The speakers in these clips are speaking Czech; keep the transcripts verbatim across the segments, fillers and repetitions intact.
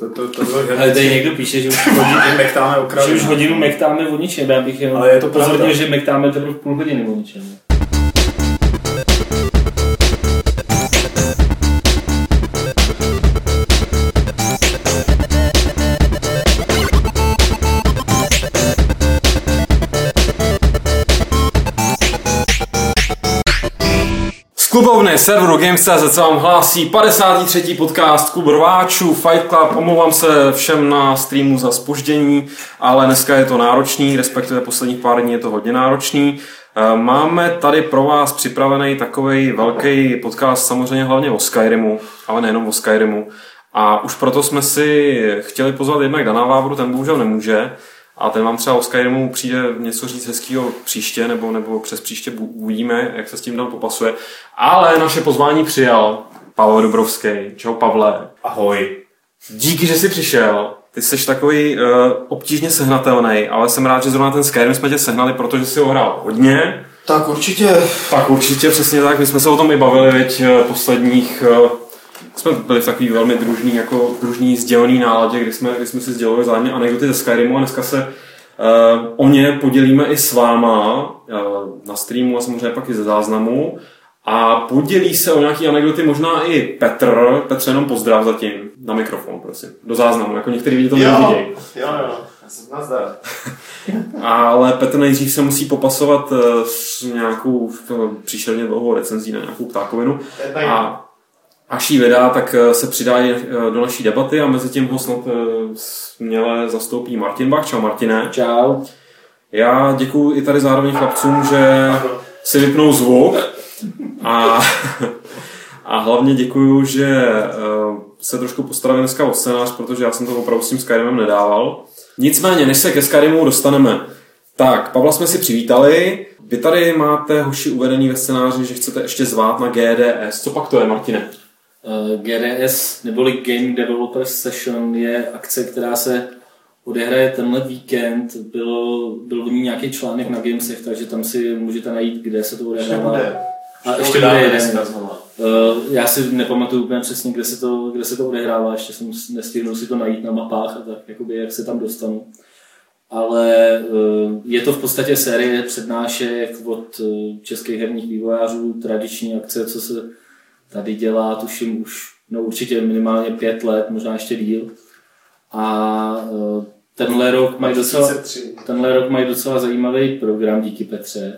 To, to, to, to, ale tady někdo píše, že už hodinu mektáme okraj. Že už hodinu mektáme o ničem, já bych jenom ale je to pozornil, že mektáme teprve půl hodiny o ničem. Klubovny serveru Games tečka cé zet se vám hlásí padesátý třetí podcast Klub rváčů Fight Club. Omlouvám se všem na streamu za zpoždění, ale dneska je to náročný, respektive posledních pár dní je to hodně náročný. Máme tady pro vás připravený takovej velký podcast, samozřejmě hlavně o Skyrimu, ale nejenom o Skyrimu. A už proto jsme si chtěli pozvat jednak Dana Vávru, ten bohužel nemůže. A ten vám třeba o Skyrimu přijde něco říct hezkýho příště, nebo, nebo přes příště uvidíme, jak se s tím dál popasuje. Ale naše pozvání přijal Pavel Dubrovský. Čau Pavle. Ahoj. Díky, že jsi přišel. Ty jsi takový uh, obtížně sehnatelný, ale jsem rád, že zrovna ten Skyrim jsme tě sehnali, protože jsi ho hrál hodně. Tak určitě. Tak určitě, přesně tak. My jsme se o tom i bavili, veď posledních... Uh, jsme byli v takový velmi družný, jako družný sdělený náladě, kdy jsme, kdy jsme si sdělovali zájemně anekdoty ze Skyrimu a dneska se uh, o ně podělíme i s váma uh, na streamu a samozřejmě pak i ze záznamu a podělí se o nějaké anekdoty možná i Petr. Petře, jenom pozdrav zatím na mikrofon, prosím, do záznamu, jako některý lidi to nevidějí. Jo, jo, já jsem nazdar. Ale Petr nejdřív se musí popasovat uh, s nějakou uh, příšerně dlouhou recenzí na nějakou ptákovinu a až jí vydá, tak se přidá do naší debaty a mezi tím ho snad směle zastoupí Martin Bach. Čau Martine. Čau. Já děkuju i tady zároveň chlapcům, že si vypnou zvuk a, a hlavně děkuju, že se trošku postarali dneska o scénář, protože já jsem to opravdu s tím Skyrimem nedával. Nicméně, než se ke Skyrimu dostaneme, tak Pavla jsme si přivítali. Vy tady máte, hoši, uvedený ve scénáři, že chcete ještě zvát na G D S. Co pak to je, Martine? G D S neboli Game Developers Session je akce, která se odehraje tenhle víkend. Byl, byl v ní nějaký článek na Gamesech, takže tam si můžete najít, kde se to odehrává. A ještě bude jeden. Já si nepamatuju úplně přesně, kde se to, kde se to odehrává, ještě jsem nestihnul si to najít na mapách a tak, jakoby, jak se tam dostanu. Ale je to v podstatě série přednášek od českých herních vývojářů, tradiční akce, co se tady dělá, tuším už no určitě minimálně pět let, možná ještě díl. A tenhle rok mají docela, tenhle rok mají docela zajímavý program, díky Petře.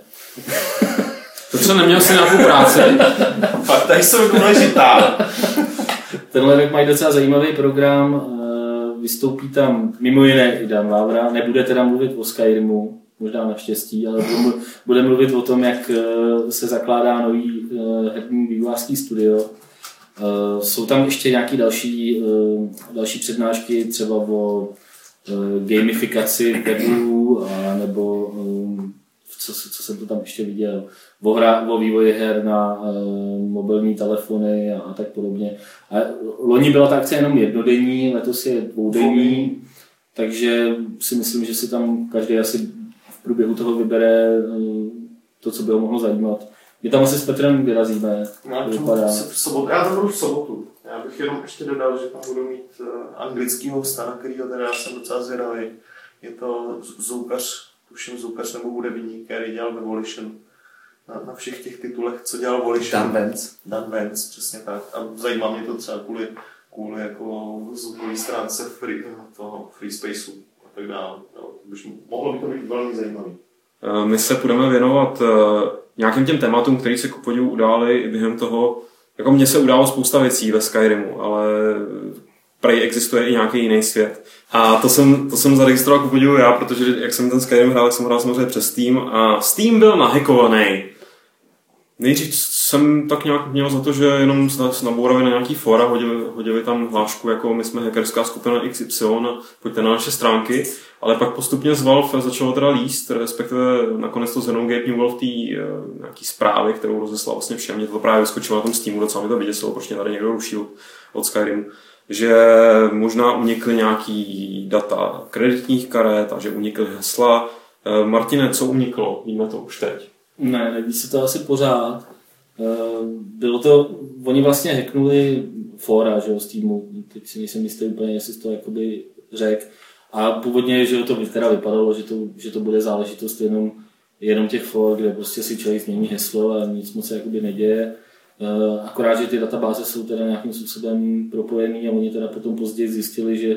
Petře, neměl jsi nějakou práci? Fakt, tady jsou důležitá. Tenhle rok mají docela zajímavý program, vystoupí tam mimo jiné i Dan Vávra, nebude teda mluvit o Skyrimu, možná naštěstí, ale bude mluvit o tom, jak se zakládá nový herní vývojářský studio. Jsou tam ještě nějaké další, další přednášky, třeba o gamifikaci webu, nebo co, co jsem to tam ještě viděl, o, hra, o vývoji her na mobilní telefony a, a tak podobně. A loni byla ta akce jenom jednodenní, letos je dvoudenní, takže si myslím, že si tam každý asi v průběhu toho vybere to, co by ho mohlo zajímat. My tam asi s Petrem vyrazíme. No, vypadá. Sobot, já tam budu v sobotu. Já bych jenom ještě dodal, že tam budu mít anglického hosta, na kterýho teda já jsem docela zvědavý. Je to zvukař, tuším zvukař nebo hudebník, který dělal ve Volition. Na, na všech těch titulech, co dělal Volition. Dan Vance. Dan Vance, přesně tak. A zajímá mě to třeba kvůli, kvůli jako zvukový stránce free, toho free spaceu a tak dále. Mohlo by to být velmi zajímavý. My se budeme věnovat nějakým těm tématům, které se ku podivu udály během toho. Jako mně se událo spousta věcí ve Skyrimu, ale prej existuje i nějaký jiný svět. A to jsem, to jsem zaregistroval ku podivu já, protože jak jsem ten Skyrim hrál, tak jsem hrál samozřejmě přes Steam a Steam byl nahackovaný. Nejdřív jsem tak nějak měl za to, že jenom nabourali na nějaký fora, hodili, hodili tam hlášku, jako my jsme hackerská skupina X Y, pojďte na naše stránky, ale pak postupně z Valve začalo teda líst, respektive nakonec to z Gabe Newell v té uh, nějaký zprávy, kterou rozeslal vlastně všem, mě to právě vyskočilo na tom Steamu, docela mi to vyděsilo, proč mě tady někdo rušil od Skyrimu, že možná unikly nějaký data kreditních karet a že unikly hesla. Uh, Martine, co uniklo? Víme to už teď. Ne, neví se to asi pořád. bylo to, oni vlastně hacknuli fora, že jo, z týmu, teď si nejsem jistý úplně, jestli to jakoby řek. A původně, že to teda vypadalo, že to, že to bude záležitost jenom, jenom těch for, kde prostě si člověk změní heslo a nic moc se jakoby neděje. Akorát, že ty databáze jsou teda nějakým způsobem propojený a oni teda potom později zjistili, že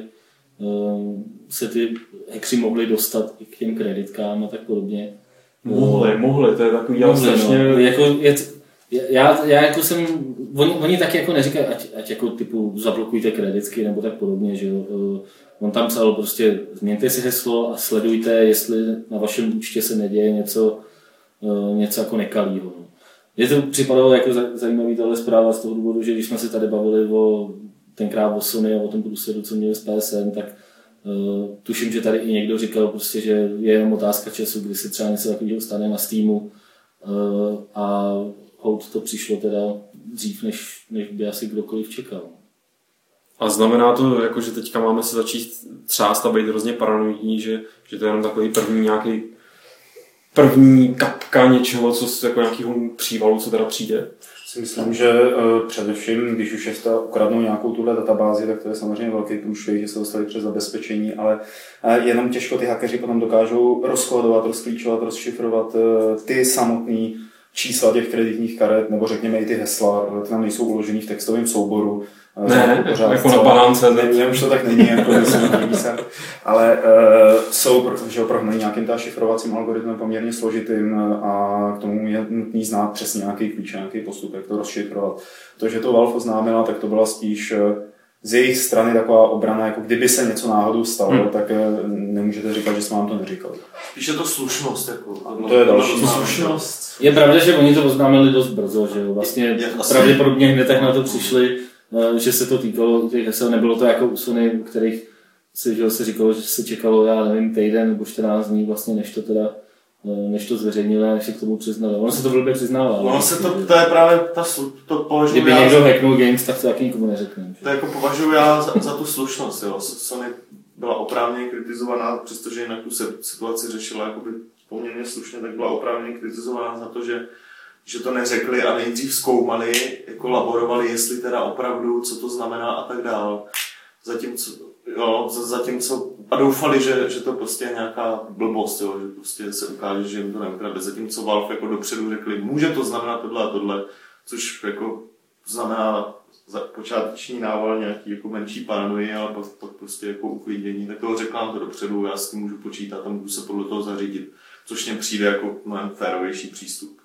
se ty hackři mohli dostat i k těm kreditkám a tak podobně. Mohli, mohli, to je takový mohli, strašně... No. Jako je, já, já jako jsem, oni, oni taky jako neříkají, ať, ať jako typu zablokujte kreditky nebo tak podobně, že jo. On tam psal prostě změňte si heslo a sledujte, jestli na vašem účtě se neděje něco, něco jako nekalýho. Mně to připadalo jako zajímavý tahle zpráva z toho důvodu, že když jsme se tady bavili o, tenkrát o Sony a o tom průsledu, co měli s P S N, tak uh, tuším, že tady i někdo říkal, prostě, že je jenom otázka času, kdy se třeba něco takového stane na Steamu uh, a holt to přišlo teda dřív, než, než by asi kdokoliv čekal. A znamená to, jako, že teďka máme se začít třást a být hrozně paranoidní, že, že to je jenom takový první nějaký první kapka něčeho, co jako nějakého přívalu, co teda přijde? Si myslím, že uh, především, když už je ta ukradnou nějakou tuhle databázi, tak to je samozřejmě velký průšvih, že se dostali přes zabezpečení, ale uh, jenom těžko ty hackeři potom dokážou rozkódovat, rozklíčovat, rozšifrovat uh, ty samotné čísla těch kreditních karet, nebo řekněme i ty hesla, ty tam nejsou uložený v textovém souboru. Ne, pořád, jako na banánce. Ne, ne, už to tak není, jako jsem, ale uh, jsou, protože opravdu nějakým ta šifrovacím algoritmem poměrně složitým a k tomu je nutný znát přesně nějaký klíč, nějaký postup, jak to rozšifrovat. To, že to Valve oznámila, tak to byla spíš z jejich strany taková obrana, jako kdyby se něco náhodou stalo, hmm. tak nemůžete říkat, že jsme vám to neříkali. Spíš je to slušnost. Jako, to je další slušnost. Je pravda, že oni to oznámili dost brzo, že jo? Vlastně pravděpodobně hned tak na to přišli, že se to týkalo těch hesel, nebylo to jako u Sony, u kterých se, že se říkalo, že se čekalo, já nevím, týden nebo čtrnáct dní, vlastně, než to teda, než to zveřejnili a než se k tomu přiznali. Ono se to blbě přiznává. Ono se to, to je právě ta, to považuji kdyby já někdo za, hacknul Games, tak to taky nikomu neřekne. To jako považuji já za, za tu slušnost, jo. Sony byla oprávněně kritizovaná, přestože jinak tu situaci řešila jakoby poměrně slušně, tak byla oprávněně kritizovaná za to, že že to neřekli a nejdřív zkoumali, jako laborovali, jestli teda opravdu, co to znamená a tak dál. Zatímco, jo, zatímco a doufali, že, že to prostě je nějaká blbost, jo, že prostě se ukáže, že jim to neukradli. Zatímco Valve jako dopředu řekli, může to znamenat tohle a tohle, což jako znamená počáteční nával nějaký jako menší paranoji, ale pak, pak prostě jako uklidnění. Tak toho řekl nám to dopředu, já s tím můžu počítat a můžu se podle toho zařídit, což mě přijde jako mnohem férovější přístup.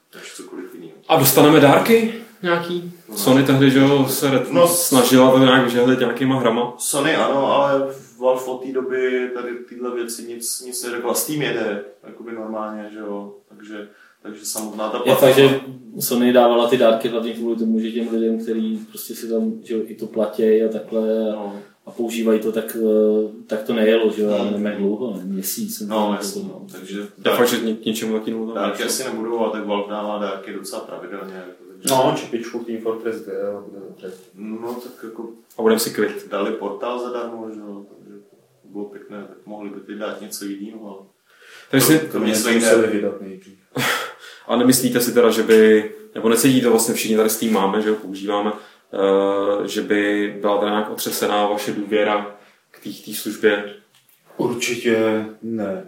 A dostaneme dárky nějaký? No. Sony tehdy, že jo, se no, snažila to nějak vyžehlit nějakýma hrama. Sony ano, ale Valve od té doby tady tyhle věci nic, nic neřekla. Steam jede, jakoby normálně, že jo, takže, takže samotná ta platforma. Je fakt, že Sony dávala ty dárky hlavně kvůli tomu, že těm lidem, kteří prostě si tam, že jo, i to platí a takhle a, no. a používají to, tak, tak to nejelo, že jo, ale nevím jak dlouho, ne, měsíc. No, jasně, no, takže dárky, fakt, že k něčemu taky nutno. Dárky asi nebudou, ale tak Valve dává dárky docela pravidelně. Jako, takže... No, čipičku Team Fortress dva a bude dobře. No, tak jako... A budeme si kvit. Dali portál zadarmo, že jo, takže bylo pěkné, tak mohli by ty dát něco jiného, ale... Takže to, to mě se museli vydat nejdřív. A nemyslíte si teda, že by, nebo necítí to vlastně všichni tady s tím máme, že ho používáme, uh, že by byla teda nějak otřesená vaše důvěra k té službě? Určitě ne.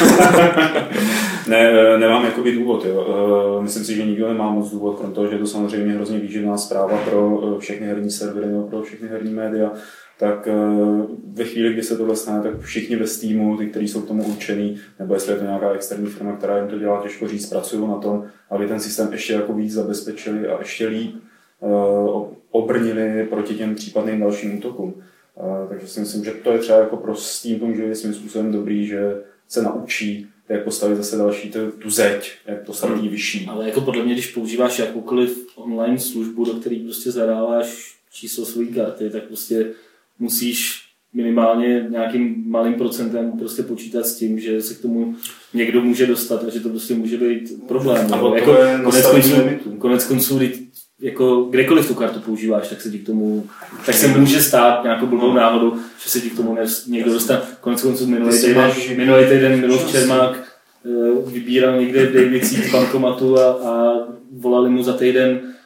ne, nemám jakoby důvod. Jo. Myslím si, že nikdo nemá moc důvod, protože je to samozřejmě hrozně výživná zpráva pro všechny herní servery nebo pro všechny herní média. Tak ve chvíli, kdy se tohle stane, tak všichni ve Steamu, ty, kteří jsou k tomu určený, nebo jestli je to nějaká externí firma, která jim to dělá, těžko říct, pracují na tom, aby ten systém ještě jako víc zabezpečili a ještě líp obrnili proti těm případným dalším útokům. Uh, takže si myslím, že to je třeba jako pro Steam to může být svým způsobem dobrý, že se naučí, jak postavit zase další tu, tu zeď, jak postavit ji vyšší. Ale jako podle mě, když používáš jakoukoliv online službu, do které prostě zadáváš číslo své karty, tak prostě musíš minimálně nějakým malým procentem prostě počítat s tím, že se k tomu někdo může dostat a že to prostě může být problém. A jako konec konců, konec konců jako kdekoliv tu kartu používáš, tak se ti k tomu, tak se může stát nějakou blbou náhodou, že se ti k tomu někdo dostane. Konec konců minulý týden, minulý týden Miloš Čermák vybíral někde v Dejvicích z bankomatu a, a volali mu za týden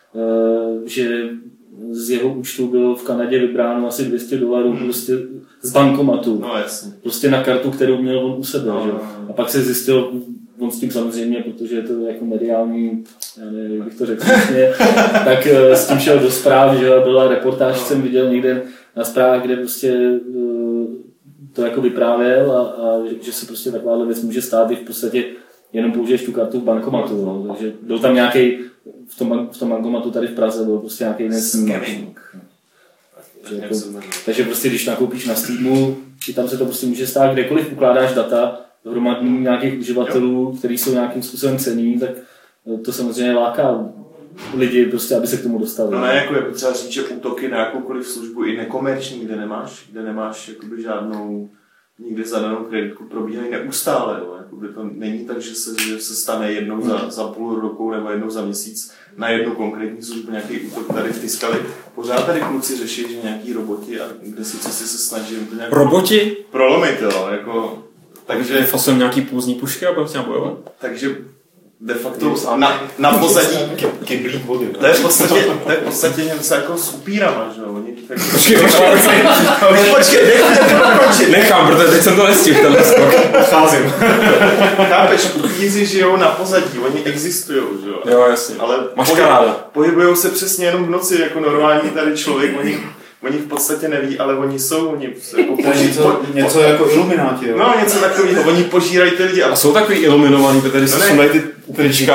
že z jeho účtu bylo v Kanadě vybráno asi dvě stě dolarů hmm. prostě z bankomatu. No jasně. Prostě na kartu, kterou měl on u sebe. No, že? no, no. A pak se zjistil, on s tím samozřejmě, protože je to jako mediální, já nevím, jak bych to řekl, tak s tím šel do zpráv, že byla reportáž, no. jsem viděl někde na zprávách, kde prostě to jako vyprávěl a, a že se prostě takováhle věc může stát, když v podstatě jenom použiješ tu kartu v bankomatu. No. Takže byl tam nějaký v tom, v tom bankomatu tady v Praze byl prostě nějaký scamming. Takže, jako, takže prostě když nakoupíš na Steamu, i tam se to prostě může stát, kdekoliv ukládáš data hromadný nějakých uživatelů, kteří jsou nějakým způsobem cenní, tak to samozřejmě láká lidi, prostě, aby se k tomu dostali. No ne, jako je potřeba říct, že útoky na jakoukoliv službu i nekomerční, kde nemáš, kde nemáš jakoby žádnou nikdy zadanou kreditku, probíhají neustále. Jo. Jakoby to není tak, že se, že se stane jednou za, za půl roku nebo jednou za měsíc na jednu konkrétní službu nějaký útok tady vtiskali. Pořád tady kluci řeší, že nějaký roboti a kde si co si se snaží to nějak roboti? Prolomit, jo. Jako, takže fasem nějaký půzní pušky a budeme s tím bojovat. Takže de facto na, na pozadí kyblík vody. To je v podstatě, to je v podstatě něco jako s upírama, že jo? Oni tak... Počkej, počkej, počkej, nechám, protože teď jsem to nestihl, tenhle skok. Cházím. Chápeš, upíři žijou na pozadí, oni existujou, že jo? Jo, jasně. Ale Maškaráda. Pohybujou se přesně jenom v noci, jako normální tady člověk, oni Oni v podstatě neví, ale oni jsou, oni jako poží, něco, po, něco jako ilumináti, jo? No, něco takového, oni požírají ty lidi. A, a jsou takový iluminovaný, protože tady se sundají ty trička,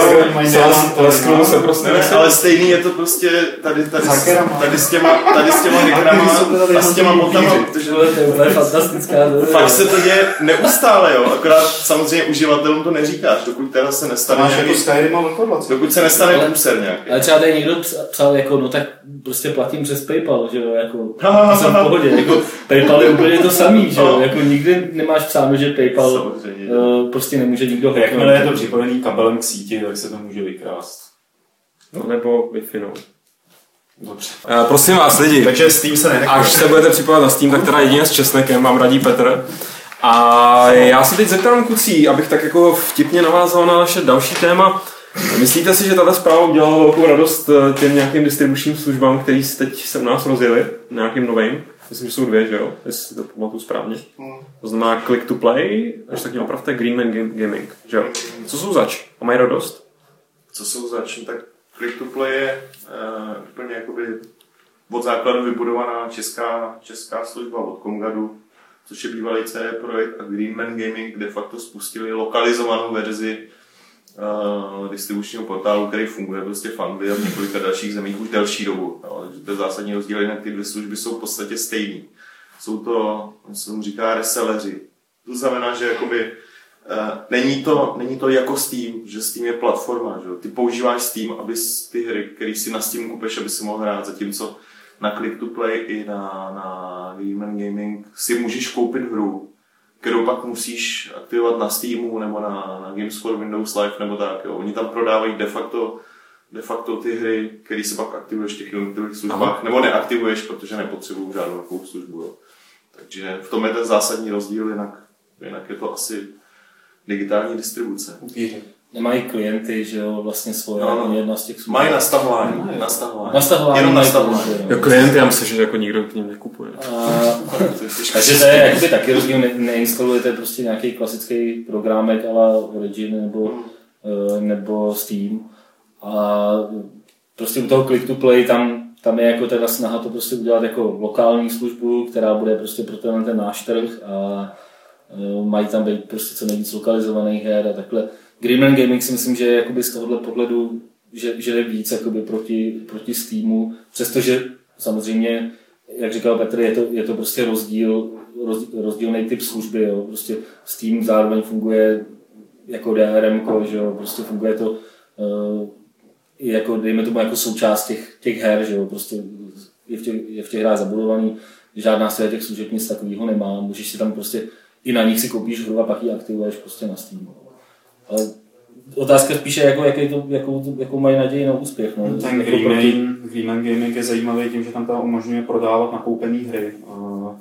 a lesknou se prostě. Ne, ale stejný je to prostě tady, tady, tady s těma, tady s těma hackerama a s těma botama, protože to je úplně fantastická. Fakt se to děje neustále, jo, akorát samozřejmě uživatelům to neříkáš, dokud teda se nestane máš nějaký, jako Skyrim a dokud se nestane průser nějaký. Ale třeba tady někdo psal, jako, no tak prostě platím přes PayPal, že jo, jako, to jsem v pohodě, jako, PayPal je úplně to samý, že jo, jako nikdy nemáš psáno, že PayPal uh, prostě nemůže nikdo hacknout. Jakmile je to připojený kabelem k síti, tak se to může vykrást. No, nebo Wi-Fi, no. Dobře. Uh, prosím vás, lidi, takže Steam se nenechuje. Až se budete připojovat na Steam, tak teda jedině s česnekem vám radí Petr. A já se teď zeptám kucí, abych tak jako vtipně navázal na naše další téma. Myslíte si, že tato zpráva udělala velkou radost těm nějakým distribučním službám, který teď se u nás rozjeli, nějakým novým? Myslím, že jsou dvě, že jo? Jestli to pamatuju správně. To znamená Click to Play, až tak mě opravte, Greenman Gaming, že jo? Co jsou zač? A mají radost? Co jsou zač? Tak Click to Play je uh, úplně jakoby od základu vybudovaná česká, česká služba od Komgadu, což je bývalý C D projekt, a Greenman Gaming de facto spustili lokalizovanou verzi Uh, distribučního portálu, který funguje prostě v Anglii a v několika dalších zemích už delší dobu. No, takže to je zásadní rozdíl, jinak ty dvě služby jsou v podstatě stejný. Jsou to, se tomu říká, reselleři. To znamená, že jakoby, uh, není, to, není to jako Steam, že Steam je platforma. Že? Ty používáš Steam, aby ty hry, které si na Steam kupeš, aby si mohl hrát, zatímco na Click to Play i na, na Greenman Gaming si můžeš koupit hru, kterou pak musíš aktivovat na Steamu nebo na, na Games for Windows Live nebo tak. Jo. Oni tam prodávají de facto, de facto ty hry, které se pak aktivuješ v těch jednotlivých službách, aha, nebo neaktivuješ, protože nepotřebují žádnou takovou službu. Jo. Takže v tom je ten zásadní rozdíl, jinak, jinak je to asi digitální distribuce. Nemají klienty, že jo, vlastně svoje, no, no. jedna z těch služeb. Mají nastavování, no, nastavování. Nastavování. Jenom nastavování. Jo, klienty, já myslím, že jako nikdo k ním nekupuje. A, takže to je jakoby taky rozdíl, ne, neinstalujete prostě nějaký klasický programek ala Origin nebo, hmm. nebo Steam. A prostě u toho Click to Play tam, tam je jako teda snaha to prostě udělat jako lokální službu, která bude prostě pro ten, ten náš trh a mají tam být prostě co nejvíc lokalizovaných her a takhle. Greenman Gaming si myslím, že jakoby z tohohle pohledu, že, že je víc jakoby proti, proti Steamu, přestože samozřejmě, jak říkal Petr, je to, je to prostě rozdíl, rozdíl, rozdílný typ služby, jo. Prostě Steam zároveň funguje jako D R M, že jo, prostě funguje to uh, jako, dejme tomu, jako součást těch, těch her, že jo, prostě je v těch, je v těch hrách zabudovaný, žádná z těch služeb nic takového nemá, můžeš si tam prostě i na nich si koupíš hru a pak ji aktivuješ prostě na Steam. Ale otázka spíše, jako, jaký to, jakou, jakou mají naději na úspěch. No. Ten jako Greenman, Greenman Gaming je zajímavý tím, že tam ta umožňuje prodávat nakoupené hry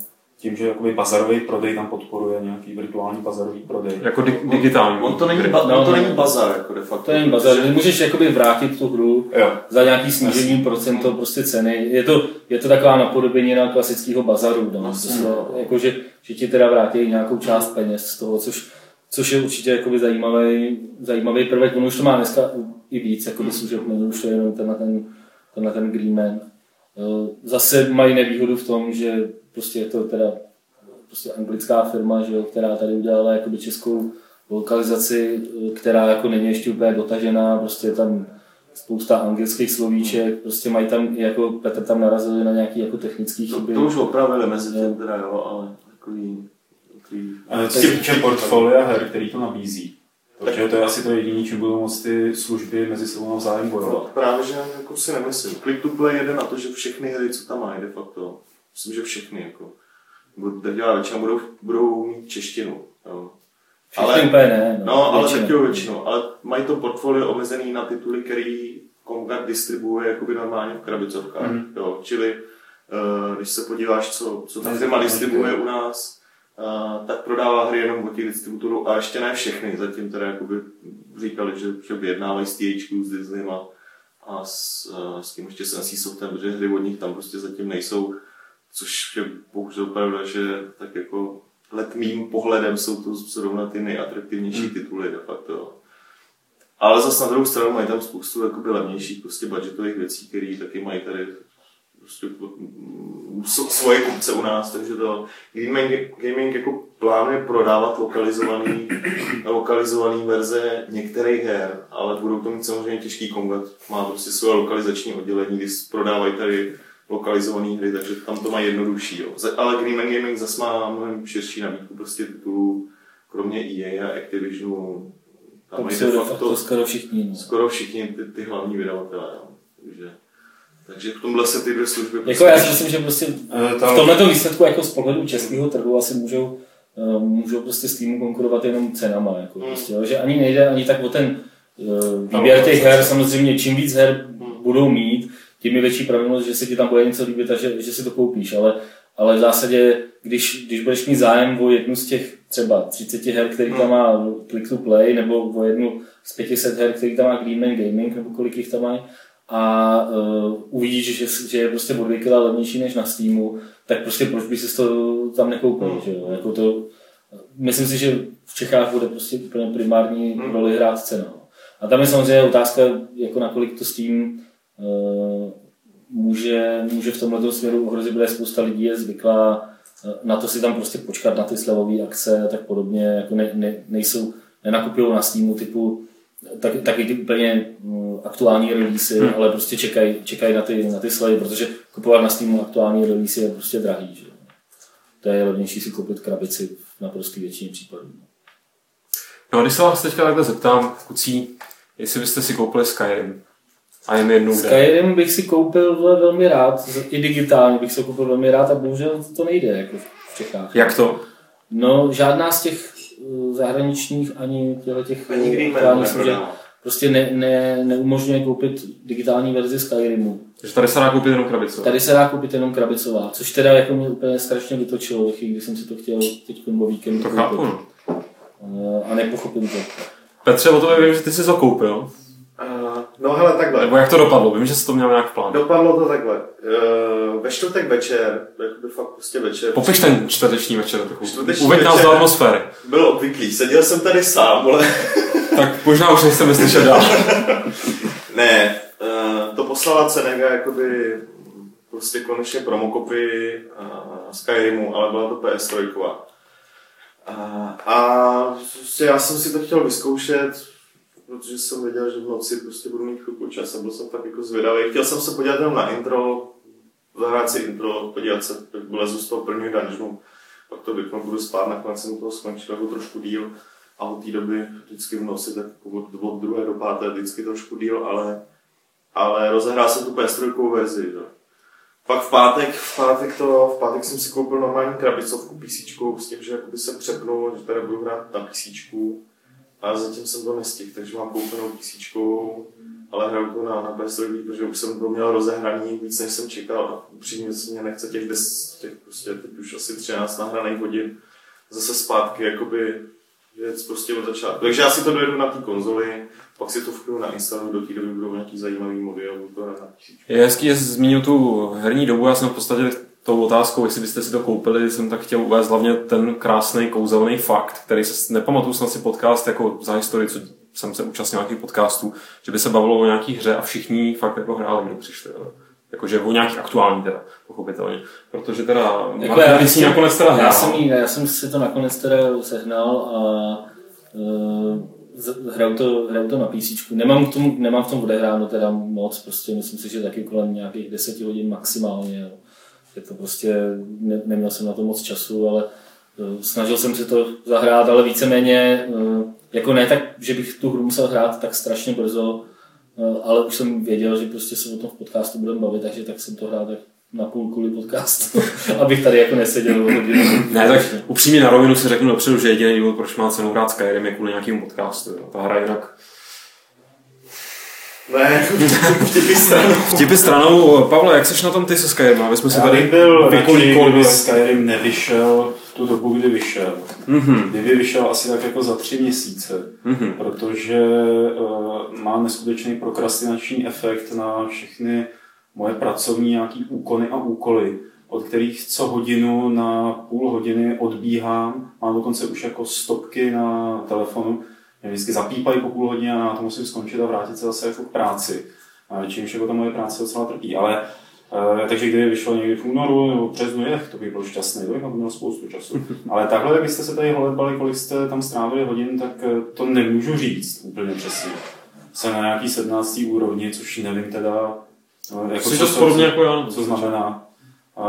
tím, že jakoby bazarový prodej tam podporuje nějaký virtuální bazarový prodej. Jako di- digitální. On to není, ba- no, on to není bazar, jako de facto. To není bazar, že můžeš jakoby vrátit tu hru jo. za nějaký snížení procento prostě ceny. Je to, je to taková napodobenina klasického bazaru, no. Prostě, jako, že, že ti teda vrátí nějakou část peněz z toho, což, což je určitě jakoby zajímavý, zajímavý prvek. On už to má dneska i víc jakoby služeb, není už to jenom tenhle ten, tenhle ten Greenman. Zase mají nevýhodu v tom, že prostě je to teda prostě anglická firma, že jo, která tady udělala jakoby českou lokalizaci, která jako není ještě úplně dotažená, prostě je tam spousta anglických slovíček, prostě mají tam, jako Petr tam narazil na nějaký jako technický chyby. To, to už opravili mezi tím teda, jo, ale takový... takový... Ale co se týče portfolia her, který to nabízí, protože to je asi to jediné, čím budou moct ty služby mezi sebou navzájem bojovat. No, právě, že jako si nemyslím. Click to Play jede na to, že všechny hry, co tam mají de facto, myslím, že všechny, jako, dělá většina, budou, budou mít češtinu. Jo. Ale, úplně ne. No, no ale taky většinou. Ale mají to portfolio omezený na tituly, který Comgat distribuje jakoby normálně v krabicovkách. Mm. Jo. Čili, uh, když se podíváš, co, co ta firma distribuje u nás, uh, tak prodává hry jenom od těch distributorů a ještě ne všechny. Zatím teda jakoby říkali, že, že vyjednávají s T H Q, s Disneym a, a s, uh, s tím ještě s N C Softem, protože hry od nich tam prostě zatím nejsou. Což je bohužel pravda, že tak jako let mým pohledem jsou to zrovna ty nejatraktivnější hmm. tituly de facto. Ale zase na druhou stranu mají tam spoustu jakoby levnějších prostě budgetových věcí, které taky mají tady prostě svoje kupce u nás, takže to Gaming, gaming jako plánuje prodávat lokalizovaný, lokalizovaný verze některých her, ale budou to mít samozřejmě těžký Comgat, má prostě svoje lokalizační oddělení, když prodávají tady lokalizované hry, takže tam to má jednodušší. Jo. Ale Green Gaming zase má mnohem širší nabídku prostě titulů, kromě E A a Activisionu. Tam mají de facto skoro všichni. No. Skoro všichni ty, ty hlavní vydavatelé. Takže, takže v tomhle se ty dvě služby... Jako prostě já si myslím, že prostě v tomhleto výsledku jako z pohledu českého trhu asi můžou, můžou prostě s týmu konkurovat jenom cenama. Jako hmm. prostě, že ani nejde ani tak o ten výběr těch her, samozřejmě čím víc her hmm. budou mít, tím je větší pravděpodobnost, že se ti tam bude něco líbit a že, že si to koupíš, ale, ale v zásadě, když, když budeš mít zájem o jednu z těch třeba třicet her, který tam má Click to Play, nebo o jednu z pět set her, který tam má Greenman Gaming, nebo kolik jich tam mají, a uh, uvidíš, že, že je prostě o dvě kila levnější než na Steamu, tak prostě proč by si to tam nekoupil, že jo? Jako to, myslím si, že v Čechách bude prostě úplně primární roli hrát cena. A tam je samozřejmě otázka, jako nakolik to Steam Uh, může, může v tomto směru ohrozit, protože spousta lidí je zvyklá uh, na to si tam prostě počkat na ty slevové akce a tak podobně, jako ne, ne, nejsou, nenakupují na Steamu typu tak, taky ty úplně uh, aktuální releasy, hmm. ale prostě čekají čekaj na ty, na ty slevy, protože kupovat na Steamu aktuální releasy je prostě drahý. Že? To je levnější si koupit krabici v naprostý většině případů. No a když se vás teďka takhle zeptám, kucí, jestli byste si koupili Skyrim, a jen jednou Skyrim bych si koupil velmi rád, i digitálně bych si koupil velmi rád a bohužel to nejde jako v Čechách. Jak to? No žádná z těch zahraničních ani těch digitálních služeb prostě ne, ne, neumožňuje koupit digitální verzi Skyrimu. Takže tady se dá koupit jenom krabicová. Tady se dá koupit jenom krabicová, což teda jako mě úplně strašně vytočilo, když jsem si to chtěl teď o víkendu to chápu, no. A nepochopím to. Petře, o tobě vím, že ty jsi to koupil. Uh, no hele, takhle. Nebo jak to dopadlo? Vím, že jsi to měl nějak v plánu. Dopadlo to takhle. Uh, ve čtvrtek večer, jakoby fakt prostě večer. Popiš ten čtvrteční večer trochu. Uveď nás do atmosféry. Byl obvyklý. Seděl jsem tady sám, ale... tak možná už nejsem vyslyšet dál. Ne, uh, to poslala Cenega jakoby prostě konečně promokopy uh, Skyrimu, ale byla to P S tři. Uh, a prostě já jsem si to chtěl vyzkoušet, protože jsem věděl, že v noci prostě budu mít chvilku čas a byl jsem tak jako zvědavý. Chtěl jsem se podívat jenom na intro, zahrát si intro, podívat se, jak vylezu z toho prvního dungeonu, pak to vypnu, budu spát, nakonec jsem toho skončil jako trošku díl a od té doby vždycky v noci, tak od, od druhé do páté vždycky trošku díl, ale, ale rozehrál jsem tu P S tři verzi. Že? Pak v pátek, v pátek, to, v pátek jsem si koupil normální krabicovku písíčku s tím, že jsem přepnul, že tady budu hrát na písíčku. A zatím jsem to nestihl, takže mám koupenou písíčku ale hraju to na, na P S tři, protože už jsem to měl rozehraný víc, než jsem čekal a upřímně se mě nechce těch, des, těch prostě teď už asi třináct nahraných hodin zase zpátky, jakoby věc prostě od začátku. Takže já si to dojedu na té konzoli, pak si to vknu na instalu, do té doby budou nějaký zajímavý mody a budu to na tisíc. Je hezký, že zmínil tu herní dobu, já jsem v podstatě tou otázkou, jestli byste si to koupili, jsem tak chtěl uvést hlavně ten krásný kouzelný fakt, který se nepamatuju snad si podcast jako za historii, co jsem se účastnil nějakých podcastů, že by se bavilo o nějaký hře a všichni fakt jako hráli, kdo přišli. Jo. Jakože o nějaký aktuální teda, pochopitelně. Protože teda jako já, Martin nakonec teda hrál. Já jsem, já jsem si to nakonec teda sehnal a uh, hraju to, hraju to na PCčku. Nemám, k tomu, nemám v tom odehráno teda moc, prostě myslím si, že taky kolem nějakých deseti hodin maximálně. Jo. Je to prostě, ne, neměl jsem na to moc času, ale uh, snažil jsem si to zahrát, ale víceméně, uh, jako ne tak, že bych tu hru musel hrát tak strašně brzo, uh, ale už jsem věděl, že prostě se o tom v podcastu budeme bavit, takže tak jsem to hrál tak na půl kvůli podcastu, abych tady jako neseděl hodinu. Ne, tak upřímně na rovinu si řeknu dopředu, že jediný důvod, proč má cenu hrát Skyrim, je kvůli nějakému podcastu. Jo. Ta hra jinak... Ne, vtipy stranou. Vtipy stranou. Pavle, jak seš na tom ty se Skyrim? Aby jsme si tady byl radši, kdyby Skyrim nevyšel v tu dobu, kdy vyšel. Mm-hmm. Kdyby vyšel asi tak jako za tři měsíce, mm-hmm. protože uh, má neskutečný prokrastinační efekt na všechny moje pracovní nějaký úkony a úkoly, od kterých co hodinu na půl hodiny odbíhám. Mám dokonce už jako stopky na telefonu. Mě vždycky zapípají po půl hodině a na to musím skončit a vrátit se zase jako k práci. Čímž jako ta moje práce docela trpí. Ale, e, takže kdyby vyšlo někdy v únoru nebo březnu, je, to by byl šťastný, to bych měl spoustu času. Ale takhle, jak byste se tady holedbali, kolik jste tam strávili hodin, tak to nemůžu říct úplně přesně. Jsem na nějaký sedmnáctý úrovni, což nevím teda, jako co, co, to podobně jako já, co znamená. A,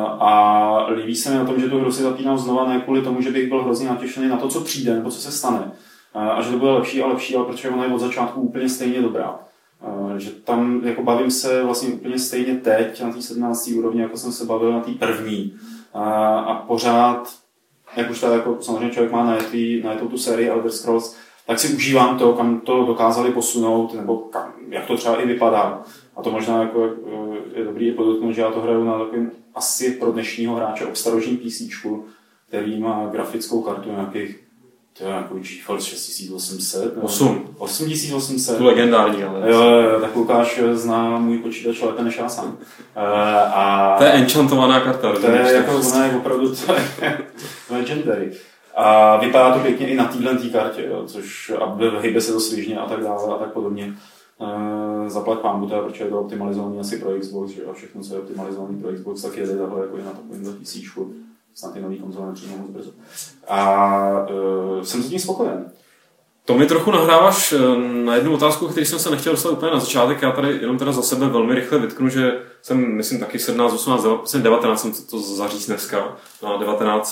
a líbí se mi na tom, že tu hru si zapínám znova, ne kvůli tomu, že bych byl hrozně natěšený na to, co přijde nebo co se stane. A že to bude lepší a lepší, ale protože ona je od začátku úplně stejně dobrá. Že tam jako bavím se vlastně úplně stejně teď na té sedmnácté úrovni, jako jsem se bavil na té první. A, a pořád, jak už tady jako samozřejmě člověk má najetý, najetou tu sérii Elder Scrolls, tak si užívám to, kam to dokázali posunout, nebo kam, jak to třeba i vypadá. A to možná jako je dobrý podotknout, že já to hraju na takovým asi pro dnešního hráče obstarožním PCčku, který má grafickou kartu nějakých to je jako GeForce šest tisíc osm set. osm tisíc osm set. Tu legendární, ale. Jo, tak Lukáš zná můj počítač lépe než já sám. A to je enchantovaná karta. To je jako, ona je opravdu to je legendary. A vypadá to pěkně i na téhle kartě, jo, což a hejbe se to svižně a tak dále a tak podobně. Uh, zaplať pánbu, protože je to optimalizovaný asi pro Xbox, že a všechno, co je optimalizovaný pro Xbox, tak jede takhle jako i na takovýmhle tisíčku. Snad ty nový konzole nepřijmou moc brzo. A uh, jsem s tím spokojen. To mi trochu nahráváš na jednu otázku, který jsem se nechtěl dostat úplně na začátek. Já tady jenom teda za sebe velmi rychle vytknu, že jsem, myslím, taky sedmnáct, osmnáct, devatenáct jsem to zaříz dneska na devatenáct.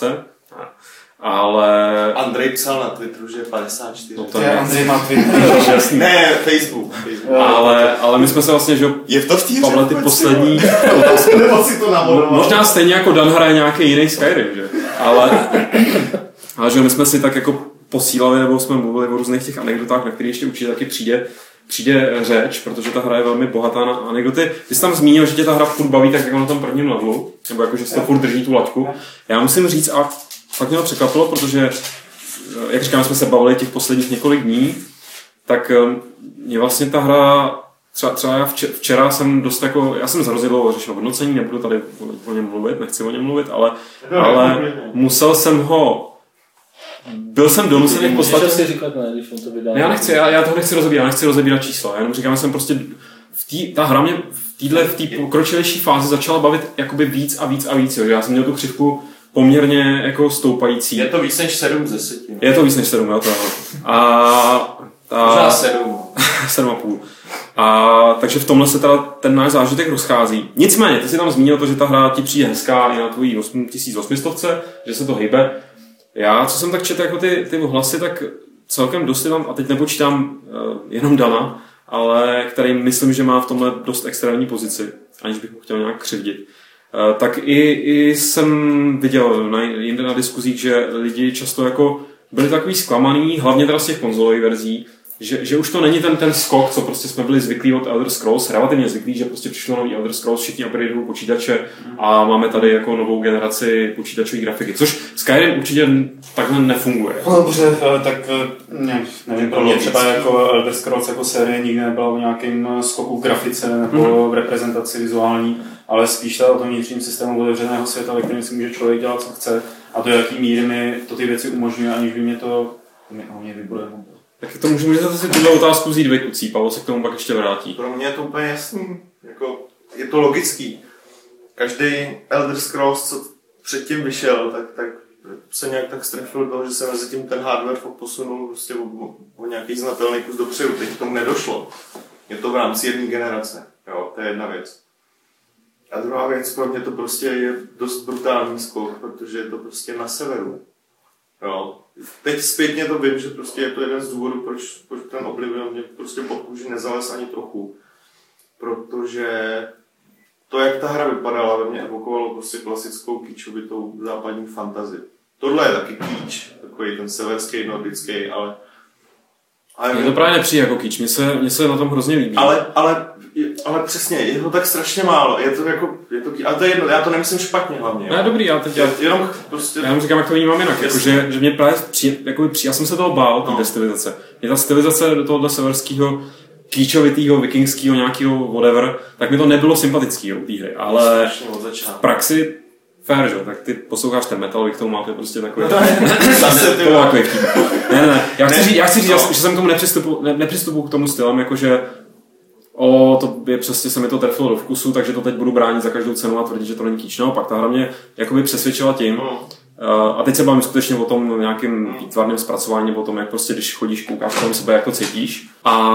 Ale... Andrej psal na Twitteru, že je padesát čtyři. No to je Andrej má Twitter. Ne, Facebook. Facebook. Ale, ale my jsme se vlastně, že je v to v té Pavle, ty poslední... Nebo si to namodoval. Možná stejně jako Dan hraje nějaký jiný Skyrim, že? Ale, ale že my jsme si tak jako posílali, nebo jsme mluvili o různých těch anekdotách, na které ještě určitě taky přijde, přijde řeč, protože ta hra je velmi bohatá na anekdoty. Ty jsi tam zmínil, že tě ta hra furt baví tak jako na tom prvním levelu, nebo jako, že si to furt drží tu laťku. Já musím říct, a fakt mě to překvapilo, protože, jak říkám, jsme se bavili těch posledních několik dní, tak mě vlastně ta hra, třeba, třeba já včera jsem dost jako, já jsem zarozjedl řešil hodnocení, nebudu tady o něm mluvit, nechci o něm mluvit, ale, ale musel jsem ho, byl jsem donucený v podstatě... Můžeš si říkat, ne, když on to vydá. Já nechci, já, já toho nechci rozebírat, já nechci rozebírat čísla, já jenom říkám, že jsem prostě, v tý, ta hra mě v téhle, v té pokročilejší fázi začala bavit jakoby víc a víc a víc, jo, že já jsem měl tu křivku poměrně jako stoupající. Je to víc než sedm z deseti. Je to víc než sedm, jo, to je. A ta... Možná sedm. sedm a půl. A takže v tomhle se teda ten náš zážitek rozchází. Nicméně, ty jsi tam zmínil to, že ta hra ti přijde hezká i na tvojí osm tisíc osm set, že se to hejbe. Já, co jsem tak četl jako ty, ty ohlasy, tak celkem dost tam, a teď nepočítám uh, jenom Dana, ale který myslím, že má v tomhle dost extrémní pozici, aniž bych mu chtěl nějak křivdit. Uh, tak i, i jsem viděl na, jinde na diskuzích, že lidi často jako byli takový zklamaný, hlavně teda z těch konzolových verzí, že, že už to není ten, ten skok, co prostě jsme byli zvyklí od Elder Scrolls, relativně zvyklí, že prostě přišlo nový Elder Scrolls, všichni upgradeují počítače a máme tady jako novou generaci počítačové grafiky, což Skyrim určitě takhle nefunguje. No, dobře, tak ne, nevím, pro mě třeba jako Elder Scrolls jako série nikdy nebyla o nějakém skoku v grafice nebo hmm. v reprezentaci vizuální, ale spíš ta o tom vnitřním systému otevřeného světa, ve kterém si může člověk dělat, co chce, a to, jaký míry mi to ty věci umožňuje, aniž by mě to mě vybuduje. Tak to můžeme si tuhle otázku vzít vykucí, Pavel se k tomu pak ještě vrátí. Pro mě je to úplně jasný, jako, je to logický. Každý Elder Scrolls, co předtím vyšel, tak, tak se nějak tak strefil toho, že se mezi tím ten hardware posunul prostě o, o nějaký znatelný kus dopředu. Teď k tomu nedošlo. Je to v rámci jedné generace. Jo, to je jedna věc. A druhá věc, pro mě to prostě je dost brutální skok, protože je to prostě na severu. Jo. Teď zpětně to vím, že prostě je to jeden z důvodů, proč, proč ten Oblivion mě prostě pod kůži nezales ani trochu. Protože to, jak ta hra vypadala, ve mně evokovalo prostě klasickou kýčovitou západní fantazii. Tohle je taky kýč, takový ten severský, nordický, ale... ale mně to právě nepřijde jako kýč, mně se, mně se na tom hrozně líbí. Ale, ale, ale přesně, je to tak strašně málo, je to jako, je to, ale to je jedno, já to nemyslím špatně hlavně. Ne, dobrý, já teď... Já, jenom prostě... Já jenom říkám, jak to vnímám jinak, jako, že, že mě právě přijde, jako, já jsem se toho bál, té no. stylizace. Mě ta stylizace do tohohle severského kýčovitýho, vikingského nějakého whatever, tak mi to nebylo sympatického u té hry, ale v praxi fair, že? Tak ty posloucháš ten metal, vy k tomu máte prostě takový... No zase ty ne, ne, ne, já chci říct, já chci říct no. že jsem k tomu nepřistupu, ne, nepřistupu k tomu stylem, jakože o, to je přesně se mi to trefilo do vkusu, takže to teď budu bránit za každou cenu a tvrdit, že to není kýč. No, pak ta hra mě jakoby přesvědčila tím, no. A teď se bavím skutečně o tom nějakým výtvarným zpracování, o tom, jak prostě, když chodíš, koukáš kolem sebe, jak to cítíš.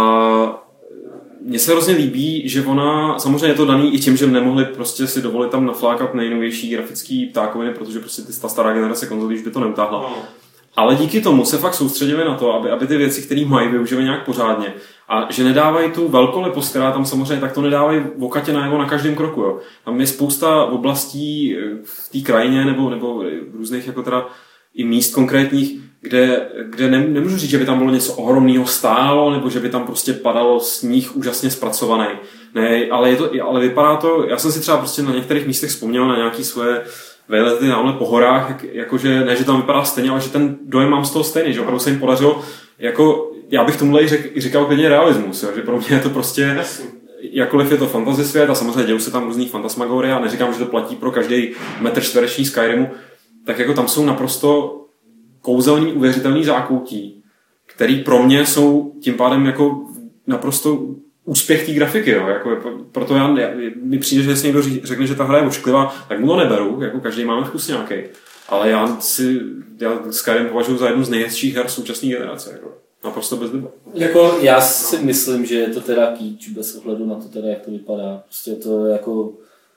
A mně se hrozně líbí, že ona, samozřejmě je to daný i tím, že nemohli prostě si dovolit tam naflákat nejnovější grafický ptákoviny, protože prostě ta stará generace konzolí už by to neutáhla. No. Ale díky tomu se fakt soustředili na to, aby, aby ty věci, které mají, využili nějak pořádně. A že nedávají tu velkolepost, která tam samozřejmě, tak to nedávají v okatě najevo na každém kroku. Jo. Tam je spousta oblastí v té krajině nebo, nebo různých jako teda i míst konkrétních, kde, kde ne, nemůžu říct, že by tam bylo něco ohromného stálo, nebo že by tam prostě padalo sníh úžasně zpracovaný. Ne, ale, je to, ale vypadá to, já jsem si třeba prostě na některých místech vzpomněl na nějaké svoje vejlety tamhle po horách, jak, jakože ne, že tam vypadá stejně, ale že ten dojem mám z toho stejný, že opravdu se jim podařilo, jako, já bych tomuhle řek, říkal klidně realismus, jo, že pro mě je to prostě, jakkoliv je to fantasy svět a samozřejmě dějou se tam různý fantasmagorie a neříkám, že to platí pro každý metr čtvereční Skyrimu, tak jako tam jsou naprosto kouzelný, uvěřitelný zákoutí, který pro mě jsou tím pádem jako naprosto úspěch té grafiky, jo. Jako, proto já, mi přijde, že jestli někdo řekne, že ta hra je ošklivá, tak mu to neberu, jako každý máme vkus nějaký. Ale já si já Skyrim považuji za jednu z nejhezčích her současné generace. Jako. Naprosto bez debat. Jako já si no. myslím, že je to teda kýč bez ohledu na to teda, jak to vypadá. Prostě to jako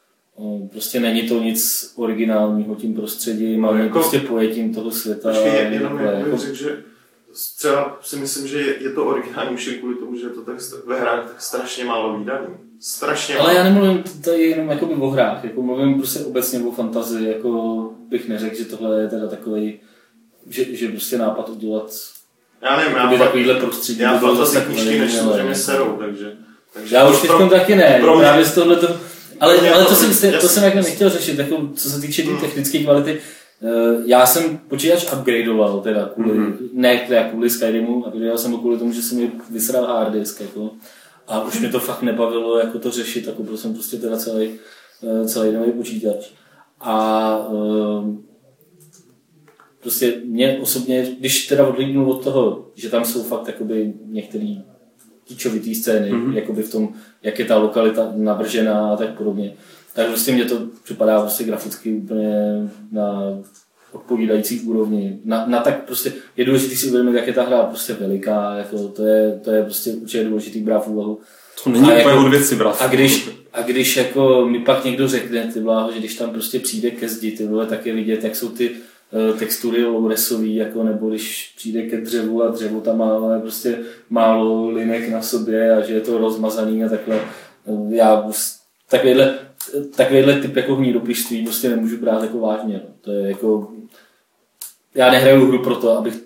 prostě není to nic originálního tím prostředím, ale jako, prostě pojetím toho světa. Počkej, jenom jako, řekl, že třeba si myslím, že je, je to originální už kvůli tomu, že je to tak ve hrách tak strašně málo vídaný. Strašně ale málo. já nemluvím tady jenom jakoby o hrách, jako mluvím prostě obecně o fantazii, jako bych neřekl, že tohle je teda takový, že, že prostě nápad udělat já nevím, já takovýhle prostředí. Já fantasy knížky nečtu, že mě serou, takže, takže já už teď pro, taky ne, pro mě, právě z tohleto, ale, ale to, to, jsem, to jasný. jsem jako nechtěl řešit, jako, co se týče té hmm. technické kvality. Já jsem počítač upgradeoval, teda kvůli, mm-hmm. ne teda kvůli Skyrimu, upgradeoval jsem ho kvůli tomu, že jsem mi vysral hard disk, jako, a už mi to fakt nebavilo jako to řešit, jako byl jsem prostě teda celý, celý nový počítač. A um, prostě mě osobně, když teda odlídnu od toho, že tam jsou fakt jakoby některý kýčovitý scény, mm-hmm. jakoby v tom, jak je ta lokalita navržená a tak podobně, tak prostě mě to připadá prostě graficky úplně na odpovídající úrovni. Na, na tak prostě je důležité si uvědomit, jak je ta hra prostě veliká, jako to je, to je prostě určitě důležitý brát v úvahu. To není úplně jako, od věci brát. A když, a když jako mi pak někdo řekne, ty bláho, že když tam prostě přijde ke zdi, ty vole, tak je vidět, jak jsou ty uh, textury low-resový, jako, nebo když přijde ke dřevu a dřevo tam má prostě málo linek na sobě a že je to rozmazaný a takhle. Uh, já takovýhle takovýhle typ jako hnídopištví prostě nemůžu brát jako vážně. No. To je jako... Já nehraju hru proto, abych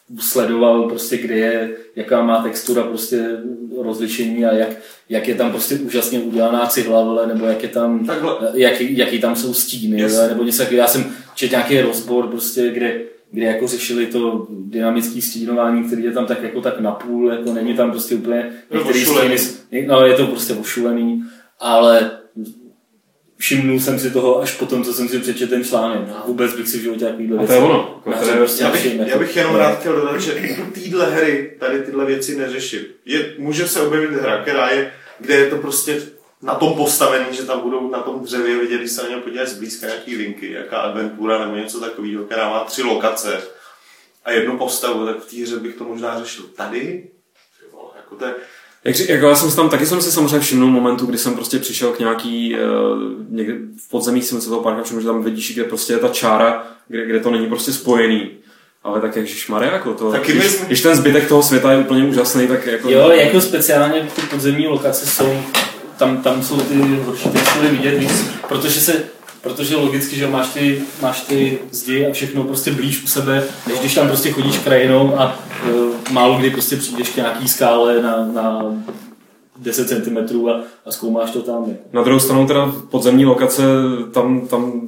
sledoval prostě, kde je, jaká má textura prostě rozlišení a jak, jak je tam prostě úžasně udělaná cihla, vole, nebo jak je tam, jaký, jaký tam jsou stíny, yes. vole, nebo něco takového. Já jsem četl nějaký rozbor prostě, kde, kde jako řešili to dynamické stínování, který je tam tak jako tak napůl, jako není tam prostě úplně některý stíny, no je to prostě ošulený, ale všimnul jsem si toho až potom, co jsem si přečetl ten článek. Vůbec bych si v životě takovýhle věci. To je ono. To je prostě já, bych, já bych jenom rád chtěl dodat, že u téhle hry tady tyhle věci neřeším. Je, může se objevit hra, která je, kde je to prostě na tom postavený, že tam budou na tom dřevě vidět, když se na něj podíváš zblízka nějaký linky, jaká adventura nebo něco takového, která má tři lokace a jednu postavu, tak v té hře bych to možná řešil. Tady? Jako to je, Jak, jako já jsem tam, taky jsem si samozřejmě všimnul momentu, kdy jsem prostě přišel k nějaký, uh, někde v podzemích jsem se toho parka všiml, že tam vidíš, kde prostě je ta čára, kde, kde to není prostě spojený. Ale tak ježišmarja, jako to, taky když, bys... když ten zbytek toho světa je úplně úžasný, tak jako... Jo, jako speciálně ty podzemní lokace jsou, tam, tam jsou ty horší textury vidět víc, protože se Protože logicky, že máš ty, máš ty zdi a všechno prostě blíž u sebe, než když tam prostě chodíš krajinou a uh, málo kdy prostě přijdeš k nějaký skále na, na deset centimetrů a, a zkoumáš to tam. Na druhou stranu teda podzemní lokace, tam, tam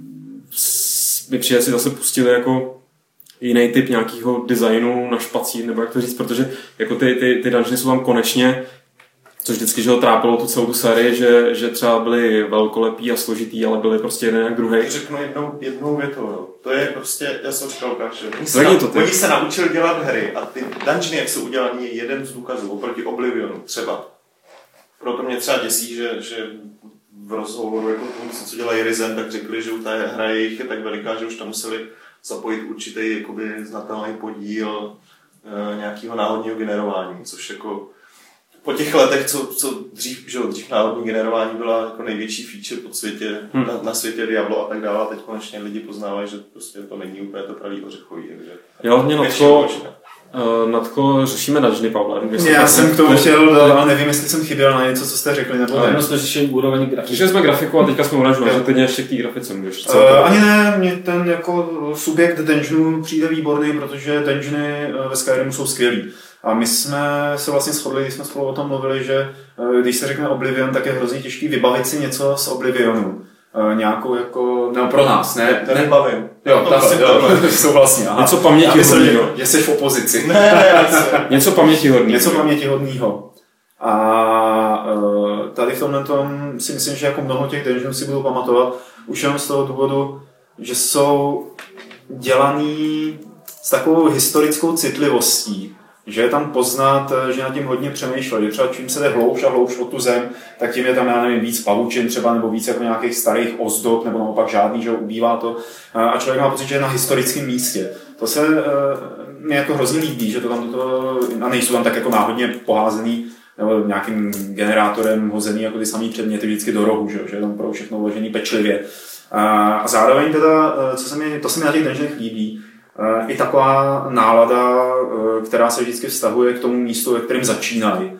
mi přijde si zase pustili jako jiný typ nějakého designu na špacír, nebo jak to říct, protože jako ty, ty, ty dungeony jsou tam konečně, což vždycky, že ho trápilo tu celou tu sérii, že, že třeba byly velkolepý a složitý, ale byly prostě jeden jak druhý. Řeknu jednou, jednou větou, jo. To je prostě, já jsem říkal, že oni se, na, oni se naučili dělat hry a ty dungeony, jak jsou udělaný, je jeden z důkazů oproti Oblivionu třeba. Proto mě třeba děsí, že, že v rozhovoru, jako tomu, co dělají Risen, tak řekli, že ta hra jejich je tak veliká, že už tam museli zapojit určitý jakoby znatelný podíl e, nějakého náhodního generování, což jako po těch letech, co, co dřív, že dřív náhodní generování byla jako největší feature po světě, hmm. na, na světě Diablo a tak dále, a teď konečně lidi poznávají, že prostě to není úplně to pravý ořechový. Takže jo, mě nadchlo, uh, nadchlo, řešíme dungeony, Pavle. Já jsem k tomu chtěl, ale nevím, jestli jsem chyběl na něco, co jste řekli, nebo ne. No, jsme řešili úroveň grafiky. Řešili jsme grafiku a teďka jsme u dungeonu, že teď ještě k té grafice můžeš. Uh, ani ne, mně ten jako subjekt dungeonu přijde výborný, protože dungeony ve Skyrimu jsou skvělý. A my jsme se vlastně shodli, když jsme spolu o tom mluvili, že když se řekne Oblivion, tak je hrozně těžký vybavit si něco z Oblivionu. E, nějakou jako, no pro nás, ne? To nebavím. Jo, takhle, jo, souhlasně. Aha. Něco pamětihodného. Že jsi v opozici. Ne, ne, něco pamětihodného. Něco pamětihodného. A e, tady v tomhle tom si myslím, že jako mnoho těch dungeonů si budu pamatovat, už jenom z toho důvodu, že jsou dělaný s takovou historickou citlivostí, že je tam poznat, že nad tím hodně přemýšleli. Třeba čím se jde hlouš a hlouš o tu zem, tak tím je tam, já nevím, víc pavučin třeba, nebo víc jako nějakých starých ozdob, nebo naopak žádný, že ubývá to. A člověk má pocit, že je na historickém místě. To se uh, mi jako hrozně líbí, že to tam do toho, a nejsou tam tak jako náhodně poházený, nebo nějakým generátorem hozený jako ty samý předměty vždycky do rohu, že, že je tam pro všechno uložený pečlivě. A, a zároveň teda, co se mi, to se mi na těch dungeonech líbí, i taková nálada, která se vždycky vztahuje k tomu místu, ve kterém začínají.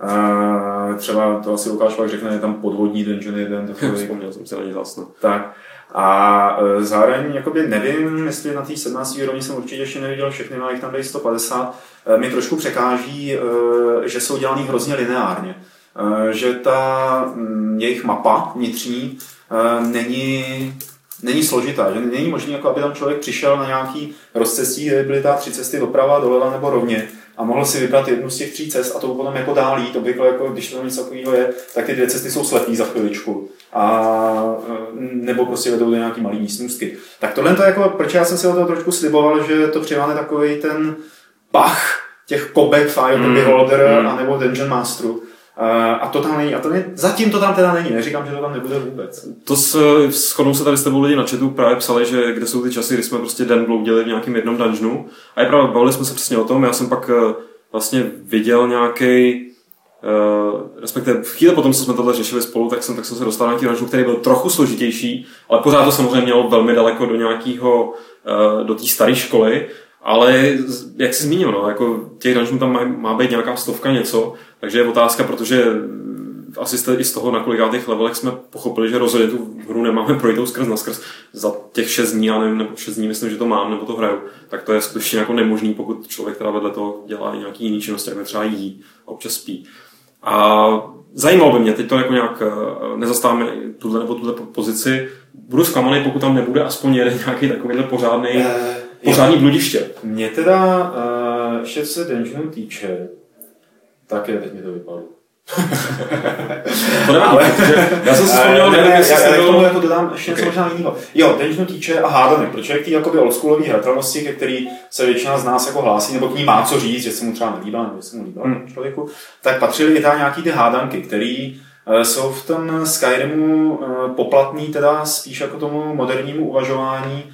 Třeba to asi Lukáš pak řekne, je tam podvodní dungeon jeden. Takový. Vzpomněl jsem se na ně zásno. Tak. A zároveň jakoby nevím, jestli na té sedmnácté úrovni jsem určitě ještě neviděl všechny, má jich tam tady sto padesát. Mi trošku překáží, že jsou dělaný hrozně lineárně. Že ta jejich mapa vnitřní není... není složitá, že není možné, jako aby tam člověk přišel na nějaký rozcestí, kde byly ta tři cesty doprava, doleva nebo rovně a mohl si vybrat jednu z těch tří cest a to potom jako dál jít. Obvykle, jako, když to něco takového je, tak ty dvě cesty jsou slepý za chviličku a nebo prostě vedou do nějaký malý místnostky. Tak tohle to jako, proč já jsem si o toho trošku sliboval, že to přiváne takovej ten pach těch kobek Fire mm. Beholder mm. anebo Dungeon Masteru. A to tam není, a to ne, zatím to tam teda není, neříkám, že to tam nebude vůbec. To s, shodnou se tady s tebou lidi na chatu právě psali, že kde jsou ty časy, kdy jsme prostě den bloudili v nějakém jednom dungeonu. A je pravda, bavili jsme se přesně o tom, já jsem pak vlastně viděl nějaký, uh, respektive v chvíli potom, co jsme tohle řešili spolu, tak jsem, tak jsem se dostal na nějaký dungeon, který byl trochu složitější, ale pořád to samozřejmě mělo velmi daleko do nějakého, uh, do té staré školy. Ale jak jsi zmínil, no, jako těch dungeonů tam má, má být nějaká stovka něco, takže je otázka, protože asi jste i z toho, na kolikátých levelech jsme pochopili, že rozhodně tu hru nemáme projitou skrz na skrz za těch šest dní, já nevím, nebo šest dní, myslím, že to mám, nebo to hraju, tak to je skutečně jako nemožný, pokud člověk teda vedle toho dělá i nějaký jiný činnosti, jako třeba jí a občas spí. A zajímalo by mě, teď to jako nějak nezastáváme tuhle nebo tuhle pozici, budu zklamaný, pokud tam nebude aspoň jeden nějaký takovýhle pořádný, eh, pořádný bludiště. Mě teda, uh, ještě co se dungeonu týče, tak je, teď mi to vypadlo. To nevadí, ale... protože já jsem si vzpomněl, ne, nevím, ne, jestli já, jste já byl... tomu jako dodám ještě něco možná jiného. Jo, dungeonu týče a hádanek, protože k té jakoby oldschoolové hratelnosti, ke který se většina z nás jako hlásí, nebo k ní má co říct, že se mu třeba nelíbila, nebo že se mu líbila hmm. člověku, tak patřily i tam nějaký ty hádanky, které uh, jsou v tom Skyrimu uh, poplatný teda spíš jako tomu modernímu uvažování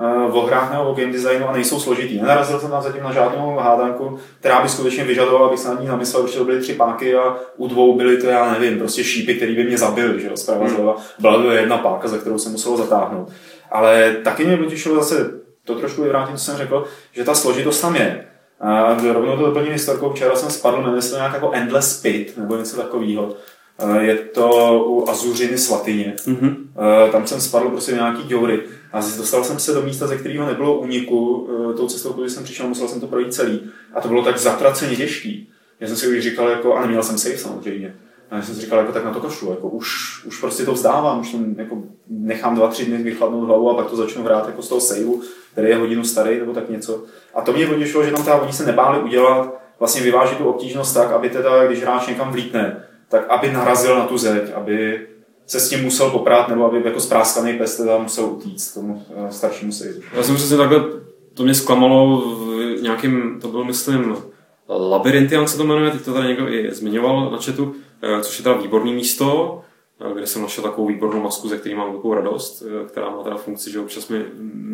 o hrách nebo o game designu a nejsou složitý. Nenarazil jsem tam zatím na žádnou hádanku, která by skutečně vyžadovala, abych se na ní namyslel, protože to byly tři páky a u dvou byly to, já nevím, prostě šípy, který by mě zabil, že jo, zprava zleva. Byla to jedna páka, za kterou jsem musel zatáhnout. Ale taky mě potěšilo zase, to trošku vyvrátím, co jsem řekl, že ta složitost tam je. A rovnou to doplním historkou, včera jsem spadl, nevím, jestli nějak jako Endless Pit, nebo něco takového. Je to u Azuřiny svatyně. Mm-hmm. Tam jsem spadl prostě nějaký děury. A dostal jsem se do místa, ze kterého nebylo úniku. Tou cestou, když jsem přišel, musel jsem to projít celý. A to bylo tak zatraceně těžký. Já jsem si už říkal, jako, a neměl jsem save samozřejmě. A já jsem si říkal, jako, tak na to kašlu. Jako, už, už prostě to vzdávám, už tam, jako, nechám dva, tři dny vychladnout hlavu a pak to začnu hrát jako z toho saveu, který je hodinu starý nebo tak něco. A to mě potěšilo, že tam teda oni se nebáli udělat, vlastně vyvážit tu obtížnost tak, aby teda, když hráč někam vlítne, tak aby narazil na tu zeď, aby se s tím musel poprát, nebo aby jako spráskaný pes teda musel utíct tomu staršímu sejdu. Já jsem přesně takhle, to mě zklamalo v nějakým, to byl myslím Labyrinthian se to jmenuje, teď to tady někdo i zmiňoval na chatu, což je teda výborný místo, kde jsem našel takovou výbornou masku, ze který mám velkou radost, která má teda funkci, že občas mi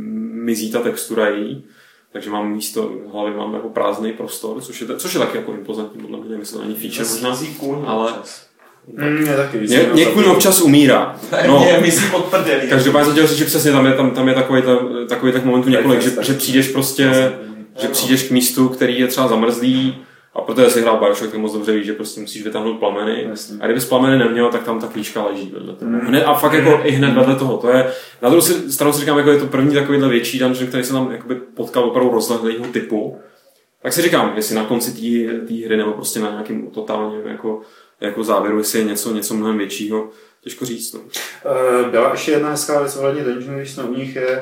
mizí ta textura její, takže mám místo v hlavě, mám jako prázdný prostor, což je, což je taky jako impozantní, podle mě, nevím, jestli to není feature možná, ale... Mm, je taky, Ně, někuň občas umírá. No, mě myslí pod prdelí. Každopádně jsem chtěl říct, že přesně tam je, tam, tam je takový, takový tak momentů několik, že, že přijdeš prostě, že přijdeš k místu, který je třeba zamrzlý, a protože si hrál Bioshock, tak moc dobře víš, že prostě musíš vytáhnout plameny. A kdybys plameny neměl, tak tam ta klíčka leží vedle toho. Hned, a fakt jako i hned vedle toho. To je, na druhou stranu si říkám, jako je to první takovýhle větší dungeon, který jsem tam jakoby potkal opravdu rozlehlého typu. Tak si říkám, jestli na konci té hry nebo prostě na nějakým totálně jako, jako závěru, jestli je něco, něco mnohem většího, těžko říct. No. Byla ještě jedna hezká věc ohledně dungeonu, když jsme u nich je,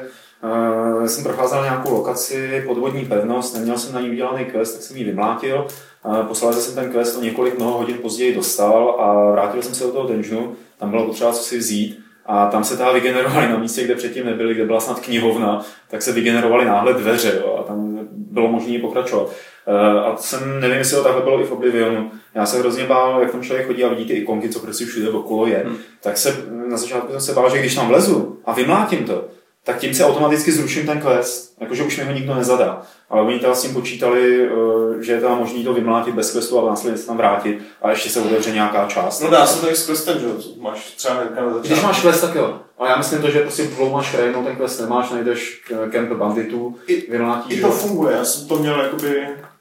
Uh, jsem procházel nějakou lokaci, podvodní pevnost, neměl jsem na ní udělaný quest, tak jsem ji vymlátil. Uh, posledně jsem ten quest o několik mnoho hodin později dostal a vrátil jsem se do toho dungeonu, tam bylo potřeba co si vzít a tam se teda vygenerovaly na místě, kde předtím nebyly, kde byla snad knihovna, tak se vygenerovaly náhle dveře, jo, a tam bylo možné pokračovat. Uh, a jsem, nevím, jestli to takhle bylo i v Oblivionu. Já se hrozně bál, jak tam člověk chodí a vidí ty ikonky, co prostě všude okolo je. Hmm. Tak se, na začátku jsem se bál, že když tam vlezu a vymlátím to, tak tím se automaticky zruším ten quest, jakože už mi ho nikdo nezadá. Ale oni teda s tím počítali, že je teda možný to vymlátit bez questu a následně se tam vrátit a ještě se otevře nějaká část. No dá se to i s questem, že máš třeba hnedka na začátku. Když máš quest, tak jo. Ale já myslím to, že prostě máš krajinu, ten quest nemáš, najdeš kemp banditů, vymlátíš. I to funguje, já jsem to měl jakoby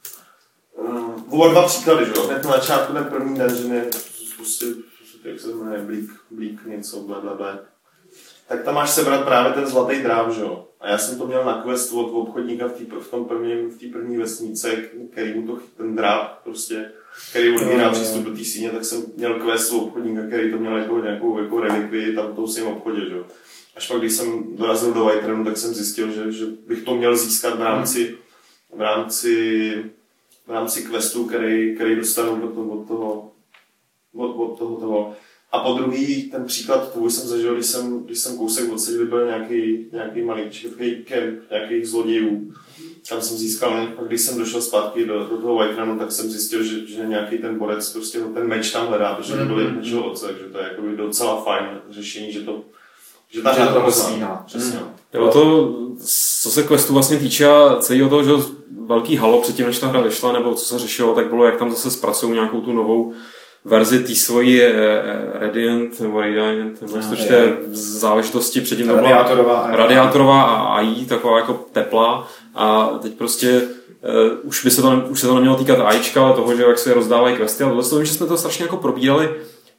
um, oba dva příklady, že jo. Hned na začátku ten první dungeon je prostě, jak se jmenuje, blík, blík něco, blablabla. Tak tam máš sebrat právě ten zlatý dráp, že jo. A já jsem to měl na questu od obchodníka v, tý, v tom prvním, v té první vesnice, který mu to ten dráp prostě, který mu nedá přístup do té síně, tak jsem měl quest od obchodníka, který to měl jako nějakou jako relikvii tam v tom svém obchodě, že jo. Až pak, když jsem dorazil do Whiterunu, tak jsem zjistil, že, že bych to měl získat v rámci, v rámci, v rámci questu, který, který dostanu od toho, od toho, od, od toho, toho. A po druhý, ten příklad tvůj jsem zažil, když jsem, když jsem kousek od sebe byl nějaký, nějaký malý kemp nějakých zlodějů. Tam jsem získal, a když jsem došel zpátky do, do toho Whiterunu, tak jsem zjistil, že, že nějaký ten borec prostě ten meč tam hledá, protože nebyl mm-hmm. mečeho otce, takže to je jako docela fajn řešení, že to že ta hra to stíhá. Přesně. Mm. Jo, to, co se questu vlastně týče celého toho, že velký halo předtím, než ta hra vyšla, nebo co se řešilo, tak bylo, jak tam zase zpracují nějakou tu novou verzi té svojí Radiant nebo Radiant, nebo no, je záležitosti předtím to byla radiátorová a á í, taková jako teplá a teď prostě uh, už, by se to, už se to nemělo týkat AIčka, ale toho, že jak se rozdávají questy, ale to vím, že jsme to strašně jako probírali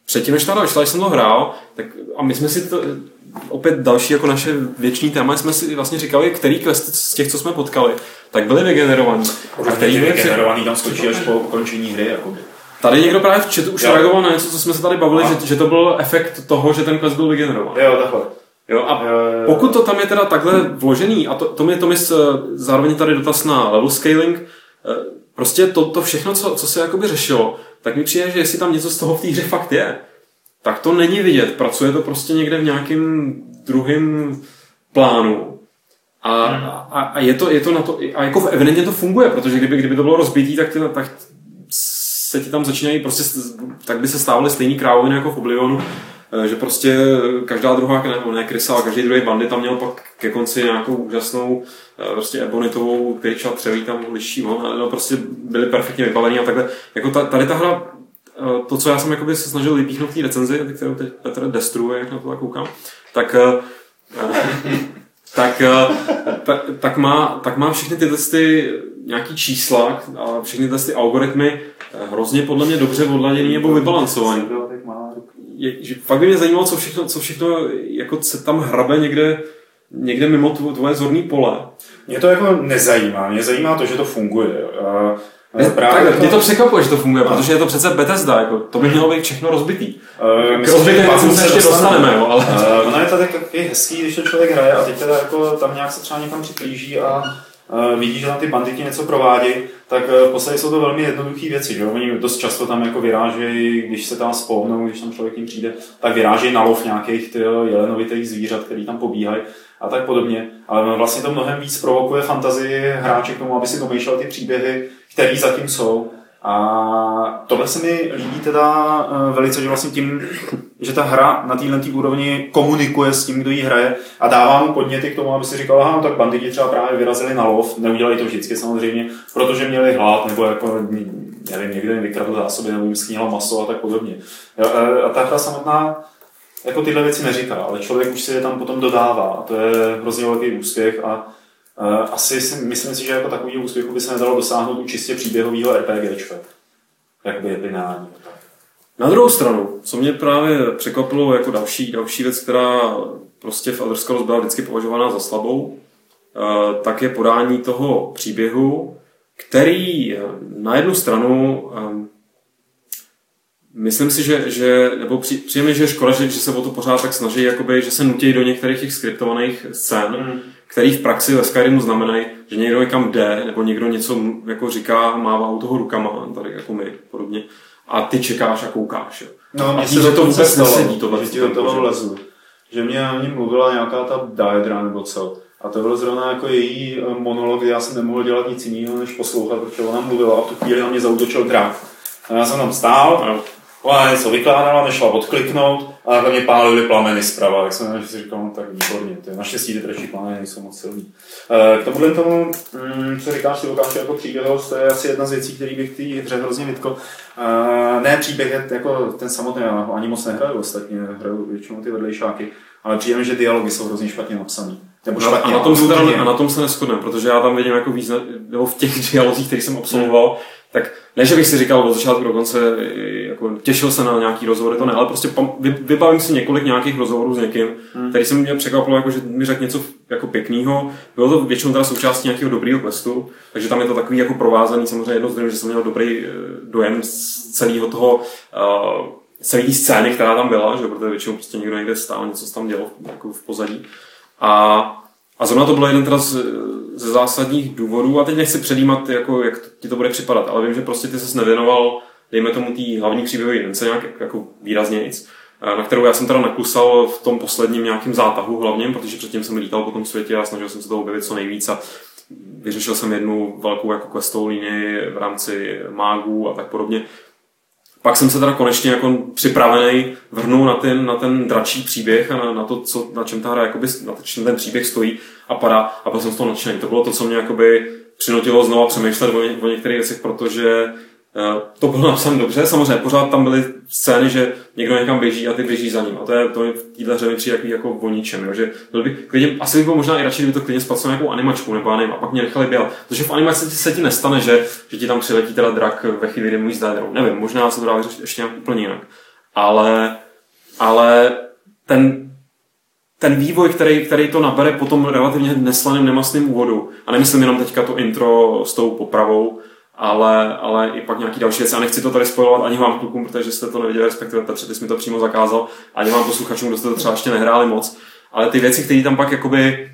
předtím, než ta vyšla, když jsem to hrál, tak a my jsme si to, opět další jako naše věčný téma, jsme si vlastně říkali, který questy z těch, co jsme potkali, tak byly vygenerovaný. A který byly vygenerovaný, tam skočí až po ukončení hry. Jakoby. Tady někdo právě v chatu už reagoval na něco, co jsme se tady bavili, že, že to byl efekt toho, že ten quest byl vygenerovaný. Jo, takhle. Jo, a pokud to tam je teda takhle vložený, a to, to mi to mi zároveň tady dotaz na level scaling, prostě to, to všechno, co, co se jakoby řešilo, tak mi přijde, že jestli tam něco z toho v té hře fakt je, tak to není vidět. Pracuje to prostě někde v nějakém druhém plánu. A, a, a je, to, je to na to, a jako evidentně to funguje, protože kdyby, kdyby to bylo rozbitý, tak, ty, tak se ti tam začínají prostě, tak by se stávaly stejný krávoviny jako v Oblivionu, že prostě každá druhá, ne, ne krysa, ale každý druhý bandit tam měl pak ke konci nějakou úžasnou prostě ebonitovou pěč a třeví tam liší, no prostě byly perfektně vybavený a takhle. Jako ta, tady ta hra, to, co já jsem jakoby se snažil vypíchnout v té recenzi, kterou teď Petr destruuje, jak na to tak koukám, tak tak, tak, tak, má, tak má všechny tyhle ty nějaký čísla a všechny tyhle ty algoritmy hrozně podle mě dobře odladěný nebo vybalancovaný. Je, že fakt by mě zajímalo, co všechno, co všechno jako se tam hrabe někde, někde mimo tvoje zorný pole. Mě to jako nezajímá, mě zajímá to, že to funguje. A Ne, právě tak, mě to překvapuje, že to funguje, a. protože je to přece Bethesda, jako, to by mělo být všechno rozbitý. Uh, K rozbitým se ještě dostaneme, jo, ale... Uh, ono je to taky hezký, když to člověk hraje a teď teda jako tam nějak se třeba někam připlíží a uh, vidí, že tam ty banditi něco provádí, tak uh, v podstatě jsou to velmi jednoduché věci, že oni dost často tam jako vyrážejí, když se tam spawnou, když tam člověk k ním přijde, tak vyrážejí na lov nějakých ty jelenovitých zvířat, který tam pobíhají a tak podobně. Ale vlastně to mnohem víc provokuje fantazii hráče k tomu, aby si domýšlel ty příběhy, který zatím jsou. A tohle se mi líbí teda velice, že vlastně tím, že ta hra na této úrovni komunikuje s tím, kdo ji hraje a dává mu podněty k tomu, aby si říkal, aha, no tak banditi třeba právě vyrazili na lov, neudělali to vždycky samozřejmě, protože měli hlad, nebo jako, nevím, někdo jim vykradl zásoby, nebo jim skýnilo maso a tak podobně. A ta hra samotná jako tyhle věci neříká, ale člověk už si je tam potom dodává a to je hrozně velký úspěch a Uh, asi si, myslím si, že jako takovýho úspěchu by se nedalo dosáhnout u čistě příběhového RPGčka. Jak by je lineární. Na druhou stranu, co mě právě překvapilo jako další, další věc, která prostě v Elder Scrolls byla vždycky považovaná za slabou, uh, tak je podání toho příběhu, který na jednu stranu um, myslím si, že, že nebo při, přijeme, že je škoda, že, že se o to pořád tak snaží, jakoby, že se nutí do některých těch skriptovaných scén, mm. který v praxi ve Skyrimu znamenají, že někdo někam jde, nebo někdo něco jako říká, mává u toho rukama, tady jako my podobně, a ty čekáš a koukáš. Jo. No, a víš, že to vůbec nesedí. To že ti do toho vlezu. Že mě o ní mluvila nějaká ta Daedra nebo co. A to byl zrovna jako její monolog, kdy já jsem nemohl dělat nic jiného, než poslouchat, protože ona mluvila a v tu chvíli na mě zaútočil drak. A já jsem tam stál, no. Ona něco vykládala, nešla odkliknout a na mě pálily plameny zprava, tak jsem si říkal, no tak výborně, to je naštěstí ty dračí plameny nejsou moc silný. K tomuhle tomu, co říkáš ty Lukáši, jako příběhovost, to je asi jedna z věcí, který bych v té hře hrozně vytkl. Ne příběh, jako ten samotný, já ho ani moc nehraju, ostatně hraju většinou ty vedlejšáky, ale přijde mi, že dialogy jsou hrozně špatně napsaný. Nebo špatně, a, na tom se teda, a na tom se neshodneme, protože já tam vidím jako význam, nebo v těch dialozích, kterých jsem absolvoval, hmm. tak ne, že bych si říkal od začátku do konce, jako těšil se na nějaký rozhovory, to ne, ale prostě vybavím si několik nějakých rozhovorů s někým, hmm. který se mě překvapilo, jako, že mi řekl něco jako pěknýho. Bylo to většinou teda součástí nějakého dobrýho questu, takže tam je to takový jako provázaný, samozřejmě jedno zdrojem, že jsem měl dobrý dojem z celého toho, uh, celé té scény, která tam byla, že protože většinou prostě někdo někde stál, něco tam dělal jako v pozadí. A, a zrovna to bylo jeden teda z, ze zásadních důvodů, a teď nechci předjímat, jako, jak to, ti to bude připadat, ale vím, že prostě ty ses nevěnoval, dejme tomu tý hlavní příběhový jedince nějak jako výrazně nic, na kterou já jsem teda nakusal v tom posledním nějakým zátahu hlavně, protože předtím jsem lítal po tom světě a snažil jsem se toho objevit co nejvíc a vyřešil jsem jednu velkou jako questovou linii v rámci mágů a tak podobně. Pak jsem se teda konečně jako připravený vrhnul na ten, na ten dračí příběh a na, na to, co, na čem ta hra jakoby, na čem ten příběh stojí a padá a byl jsem z toho nadšený. To bylo to, co mě jakoby přinutilo znova přemýšlet o, o některých věcech, protože uh, to bylo napsané dobře. Samozřejmě pořád tam byly scény, že někdo někam běží a ty běží za ním. A to je to v téhle hře mi přijde jako o ničem. Jo? Že by, klidně, asi by bylo možná i radši, kdyby to klidně spacilo nějakou animačku nebo já nevím, a pak mě nechali běhat. Protože v animaci se ti nestane, že, že ti tam přiletí teda drak ve chvíli, kdy mluvíš s Daedrou. Nevím, možná se to dá vyřešit ještě nějak úplně jinak. ale, ale ten, ten vývoj, který, který to nabere po tom relativně neslaném, nemastným úvodu, a nemyslím jenom teďka to intro s tou popravou, ale, ale i pak nějaký další věci. A nechci to tady spojovat ani vám klukům, protože jste to neviděli, respektive Petře, ty jsi mi to přímo zakázal, ani vám posluchačům, kdo jste to třeba ještě nehráli moc. Ale ty věci, které tam pak jakoby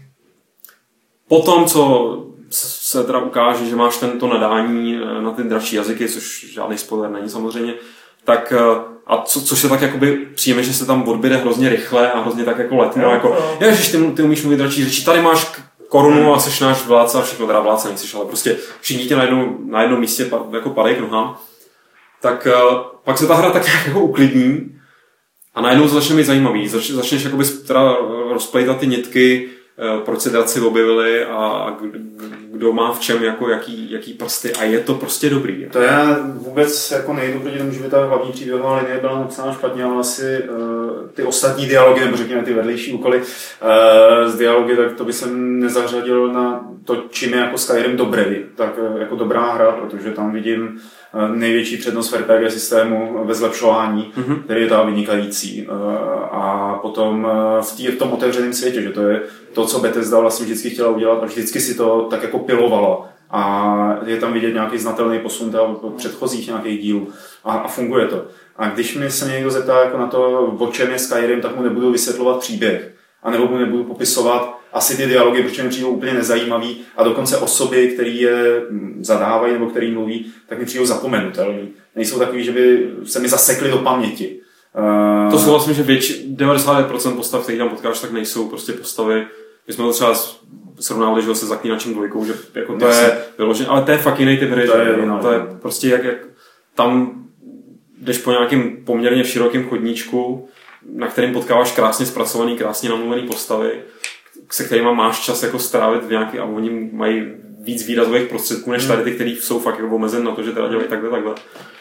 po tom, co se teda ukáže, že máš tento nadání na ty dražší jazyky, což žádný spoiler není samozřejmě, tak a co, což je tak jakoby příjemné, že se tam odbyde hrozně rychle a hrozně tak jako letmo, no, jako, ježiš, ty, ty umíš mluvit dražší řeči, tady máš korunu a seš náš vládce a všechno, teda vládce nejseš, ale prostě všichni tě na, jednou, na jednom místě jako padají k nohám, tak uh, pak se ta hra tak jako uklidní a najednou to začne být zajímavý. Zač, začneš jakoby teda rozplejtat ty nitky, uh, proč se draci objevili a, a kdo má v čem jako jaký, jaký prsty a je to prostě dobrý. To já vůbec jako nejdu proti tomu, že by ta hlavní příběhová linie byla napsána špatně, ale asi uh, ty ostatní dialogy, nebo řekněme ty vedlejší úkoly uh, z dialogy, tak to by jsem nezařadil na to, čím je jako Skyrim dobrý, tak uh, jako dobrá hra, protože tam vidím uh, největší přednost v R P G systému ve zlepšování, mm-hmm. který je ta vynikající. Uh, a potom uh, v, tý, v tom otevřeném světě, že to je to, co Bethesda vlastně vždycky chtěla udělat a vždycky si to tak jako pilovala. A je tam vidět nějaký znatelný posun od předchozích nějakých dílů a, a funguje to. A když mi se někdo zeptá jako na to, o čem je Skyrim, tak mu nebudu vysvětlovat příběh. A nebo mu nebudu popisovat asi ty dialogy, protože mi přijdou úplně nezajímavý a dokonce osoby, který je zadávají nebo který mluví, tak mi přijdou zapomenutelný. Nejsou takový, že by se mi zasekli do paměti. To souhlasím, že větši, devadesát devět procent postav, který tam potkáš, tak nejsou prostě postavy. My jsme to třeba srovnávali, že se Zaklínačem dvojkou, že jako to je vyložené, ale to je fakt jiný typ hry, to, je, no, to je prostě jak, jak tam jdeš po nějakým poměrně širokým chodníčku, na kterým potkáváš krásně zpracovaný, krásně namluvený postavy, se kterými máš čas jako strávit v nějaký, a oni mají víc výrazových prostředků, než tady ty, který jsou fakt jako omezen na to, že teda dělají takhle, takhle.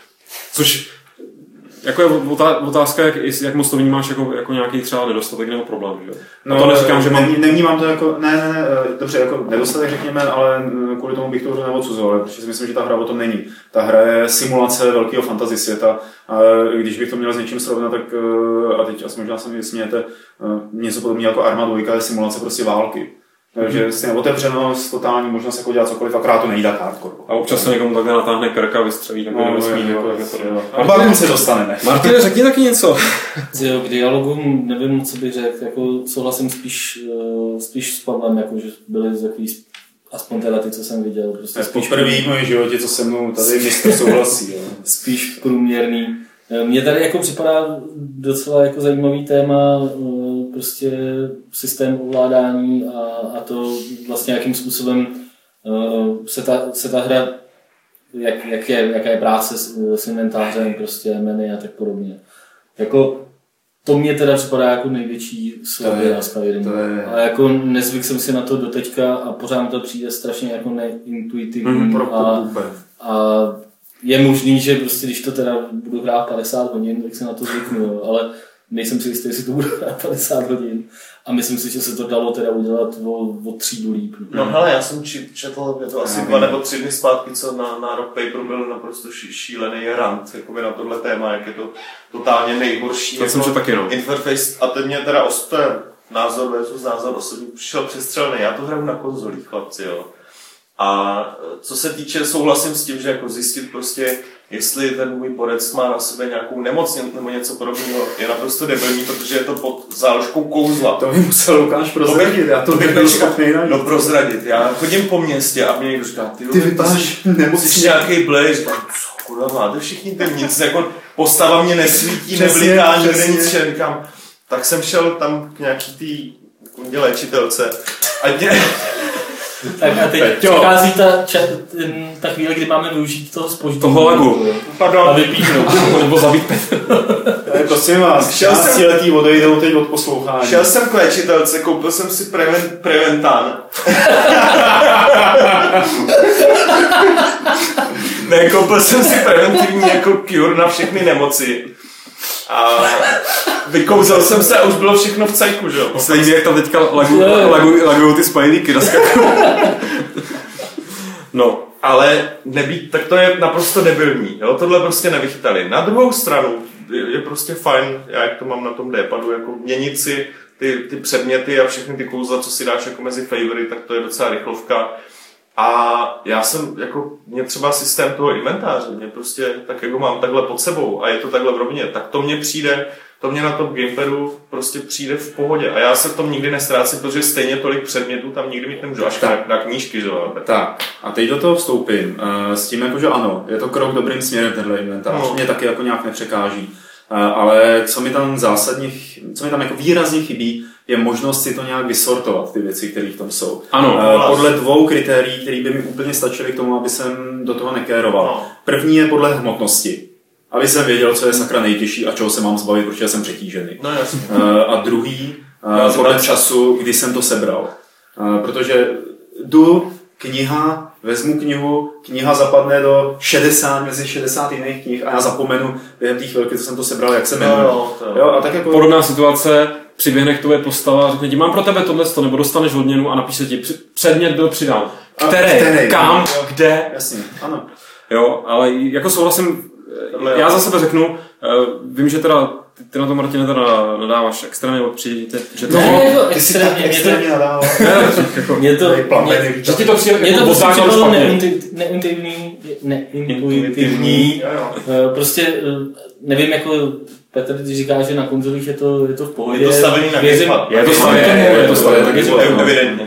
Což jako je otázka, jak, jak moc to vnímáš jako, jako nějaký třeba nedostatek nebo problém, že? No, to neříkám, že mám... Nevnímám to jako, ne, ne, ne, dobře, jako nedostatek řekněme, ale kvůli tomu bych to hru neodsuzoval, protože si myslím, že ta hra o tom není. Ta hra je simulace velkého fantasy světa a když bych to měl s něčím srovnat, tak, a teď asi možná se mi smějete, něco podobného jako Arma dva je simulace prostě války. Takže stejně otevřenost, totální možnost jako dělat cokoliv, akorát to nejde tak hardcore. A občas se někomu takhle natáhne krka a vystřelí, tak no, nesmí. Jako, a pak se dostaneme. Martine, řekni taky něco. K dialogům nevím, co bych řekl, jako souhlasím spíš, spíš s Pavlem, jako, že byly takový, aspoň teda ty, co jsem viděl. Prostě spíš poprvé v mém životě, co se mnou tady mistr souhlasí. Jo. Spíš průměrný. Mně tady jako připadá docela jako zajímavý téma prostě systém ovládání a, a to vlastně jakým způsobem se ta, se ta hra, jak, jak je, jaká je práce s, s inventářem, prostě menu a tak podobně. Jako to mě teda připadá jako největší slabě na Skyrimu. Je... A jako nezvyk jsem si na to doteďka a pořád to přijde strašně jako neintuitivní mm, a, a je možný, že prostě když to teda budu hrát padesát hodin, tak se na to zvyknu, ale nejsem si jistý, jestli to budu hrát padesát hodin. A myslím si, že se to dalo teda udělat o, o třídu líp. No hmm. hele, já jsem četl, je to asi dva nebo tři dny zpátky, co na, na Rock Paper byl naprosto šílený rant jakoby na tohle téma, jak je to totálně nejhorší to jako taky, no. interface. A teď mě teda ostré názor versus názor osobní přišel přestřelný. Já to hraju na konzolích, chlapci, jo. A co se týče, souhlasím s tím, že jako zjistit prostě, jestli ten můj porec má na sebe nějakou nemoc nebo něco podobného, je naprosto debilní, protože je to pod záložkou kouzla. To by musel Lukáš prozradit, já to bych schopný najít. No prozradit, já chodím po městě a mě někdo říká, ty, ty vypadáš nemocný. Jsi nějaký blej, říkám, co kurva máte všichni ten nic, jako postava mě nesvítí, nebliká, někde nic, říkám. Tak jsem šel tam k nějaký tý léčitelce a mě... Tak a teď přichází ta, ča, ten, ta chvíle, kdy máme využít toho zpoždění. Toho lagu. Pardon. A vypíchnout. Nebo zabít Petr. Prosím vás, šestnáctiletý odejdou teď od poslouchání. Šel jsem k léčitelce, koupil jsem si preven, Preventán. Ne, koupil jsem si preventivní jako cure na všechny nemoci. A vykouzel jsem se a už bylo všechno v cajku, že jo? Stejně jak tam teďka lagují lagu, lagu, ty spajlíky naskakují. No, ale nebýt, tak to je naprosto debilní, jo? Tohle prostě nevychytali. Na druhou stranu, je prostě fajn, já jak to mám na tom D-padu, jako měnit si ty, ty předměty a všechny ty kouzla, co si dáš jako mezi favory, tak to je docela rychlovka. A já jsem, jako, mě třeba systém toho inventáře, mě prostě, tak jako mám takhle pod sebou a je to takhle v rovině, tak to mně přijde, to mě na tom gamepadu prostě přijde v pohodě a já se v tom nikdy nestrácím, protože stejně tolik předmětů tam nikdy mít nemůžu, až na, na knížky, že jo. Tak, a teď do toho vstoupím uh, s tím, jako, že ano, je to krok dobrým směrem tenhle inventář, no. Mě taky jako nějak nepřekáží, uh, ale co mi tam zásadně, co mi tam jako výrazně chybí, je možnost si to nějak vysortovat, ty věci, které v tom jsou. Ano. Uh, podle dvou kritérií, které by mi úplně stačily k tomu, aby jsem do toho nekéroval. No. První je podle hmotnosti. Aby jsem věděl, co je sakra nejtěžší a čeho se mám zbavit, protože jsem přetížený. No, jasně. Uh, a druhý, uh, podle času, kdy jsem to sebral. Uh, protože jdu, kniha, vezmu knihu, kniha zapadne do šedesát, mezi šedesát jiných knih a já zapomenu během té chvilky, co jsem to sebral, jak se jmenuje. No, no, jo, a tak jako... Podobná situace, přiběhne k tobě postava a řekne ti, mám pro tebe tohleto, nebo dostaneš odměnu a napíše ti, předmět byl přidán. Který? Který? Kam? Jo. Kde? Jasně, ano. Jo, ale jako souhlasím, já za sebe řeknu, uh, vím, že teda ty, ty na to, Martine, teda nadáváš extrémně odpřijde, že to... Ne, jako Ty si tak extrémně nadával. Mě to... Že ti to přijde Mě jako to prostě botákal připadalo špatně. neintuitivní, neintuitivní, prostě nevím, jako Petr, ty říkáš, že na konzolích je to, je to v pohodě. Je to stavený na gamepad. Je to stavený, je to stavený na gamepad. Evidentně.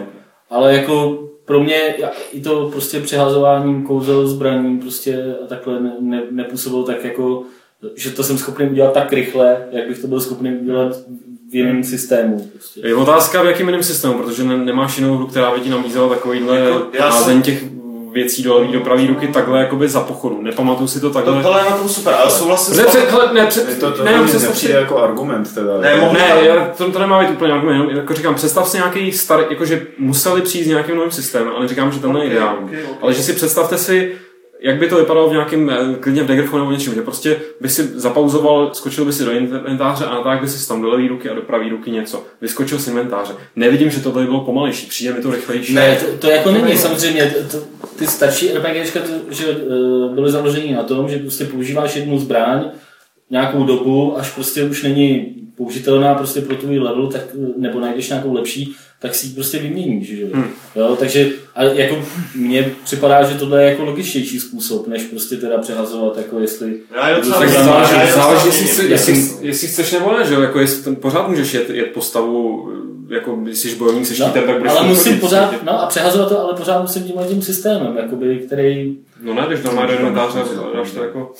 Ale jako pro mě i to prostě přehazováním kouzel zbraní prostě a takhle ne, ne, nepůsobilo tak jako, že to jsem schopný udělat tak rychle, jak bych to byl schopný udělat v jiném systému. Prostě. Je otázka, v jakým jiném systému, protože ne, nemáš jinou hru, která by ti nabízela takovýhle jako, házení těch věcí do levý, do pravý ruky takhle jakoby za pochodu. Nepamatuju si to takhle. To, tohle je na tom super, ale souhlasím s tom. Ne, před, to, to ne, ne, představ nepřijde si, jako argument teda. Ne, mohl ne já, to, to nemá být úplně argument, jenom jako říkám, představ si nějaký starý, jakože museli přijít s nějakým novým systémem, ale říkám, že tenhle je ideální. Okay, okay. Ale že si představte si, jak by to vypadalo v nějakém, klidně v Daggerfallu nebo něčem, že prostě by si zapauzoval, skočil by si do inventáře a natáhl by si tam do levé ruky a do pravé ruky něco. Vyskočil z inventáře. Nevidím, že to by bylo pomalejší, přijde mi to rychlejší. Ne, to, to jako není, samozřejmě, to, ty starší RPGčka, že uh, byly založeny na tom, že prostě používáš jednu zbraň nějakou dobu, až prostě už není použitelná prostě pro tvůj level, tak, nebo najdeš nějakou lepší, tak si ji prostě vyměníš, že hmm. jo, takže a jako mně připadá, že tohle je jako logičtější způsob, než prostě teda přehazovat, jako jestli... Já to tak záleží, záleží, záleží jestli, jestli, jestli, jestli chceš nebo ne, že jo, jako jestli ten, pořád můžeš jet, jet postavu, jako když jsi bojovník se štítem, no, tak budeš... Ale musím pořád, no a přehazovat to, ale pořád musím tímhle tím systémem, jakoby, který... No ne, když normálně do inventáře dáš to jako...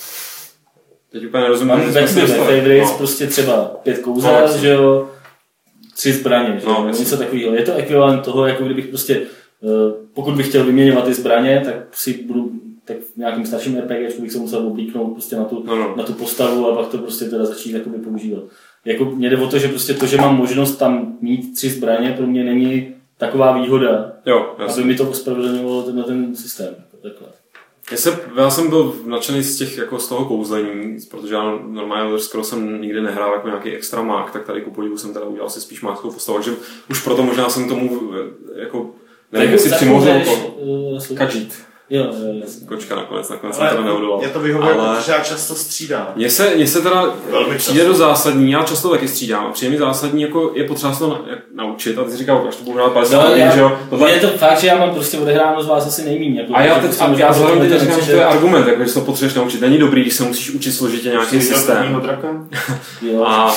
Teď úplně nerozumím. Mám Backsley Favorites, no. Prostě třeba pět kouzel, no, že jo, tři zbraně, že jo, no, něco takového. Je to ekvivalent toho, jako kdybych prostě, pokud bych chtěl vyměňovat ty zbraně, tak si budu, tak v nějakým starším RPGčku bych se musel oblíknout prostě na tu, no, no. na tu postavu a pak to prostě teda začít jakoby používat. Jako mě jde o to, že prostě to, že mám možnost tam mít tři zbraně, pro mě není taková výhoda, jo, aby mi to ospravedlňovalo ten, ten systém. Takhle. Já, se, já jsem byl nadšený z, těch, jako z toho kouzlení, protože já normálně skoro jsem nikdy nehrál jako nějaký extra mák, tak tady ku podivu jsem teda udělal si spíš mákskou postavu, takže už proto možná jsem tomu jako nevím, jestli přimořil to kadžít. Jo, jo, jasně. Kočka nakonec, nakonec jsem teda neodolal. Mě to vyhovuje, ale... protože já často střídám. Mně se, mně se teda přijde do zásadní, já často taky střídám, a přijde mi zásadní, jako je potřeba se to na, naučit, a ty jsi říkal, až to budu hrát padesát hodin, že jo? Tohle... Je to fakt, že já mám prostě odehráno z vás asi nejmíň. Jako a já teď, a já vzhledem teď říkám, že to je argument, jako, že se to potřebuješ naučit. Není dobrý, když se musíš učit složitě nějaký systém. a,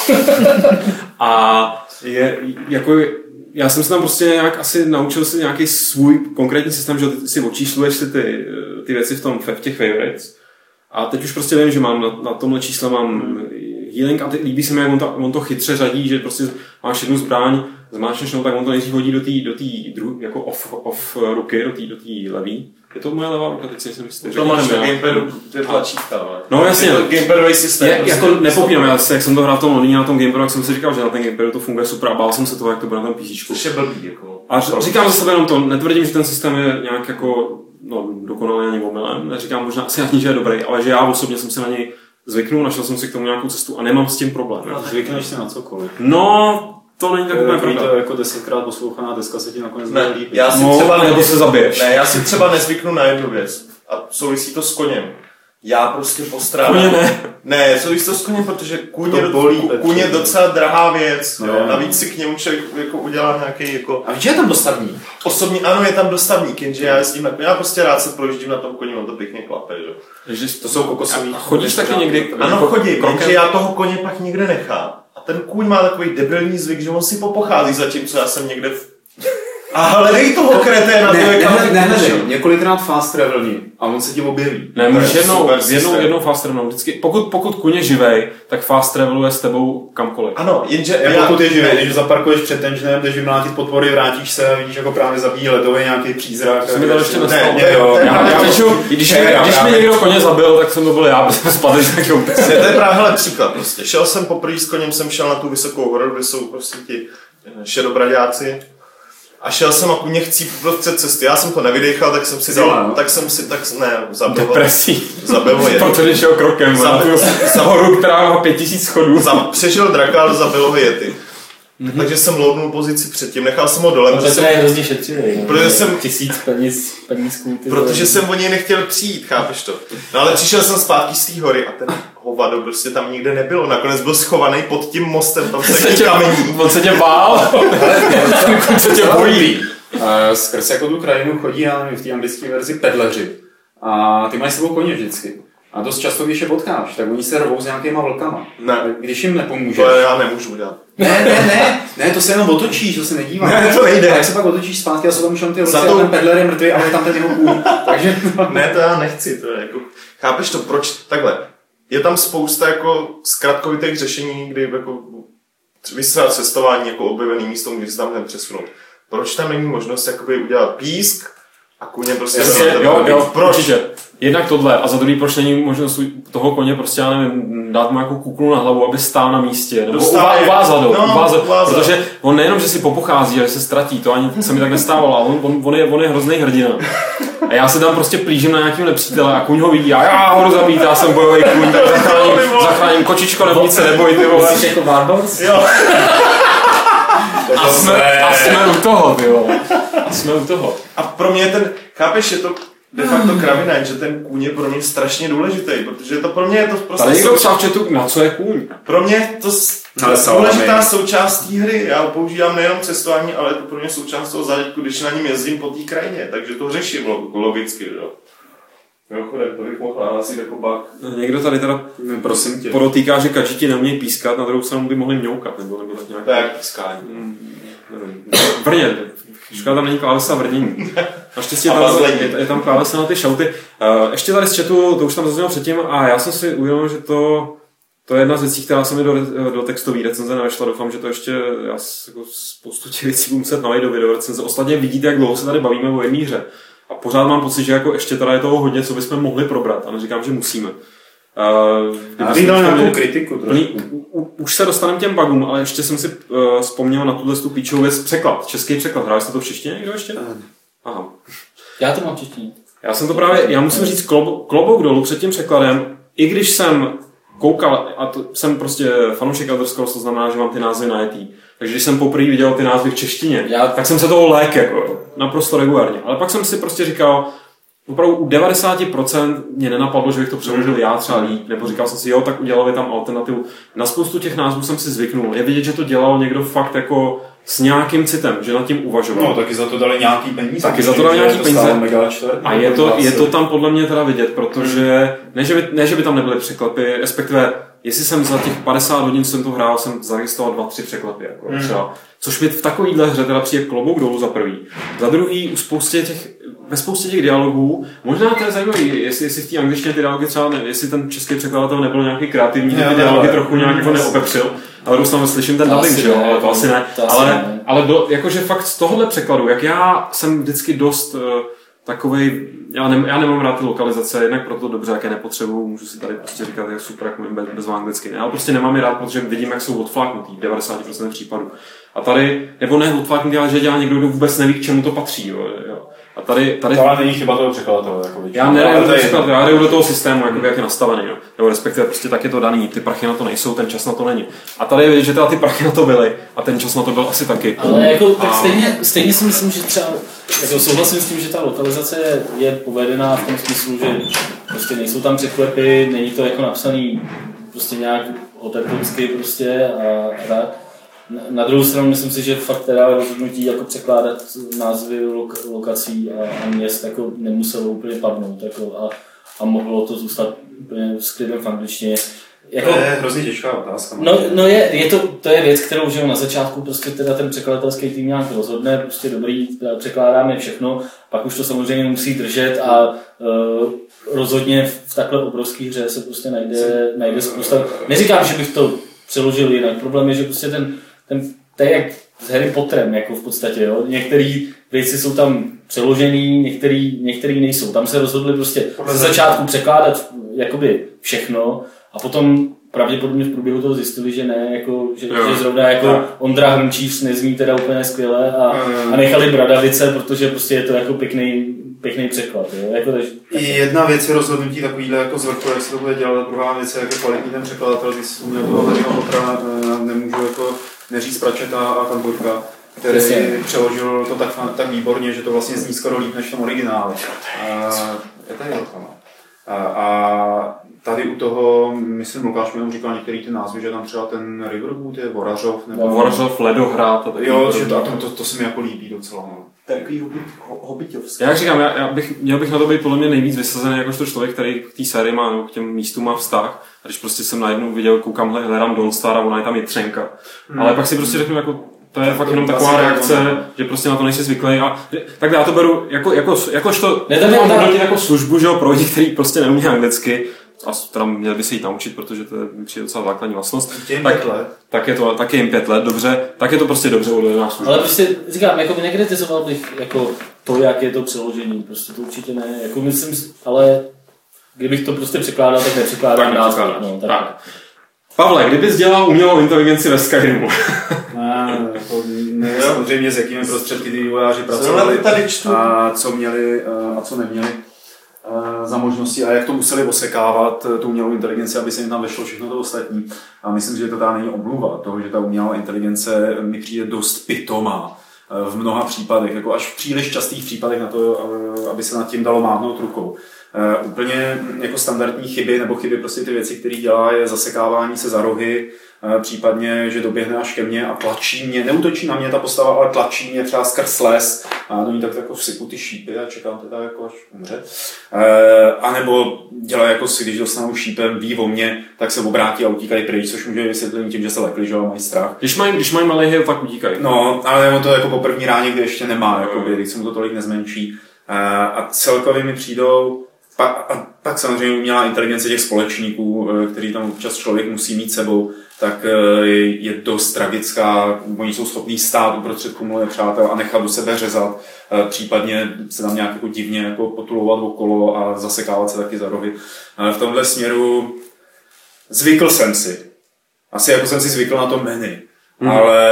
a je, jako já jsem se tam prostě nějak asi naučil si nějaký svůj konkrétní systém, že si očísluješ si ty, ty věci v tom v těch favorites. A teď už prostě vím, že mám na, na tomhle čísle mám healing a ty, líbí se mi, jak on to, on to chytře řadí, že prostě máš jednu zbraň, zmáčneš, no, tak on to nejdřív hodí do té do dru, jako off, off ruky, do té do levý. Je to moje levá ruka, teď si nejsem jistý. To máš na gamepadu, to je tlačítka, ale... No jasně. Je to gamepadový systém. Je, prostě jako nepopínám, já jak jsem to hrál v tom Londýně na tom gamepadu, jak jsem si říkal, že na ten gamepadu to funguje super a bál jsem se toho, jak to bude na tom písíčku. Což je blbý, jako... A říkám za sebe jenom to, netvrdím, že ten systém je nějak jako, no, dokonalý ani omylem, neříkám možná asi ani, že je dobrý, ale že já osobně jsem se na něj zvyknul, našel jsem si k tomu nějakou cestu a nemám s tím problém. No, zvykneš si na cokoliv. No, to není tak úplně pravda. To jako desetkrát poslouchaná deska se ti nakonec ne, líbí. Já si no, třeba nebo ne, se zabiješ. Ne, já si třeba nezvyknu na jednu věc a souvisí to s koněm. Já prostě postrádám. Kuně ne. Ne, co víš to s kuně, protože kuně, To bolí, kuně je docela drahá věc. No, jo. no. Navíc si k němu člověk jako udělá nějaký jako... A víš, že je tam dostavník? Osobní, ano, je tam dostavník, jenže já jezdím na koni. Já prostě rád se projíždím na tom koni, on to pěkně klape, že? To jsou kokosový. A chodíš taky někdy? Ano, chodím, krokem? jenže já toho koně pak někde nechám. A ten kůň má takový debilní zvyk, že on si popochází, zatímco já jsem někde v... A hledej toho kreténa, Ne, to je ne, kam ne, ty ne, kůže. ne, několikrát fast travelni a on se ti objeví. Ne, můžeš To je jednou, super jednou, systém. jednou fast travelnou. Vždycky, pokud, pokud kuně živej, tak fast traveluje s tebou kamkoliv. Ano, jenže Já, já... pokud je živý, když zaparkuješ před tenženem, jdeš vymlátit podpory, vrátíš se a vidíš, jako právě zabíjí ledový nějaký přízrak. To se mi to ještě nestalo. Ne, jo, to je Já, právě já to- většinou, když, Ne, já když mi právě. někdo koně zabil, tak jsem to byl já, protože jsem spadl z nějakého To je právě hele, příklad prostě. Šel jsem poprvé s koněm, jsem šel na tu vysokou horu, kde jsou prostě ti šedobraďáci. A šel jsem a kuně chcí prostřed cesty. Já jsem to nevydechal, tak jsem si Zile, dal, no? tak jsem si, tak ne, zabil ho. depresí. Zabil ho jety. Protože šel krokem na Zabil- tu horu, která má pět tisíc schodů. Za, přežil draka, ale zabil ho jety. Mm-hmm. Takže jsem loudnul pozici předtím, nechal jsem ho dole, No, protože to jsem, je hrozně šetřivý. No. Protože jsem- Tisíc peníz, penízků. Ty protože jsem o něj nechtěl přijít, chápeš to? No ale přišel jsem zpátky z té hory a ten hovado prostě tam nikde nebylo. Nakonec byl schovaný pod tím mostem, tam se Se tě, kamení. on se tě bál. On se tě bojí. Uh, skrz jako tu krajinu chodí, já nevím, v té anglické verzi pedleři. A ty mají s sebou koně vždycky. A dost často, když je potkáš, tak oni se rovou s nějakýma vlkama. Ne. Když jim nepomůžeš. To já nemůžu udělat. Ne, ne, ne, ne, to se jenom otočíš, to se nedívá. Ne, to nejde. A jak se pak otočíš zpátky a jsou tam už jenom ty vlci Za a to- ten pedler je mrtvý, ale je tam ten jeho kůň. Takže Ne, to já nechci, to je jako, chápeš to, proč, takhle, je tam spousta jako zkratkovitých řešení, kdy jako vysrat cestování jako objevený místo, může se tam hned přesunout. Proč tam není možnost jakoby udělat písk a kuně prostě... Jasně, do tebe jo, být? jo, Proč? určitě. Jednak tohle a za druhý, proč není možnost toho koně prostě, já nevím, dát mu jako kuklu na hlavu, aby stál na místě, nebo Dostává je. uvázat ho, No, uvázat, uvázat. protože on nejenom, že si popochází, ale se ztratí, to ani se mi tak nestávalo, ale on, on, on, je, on je hrozný hrdina. A já se tam prostě plížím na nějakého nepřítele a kuň ho vidí a já ho jdu zabít, já jsem bojový kuň, tak zachráním, zachráním kočičko, nebo nic se neboj, ty vole. Jsi jako Warhorse? Jo, A jsme, a jsme u toho, ty vole. A jsme u toho. a pro mě je ten, chápeš, je to de facto kravina, že ten kůň je pro mě strašně důležitý, protože to pro mě je to prostě... Tady někdo psal v chatu, na co je kůň? Pro mě je to s- Ale salami. důležitá součást té hry. Já ho používám nejenom cestování, ale je to pro mě součást toho zážitku, když na něm jezdím po té krajině. Takže to řeším log- logicky, jo. Mimochodem, to bych mohl nahlásit jako bug. Někdo tady teda prosím tě. podotýká, že kadžiti neumějí pískat, na druhou stranu by mohli mňoukat, nebo, nebo tak nějak. To je jak pískání. Nevím. Vrně, škoda tam není klávesa vrnění. Naštěstí je A tam, mazlení. je, je tam klávesa na ty šauty. Uh, ještě tady z chatu, to už tam zaznělo předtím, a já jsem si uvědomil, že to, to je jedna z věcí, která se mi do, do textové recenze nevešla. Doufám, že to ještě, já s- jako spoustu těch věcí budu muset nalejt do video recenze. Ostatně vidíte, jak dlouho se tady bavíme o jedné hře. A pořád mám pocit, že jako ještě tady je toho hodně, co bychom mohli probrat. A neříkám, že musíme. Uh, Já bych dal nějakou kritiku trošku. U, u, už se dostaneme těm bugům, ale ještě jsem si uh, vzpomněl na tuhle tu píčovou věc překlad. Český překlad. Hráli jste to v češtině někdo ještě? Aha. Já to mám češtině. Já jsem to právě, já musím říct klob, klobouk dolů před tím překladem, i když jsem koukal, a to, jsem prostě fanoušek Elder Scrolls, to znamená, že mám ty názvy najetý. Takže když jsem poprvé viděl ty názvy v češtině, Já- tak jsem se toho lék jako naprosto regulárně. Ale pak jsem si prostě říkal, opravdu u devadesát procent mě nenapadlo, že bych to přeložil já třeba líp, nebo říkal jsem si, jo, tak udělali tam alternativu. Na spoustu těch názvů jsem si zvyknul. Je vidět, že to dělal někdo fakt jako s nějakým citem, že nad tím uvažoval. No, taky za to dali nějaký peníze. Taky za to dali nějaký to peníze. stálo mega čtvrt, A je to, dvacet. je to tam podle mě teda vidět, protože ne že, by, ne, že by tam nebyly překlepy, respektive, jestli jsem za těch padesát hodin, co jsem to hrál, jsem zaregistroval dva, tři překlepy. Jako Hmm. třeba. Což mi v takovýhle hře teda přijde klobouk dolů za prvý. Za druhý, u spoustě těch, ve spoustě těch dialogů, možná to je zajímavý, jestli, jestli v té angličtině ty dialogy třeba, ne, jestli ten český překladatel nebyl nějaký kreativní, že Jo, ty dialogy ale- trochu nějak jako neopepřil. Ale dostanu slyším ten To dubbing, asi že jo, ne, ale to asi ne. to asi ale, ne. ale byl, jakože fakt z tohohle překladu, jak já jsem vždycky dost uh, takovej, já, ne, já nemám rád ty lokalizace, jednak proto dobře, jak je nepotřebuju, můžu si tady prostě říkat, jak super, jak mluvím bez, bez anglicky, ne, ale prostě nemám je rád, protože vidím, jak jsou odfláknutý v devadesát procent případů. A tady, nebo ne odfláknutý, ale že dělá někdo, kdo vůbec neví, k čemu to patří, jo, jo. A tady, tady... To ale není chyba toho překladatele. Jako já nevím, já jdu do toho systému, jakoby, jak je nastavený. No. Nebo respektive prostě tak je to daný, ty prachy na to nejsou, ten čas na to není. A tady je vidět, že teda ty prachy na to byly a ten čas na to byl asi taky. Ale jako, tak a... stejně, stejně si myslím, že třeba jako souhlasím s tím, že ta lokalizace je, je povedená v tom smyslu, že prostě nejsou tam překlepy, není to jako napsaný prostě nějak otertonsky prostě a, a tak. Na druhou stranu myslím si, že fakt teda rozhodnutí jako překládat názvy lok, lokací a, a měst jako nemuselo úplně padnout jako a, a mohlo to zůstat úplně s klidem v angličtině. Jako, to je hrozně těžká otázka. No, no je, je to, to je věc, kterou že na začátku prostě teda ten překladatelský tým nějak rozhodne, prostě dobrý, překládáme všechno, pak už to samozřejmě musí držet a uh, rozhodně v takhle obrovské hře se prostě najde, najde spousta. Neříkám, že bych to přeložil jinak, problém je, že prostě ten, ten to je jak s Harry Potterem, jako v podstatě, jo. Některé věci jsou tam přeložený, některý, některý nejsou. Tam se rozhodli prostě ze začátku překládat jakoby všechno a potom pravděpodobně v průběhu toho zjistili, že ne, jako, že, že zrovna jako no. Ondra Hrnčíř nezní teda úplně skvěle a, a nechali Bradavice, protože prostě je to jako pěkný, pěkný překlad. Jo. Jako, takže, I jedna věc je rozhodnutí takovýhle jako z vrchu, jak se to bude dělat, druhá věc je jako kvalitní ten překladatel, když si měl toho Harryho Pottera, nemůžu jako neříct Pratchetta a Kanburka, který Přesně. přeložil to tak, tak výborně, že to vlastně zní skoro líp než v tom originále. Je tady a, a tady u toho, myslím, Lukáš mi jenom říkal některý ty názvy, že tam třeba ten Riverwood je Vorařov, nebo... Vorařov, Ledohrad a taky... Jo, že to, a to, to, to se mi jako líbí docela. No. Takový hobitovský. Já říkám, já, já bych, měl bych na to být podle mě nejvíc vysazený jakožto člověk, který k té sérii má, nebo k těm místům má vztah. A když prostě jsem najednou viděl, koukám, hledám Dawnstar a ona je tam Jitřenka. Hmm. Ale pak si prostě řeknu, jako, to je fakt jenom taková reakce, že prostě na to nejsi zvyklý. A tak já to beru jako, jako, jakožto jako službu, že jo, pro lidi, kteří prostě neumí anglicky. A teda měli by se jít naučit, protože to je přijde docela základní vlastnost. Tak, tak je to taky jim pět let, dobře, tak je to prostě dobře odvedená služba. Ale prostě říkám, jako by nekritizoval bych jako to, jak je to přeložený, prostě to určitě ne, jako myslím, ale kdybych to prostě překládal, tak nepřekládám názvy. No, tak. tak. Pavle, kdybys dělal umělou inteligenci ve Skyrimu? Ne, jako ne, samozřejmě s jakými prostředky ty vývojáři pracovali a co měli a co neměli za možnosti a jak to museli osekávat tu umělou inteligenci, aby se jim tam vešlo všechno to ostatní. A myslím, že to tady není omluva toho, že ta umělá inteligence mi přijde dost pitomá v mnoha případech, jako až v příliš častých případech na to, aby se nad tím dalo mávnout rukou. Uh, úplně jako standardní chyby nebo chyby prostě ty věci, které dělá, je zasekávání se za rohy, uh, případně, že doběhne až ke mně a tlačí mě, neútočí na mě ta postava, ale tlačí mě třeba skrz les a do ní tak jako vsypu ty šípy a čekám teda jako až umře. Uh, a nebo dělá jako si, když dostanou šípem, ví o mě, tak se obrátí a utíkají pryč, což může vysvětlit tím, že se lekli, že mají strach. Když mají, když mají malý hyl, tak utíkají. No, ale on to jako po první ráně, kdy ještě nemá, jakoby, když se mu to tolik nezmenší. Uh, a celkově mi přijdou Pak, a pak samozřejmě umělá inteligence těch společníků, který tam občas člověk musí mít sebou, tak je dost tragická. Oni jsou schopní stát uprostřed kumule přátel a nechat do sebe řezat, případně se tam nějak jako divně jako potulovat okolo a zasekávat se taky za rohy. V tomhle směru zvykl jsem si. Asi jako jsem si zvykl na to menu, mm. ale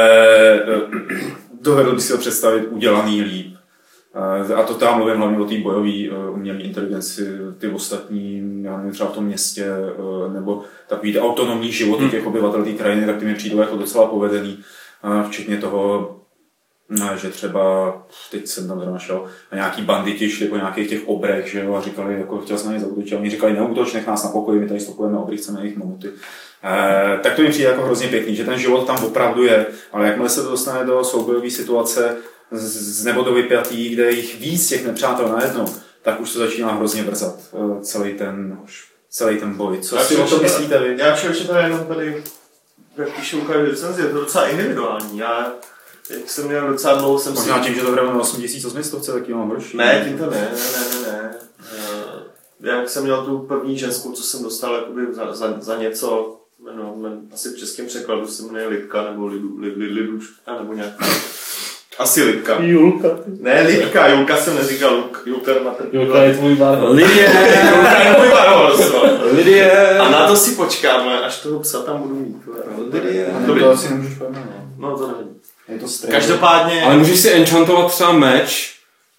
dovedl bych si ho představit udělaný líp. A to tam mluvím hlavně o té bojové umělé inteligenci, ty ostatní, já nevím, třeba v tom městě, nebo takový ty autonomní životy těch obyvatel té krajiny, tak ty mi přijdou jako docela povedený, včetně toho, že třeba, teď jsem tam zrovna šel, a nějaký banditi šli po nějakých těch obrech, že jo, a říkali, jako chtěl jsem na ně zaútočit, a oni říkali, neútoč, nech nás na pokoji, my tady stopujeme obry, chceme jejich mamuty. Eh, tak to mi přijde jako hrozně pěkný, že ten život tam opravdu je, ale jakmile se to dostane do soubojové situace, z nebo do vypjatý, kde jich víc těch nepřátel najednou, tak už to začíná hrozně vrzat celý ten, celý ten boj. Co já si o tom myslíte vy? Já všem, že tady jenom tady, jak píšu ukážu recenzi, je to docela individuální. Já, jak jsem měl docela dlouho, jsem možná si... tím, že to hrávám na osm tisíc osm set, taky mám horší. Ne, tím to ne, ne, ne, ne. ne. Jak jsem měl tu první ženskou, co jsem dostal jakoby za, za, za něco, no, asi v českém překladu se jmenuje Lidka, nebo Lidu, Lid, Lid, Liduška, nebo nějak. Asi Lidka. Julka. Ne, Lidka, Julka jsem neříkal, Luk, Julka je matrpělá. Julka je tvůj barhor. Lidie! Julka je tvůj barhor, Lidie! A na to si počkáme, až toho psa tam budu mít. Lidie. To asi nemůžeš pojmenovat. No to nevím. Je to stejné. Každopádně... Ale můžeš si enchantovat třeba meč,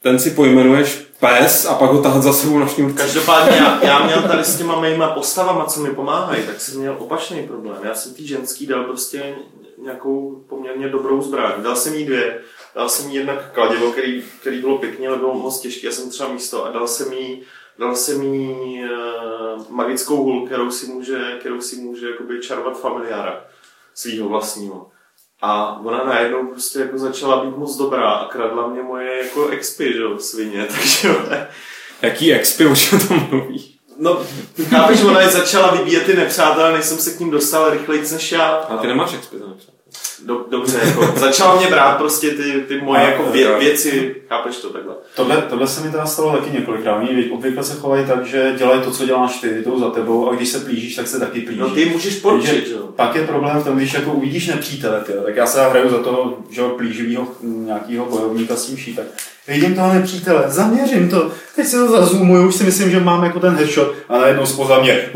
ten si pojmenuješ pes a pak ho tahat za sebou na šňůrce. Každopádně já, já měl tady s těma mýma postavama, co mi pomáhají, tak jsem měl opačný problém. Já jsem tý ženský dal prostě nějakou poměrně dobrou zbraň. Dal jsem jí dvě. Dal jsem jí jednak kladivo, který, který bylo pěkně, ale bylo moc těžké. Já jsem třeba místo a dal jsem jí, dal jsem jí uh, magickou hůl, kterou si může, kterou si může jakoby čarovat familiára svýho vlastního. A ona najednou prostě jako začala být moc dobrá a kradla mě moje jako expy, že jo, svině, takže jo. Jaký expy, už o tom mluví? No, chápeš, ona je začala vybíjet ty nepřátelé, než jsem se k ním dostal rychlejc než já. A ty nemáš expy za nepřátelé? Do, dobře, jako, začala mě brát prostě ty, ty moje jako vě, věci, chápeš to takhle. Tohle, tohle se mi teda stalo taky několikrát. Oni obvykle se chovají tak, že dělají to, co děláš ty, jdou za tebou a když se plížíš, tak se taky plíží. No ty můžeš porčit, jo. Pak je problém v tom, když jako uvidíš nepřítele, tyjo, tak já se hraju za toho, že plíživýho nějakého bojovníka s tím šípem. Vidím toho nepřítele, zaměřím to, teď si to zazoomuju, už si myslím, že mám jako ten headshot a najednou spoza mě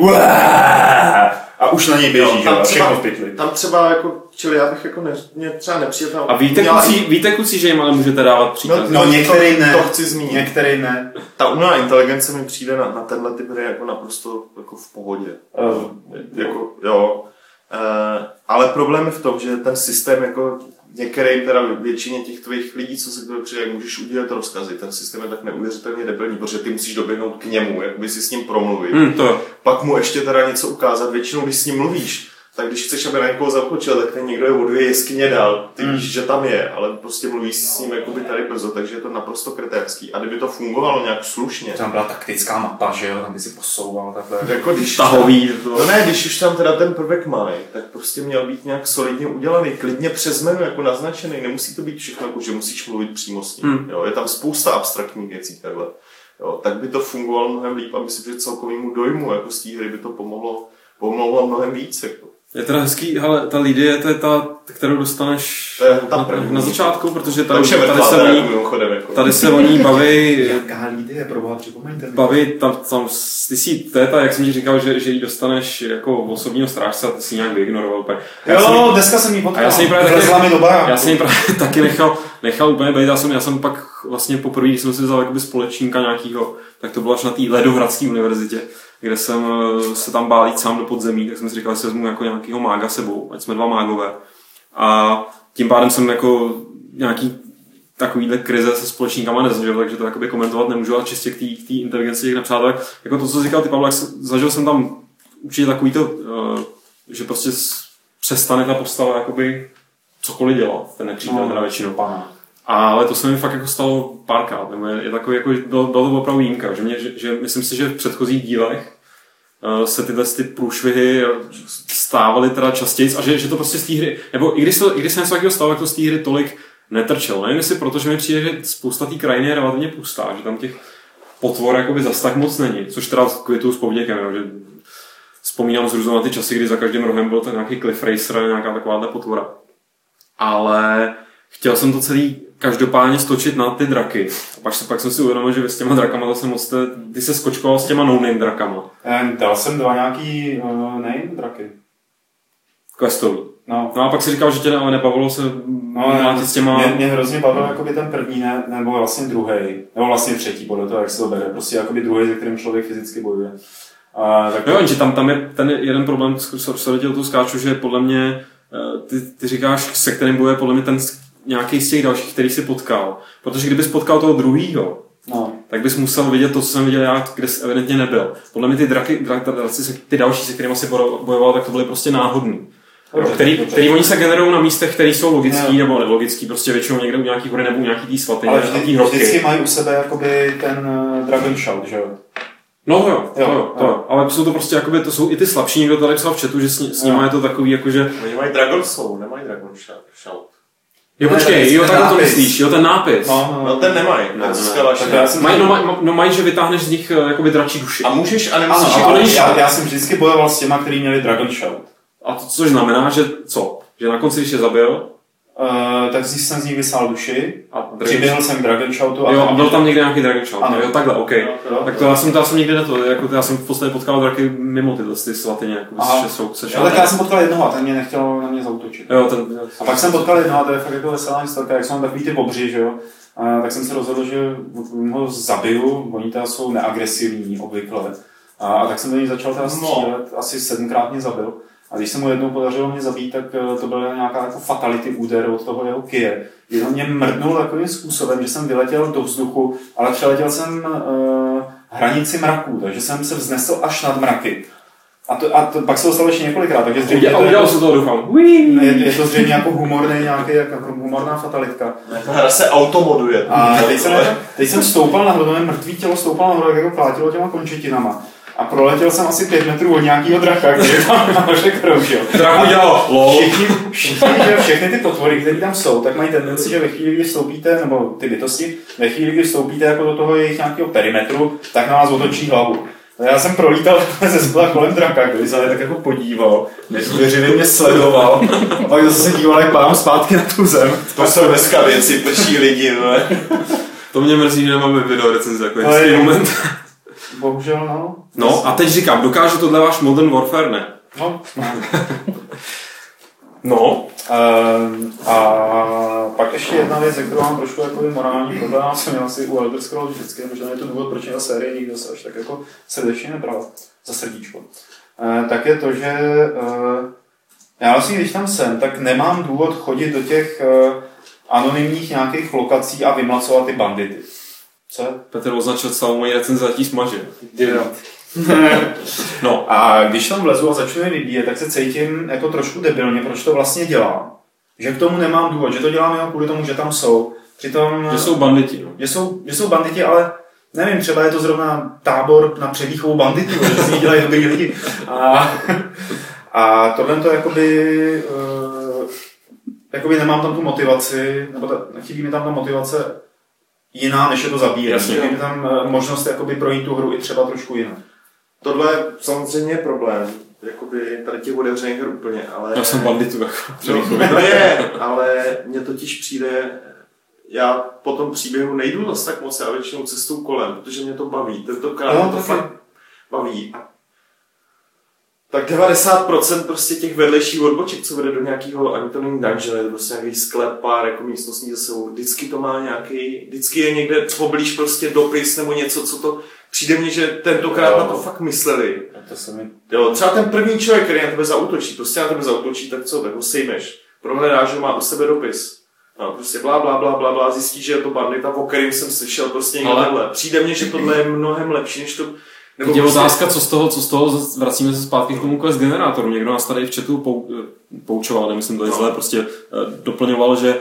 a už na něj běží, jo, tam všechno v pytli. Tam třeba jako, čili já bych jako ne, mě třeba nepřijel. A víte, kucí, víte kucí, že jim ale můžete dávat příklad? No, no některý to, ne, to chci zmínit. Některý ne. Ta umělá inteligence mi přijde na, na tenhle typ hry jako naprosto jako v pohodě. Uh, jako, jo. Uh, ale problém je v tom, že ten systém jako některý, teda většině těch tvých lidí, co se tebe přijde, jak můžeš udělat rozkazy, ten systém je tak neuvěřitelně debilní, protože ty musíš doběhnout k němu, jakoby si s ním promluvit. Hmm, to. Pak mu ještě teda něco ukázat, většinou když s ním mluvíš, tak když chceš, aby na někoho započil, tak ten někdo je o dvě jeskyně dál, ty hmm. víš, že tam je, ale prostě mluvíš s ním jakoby tady brzo, takže je to naprosto kreténský. A kdyby to fungovalo nějak slušně. Tam byla taktická mapa, že jo, tam by si posouval takhle. Jako když tahový. Tam, no ne, když už tam teda ten prvek mají, tak prostě měl být nějak solidně udělaný, klidně přes menu jako naznačený, nemusí to být všechno, jako, že musíš mluvit přímo s ním. Hmm. Jo, je tam spousta abstraktních věcí takhle. Jo, tak by to fungovalo mnohem líp a myslím, že celkovému dojmu jako z té hry by to pomohlo, pomohlo mnohem víc. Jako. Je teda hezký, ale ta Lidie, to je ta, kterou dostaneš na, na začátku, protože tady, tady, tady, se, o ní, jako. tady se o ní baví... Jaká Lidie, proboha, připomeňte mi. Baví, tam, tam, ty si, to je ta, jak jsem ti říkal, že, že ji dostaneš jako osobního strážce a ty si nějak vyignoroval. Jo, no, dneska jsem jí potkal, vlezla mi do baráku. Já jsem ji právě taky nechal, nechal úplně být, já jsem, já jsem pak vlastně poprvé, když jsem si vzal jakoby společníka nějakýho, tak to bylo až na té Ledohradské univerzitě, kde jsem se tam bál jít sám do podzemí, tak jsem si říkal, že si vezmu jako nějakýho mága sebou, ať jsme dva mágové. A tím pádem jsem jako nějaký takovýhle krize se společníkama nezažil, takže to jakoby komentovat nemůžu, ale čistě k té inteligenci těch nepřátel. Jako to, co říkal ty Pavle, zažil jsem tam určitě takový to, že prostě přestane ta postava jakoby cokoliv dělat, ten nepřítel teda většinou. Ale to se mi fakt jako stalo párkrát, nebo je, je takový, jako, bylo, bylo to opravdu výjimka, že, mě, že, že myslím si, že v předchozích dílech uh, se tyhle ty průšvihy stávaly teda častěji a že, že to prostě z té hry, nebo i když, to, i když se něco takového stalo, tak to z té hry tolik netrčelo. Nevím jestli proto, že mi přijde, že spousta té krajiny je relativně pustá, že tam těch potvor jakoby zas tak moc není, což teda kvituju s povděkem, že vzpomínám zrůzno na ty časy, kdy za každým rohem byl ten nějaký Cliff Racer, nějaká takováhle potvora. Ale chtěl jsem to celý každopádně stočit na ty draky. A pak, pak jsem si uvědomil, že s těma drakama to jsem moc... Ty se skočkoval s těma no-name drakama. Dal jsem dva nějaký uh, name draky. Questový. No. no a pak si říkal, že tě ale nebavilo se no, s těma... Mě, mě hrozně bavil jakoby ten první, ne, nebo vlastně druhý, nebo vlastně třetí, podle toho, jak se to bere. Prostě jakoby druhý, se kterým člověk fyzicky bojuje. A, tak... Jo, jenže tam, tam je ten jeden problém, se do toho skáču, že podle mě, ty, ty říkáš, se kterým bojuje podle mě ten nějaký z těch dalších, který si potkal. Protože kdybys potkal toho druhýho, no. tak bys musel vidět to, co jsem viděl já, kde jsi evidentně nebyl. Podle mě ty draky, draky ty další, se kterými si bojoval, tak to byly prostě náhodný. Dobře, který, dobře. který oni se generují na místech, které jsou logický no. nebo nelogický, prostě většinou někde u nějaký hory nebo u nějaký tý svatyně. Ale vždy, vždycky mají u sebe jakoby ten uh, Dragon Shout, že jo? No jo, to jo, jo, to jo. Ale jsou to prostě jakoby, to jsou i ty slabší, někdo tady psal v chatu, že s, s nimi je to takový, jakože... Oni mají Dragon Soul, nemají Dragon Shout. Jo, počkej, jo, tak to myslíš, jo, ten nápis. No, no, no ten nemají. No, no, no. Mají, no, maj, no mají, že vytáhneš z nich jakoby dračí duši. A můžeš, a nemusíš... Ano, ale já, já jsem vždycky bojoval s těma, kteří měli Dragon Shout. A to což znamená, že co? Že na konci, když je zabil, Uh, tak jsem z ní vysál duši, a přiběhl jsem k Dragon Shoutu. A jo, a byl tam někde nějaký Dragon Shout. Ano. Jo, takhle, OK. No, tak to já jsem, to já jsem nikdy neto, jako to já jsem v podstatě potkal draky mimo tyhle ty svatyně, jako že jsou se ale já jsem potkal jednoho a ten mě nechtěl na mě zaútočit. Jo, ten, a pak jsem potkal jednoho a to je fakt jako veselá historka, jak jsou takový ty bobři, že jo. A tak jsem se rozhodl, že ho zabiju, oni teda jsou neagresivní obvykle. A, a tak jsem do něj začal teda střílet, asi sedmkrát mě zabil. A když se mu jednou podařilo mě zabít, tak to byla nějaká jako fatality úder od toho jeho kije. Jenom mě mrdnul takovým způsobem, že jsem vyletěl do vzduchu, ale přeletěl jsem uh, hranici mraků, takže jsem se vznesl až nad mraky. A, to, a to, pak se to stalo ještě několikrát, takže zřejmě to, jako, se toho doufám. Je, je to zřejmě jako humorný, nějaký, jako humorná fatalitka. Ta hra se automoduje. A teď jsem, teď jsem stoupal nahoru, to mrtvý tělo stoupal nahoru, jak jako plátilo těma končetinama. A proletěl jsem asi pět metrů od nějakého draka, který tam nahoře kroužil. Draku dělal, lol. Všichni, všichni, že všechny ty potvory, které tam jsou, tak mají tendenci, že ve chvíli, kdy vstoupíte, nebo ty bytosti, ve chvíli, kdy vstoupíte jako do toho jejich nějakého perimetru, tak na vás otočí hlavu. Já jsem prolítal ze zbyla kolem draka, který se tak jako podíval, neuvěřivě mě sledoval, a pak zase se díval, jak padám zpátky na tu zem. To jsou dneska věci, prší lidi, ne? To mě mrzí, že nemáme video recenze, jako je moment. Bohužel, no. No a teď říkám, dokáže tohle váš Modern Warfare, ne? No, no. Um, a pak ještě jedna věc, kterou mám trošku jako morální problém, jsem měl asi u Elder Scrolls vždycky, možná je to důvod, proč ta série nikdo se až tak jako srdečně nebral za srdíčko. Uh, tak je to, že uh, já vlastně, když tam jsem, tak nemám důvod chodit do těch uh, anonymních nějakých lokací a vymlacovat ty bandity. Co? Petr označil celou moji recenzi za tí smaže. No a když tam vlezu a začnu je vybíjet, tak se cítím jako trošku debilně, proč to vlastně dělám. Že k tomu nemám důvod, že to dělám jenom kvůli tomu, že tam jsou. Přitom, že jsou banditi. No. Že, jsou, že jsou banditi, ale nevím, třeba je to zrovna tábor na převýchovu banditů, že si dělají dobrý lidi. A, a tohle to jakoby, uh, jakoby nemám tam tu motivaci, nebo ta, chybí mi tam ta motivace jiná, než je to zabíjet. Chybí mi tam uh, možnost jakoby projít tu hru i třeba trošku jinak. Tohle je samozřejmě problém, jakoby tady těch otevřených her úplně, ale... Já jsem banditu, jako no, to je, ale mně totiž přijde, já po tom příběhu nejdu zase tak moc, já většinou cestou kolem, protože mě to baví, tentokrát no, to taky. fakt baví. Tak devadesát procent prostě těch vedlejších odboček, co vede do nějakého, ani to není dungeon, je to prostě nějaký sklep, pár jako místností za sebou, vždycky to má nějaký, vždycky je někde poblíž prostě dopis nebo něco, co to, přijde mně, že tentokrát jo. na to fakt mysleli. To se mi... Jo, třeba ten první člověk, který na tebe zaútočí, prostě na tebe zaútočí, tak co, tak ho sejmeš, prohledáš, že má u sebe dopis. No, prostě blá, blá, blá, blá, blá, zjistí, že je to bandita, o kterým jsem slyšel prostě někde ale... tenhle. Přijde mně, že tohle je mnohem lepší, než to... Nebo je prostě... otázka, co z toho, co z toho, vracíme se zpátky k tomu quest generátoru. Někdo nás tady v chatu pou, poučoval, nemyslím to je no. zlé, prostě doplňoval, že,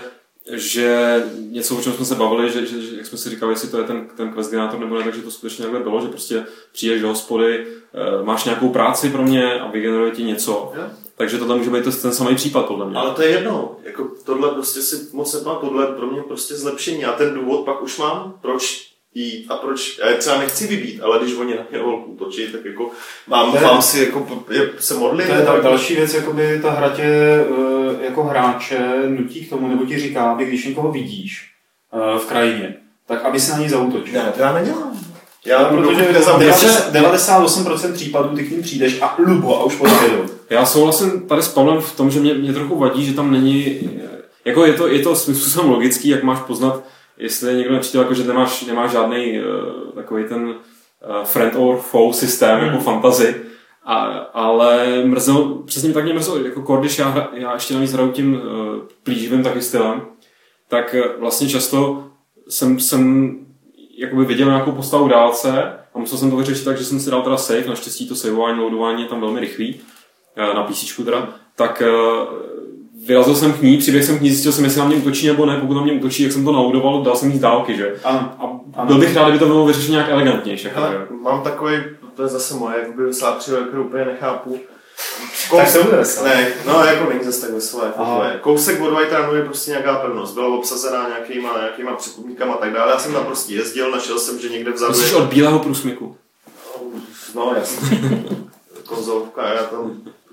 že něco, o čem jsme se bavili, že, že, že jak jsme si říkali, jestli to je ten, ten quest generátor nebo ne, takže to skutečně takhle bylo, že prostě přijdeš do hospody, máš nějakou práci pro mě a vygeneruje ti něco. Ja. Takže tohle může být ten samý případ podle mě. Ale to je jedno, jako tohle prostě si moc nepamatuju, tohle pro mě prostě zlepšení a ten důvod pak už mám, proč jít a proč, já třeba nechci vybít, ale když oni na mě holku točí, tak jako mám, je, mám si jako je, se modlit. To je ta další věc, jakoby ta hra tě jako hráče nutí k tomu, nebo ti říká, aby když někoho vidíš v krajině, tak aby si na něj zaútočil. Ne, to já nedělám. Já, protože devadesát osm procent případů ty k ním přijdeš a lubo a už potom jedou. Já souhlasím tady s Pavlem v tom, že mě, mě trochu vadí, že tam není, jako je to, je to svým způsobem logický, jak máš poznat, jestli je někdo nepřítel, jako že nemáš, nemáš žádný uh, takový ten uh, friend or foe systém, mm. jako fantasy, a, ale mrzelo, přesně tak mě mrzelo, jako kor, když já, já ještě navíc hraju tím uh, plíživým taky stylem, tak uh, vlastně často jsem, jsem jakoby viděl nějakou postavu v dálce a musel jsem to vyřešit tak, že jsem si dal teda save, naštěstí to saveování, loadování je tam velmi rychlý, uh, na PCčku teda, tak uh, vyrazil jsem k ní, přiběhl jsem k ní, zjistil jsem, jestli na mě útočí nebo ne, pokud na mě útočí, jak jsem to naloudoval, dal jsem jí z dálky, že? Ano. A byl bych rád, kdyby to bylo vyřešeno nějak elegantnější. Hele, mám takový, to je zase moje, jakoby veselá příroda, kterou úplně nechápu. Kous... Tak to bude veselé. Ne, no jako není zase tak veselé. Kousek od White Runu je prostě nějaká pevnost, byla obsazená nějakýma, nějakýma překupníkama a tak dále. Já jsem tam prostě jezdil, našel jsem, že někde vzadu. Myslíš od bílého průsmyku? No jasně. Konzolovka, já tam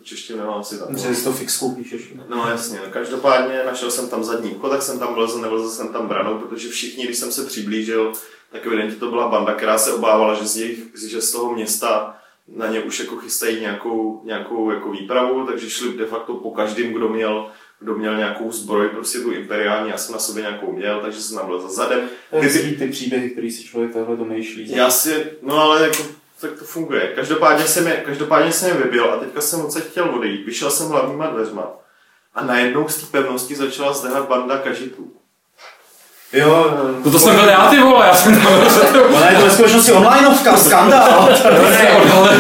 češtinu nemám asi tam. Že si to fixkou píšeš. No jasně, no, každopádně našel jsem tam zadní vchod, tak jsem tam vlezl, nevlezl jsem tam branou, protože všichni, když jsem se přiblížil, tak evidentně to byla banda, která se obávala, že z, jejich, že z toho města na ně už jako chystají nějakou, nějakou jako výpravu, takže šli de facto po každém, kdo měl, kdo měl nějakou zbroj, prostě tu imperiální, já jsem na sobě nějakou měl, takže jsem tam byl za zadem. To jsou ty příběhy, který si člověk takhle domýšlí. Já si, no ale jako, tak to funguje. Každopádně jsem je, každopádně jsem je vybil a teďka jsem odsaď chtěl odejít. Vyšel jsem hlavníma dveřma a najednou z té pevnosti začala zdrhat banda kažitů. Jo, to, to jsem byl já, ty vole, já jsem tam ona je to ve skutečnosti onlineovka, skandál. No ne,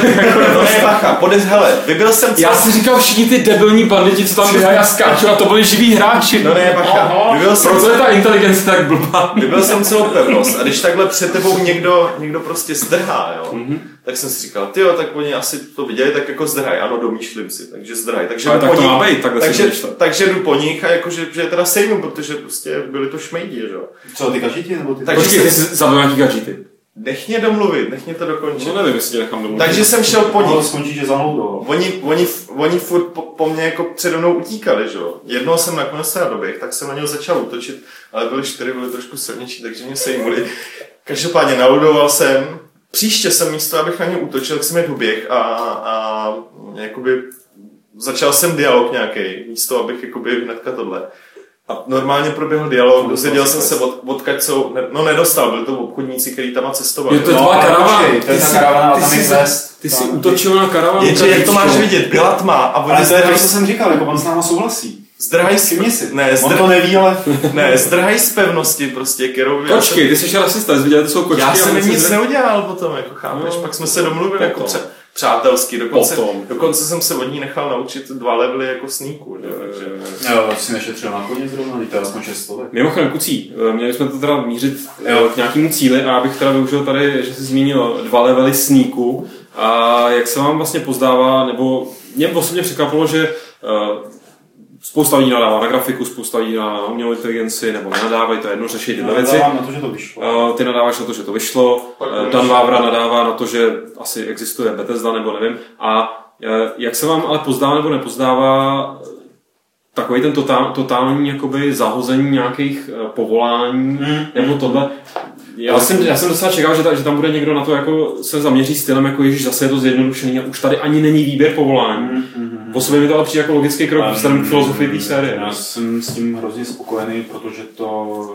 no ne, bacha, podez, hele, vybil jsem... Já si říkal, všichni ty debilní banditi, co tam běhají a skáčou, a to byli živí hráči. No ne, bacha, vybil jsem... Proto je ta inteligence tak blbá. Vybil jsem celou pevnost a když takhle před tebou někdo, někdo prostě zdrhá, jo, mm-hmm. tak jsem si říkal, tyjo, tak oni asi to viděli, tak jako zdrhaj, ano, domýšlím si, takže zdrhaj. Takže ale tak to nich, má být, takhle takže, si takže jdu po nich a jakože, že teda sejmu, protože prostě byli to šmejdi, že jo. Co, ty kažiti nebo ty? Takže počkej, ty jsi zabil nějaký gadžety. Nech mě domluvit, nech mě to dokončit. No nevím, jestli tě nechám domluvit. Takže jsem šel po nich. Skončí, že zanloudoval. Oni, oni, oni furt po, po mně jako přede mnou utíkali, že jo. Jednoho jsem nakonec se nadoběh, tak jsem na něho začal útočit, ale byli čtyři, byli trošku silnější, takže mě sejmuli. Každopádně naludoval jsem. Příště jsem místo, abych na ně útočil, tak jsem je doběh a, a jakoby začal jsem dialog nějaký, místo, abych jakoby hnedka tohle. A normálně proběhl dialog, dozvěděl jsem se, od, odkud jsou, ne, no nedostal, byli to obchodníci, kteří tam cestovali. Je to tvá karavana, to je ta karavana a tam je vest. Ty jsi útočil na karavanu. Jenže jak to máš vidět, byla tma a oni ale to je to, co jsem říkal, jako on s náma souhlasí. Zdrhají z... Ne, zdr... On to neví, ale... ne, zdrhají z pevnosti prostě, kterou... Kočky, ty jsi rasista, jsi viděl, to jsou kočky. Já jsem jim nic zdr... neudělal potom, jako chápeš, no, pak jsme se domluvili jako pře- přátelsky, dokonce, dokonce jsem se od ní nechal naučit dva levely jako sníku, že? Takže... Jo, si nešetřil na koně zrovna, to je aspoň šest. Mimochodem, kucí, měli jsme to teda mířit jo. k nějakému cíli a abych teda využil tady, že jsi zmínil dva levely sníku a jak se vám vlastně pozdává, nebo mě osobně překvapilo, že uh, spousta lidí nadává na grafiku, spousta lidí na umělou inteligenci, nebo nenadávají, to je jedno, řeší tyhle věci. Nadávám na to, že to vyšlo. Ty nadáváš na to, že to vyšlo, Dan Vávra nadává na to, že asi existuje Bethesda, nebo nevím. A jak se vám ale pozdává nebo nepozdává takový ten totál, totální jakoby zahození nějakých povolání, hmm. nebo tohle. Já jsem, já jsem docela čekal, že, ta, že tam bude někdo na to jako se zaměří stylem, jako ježiš, zase je to zjednodušený a už tady ani není výběr povolání. Mm-hmm. Po sobě mi to ale přijde jako logický krok vzhledem k filozofii té série. Já jsem s tím hrozně spokojený, protože to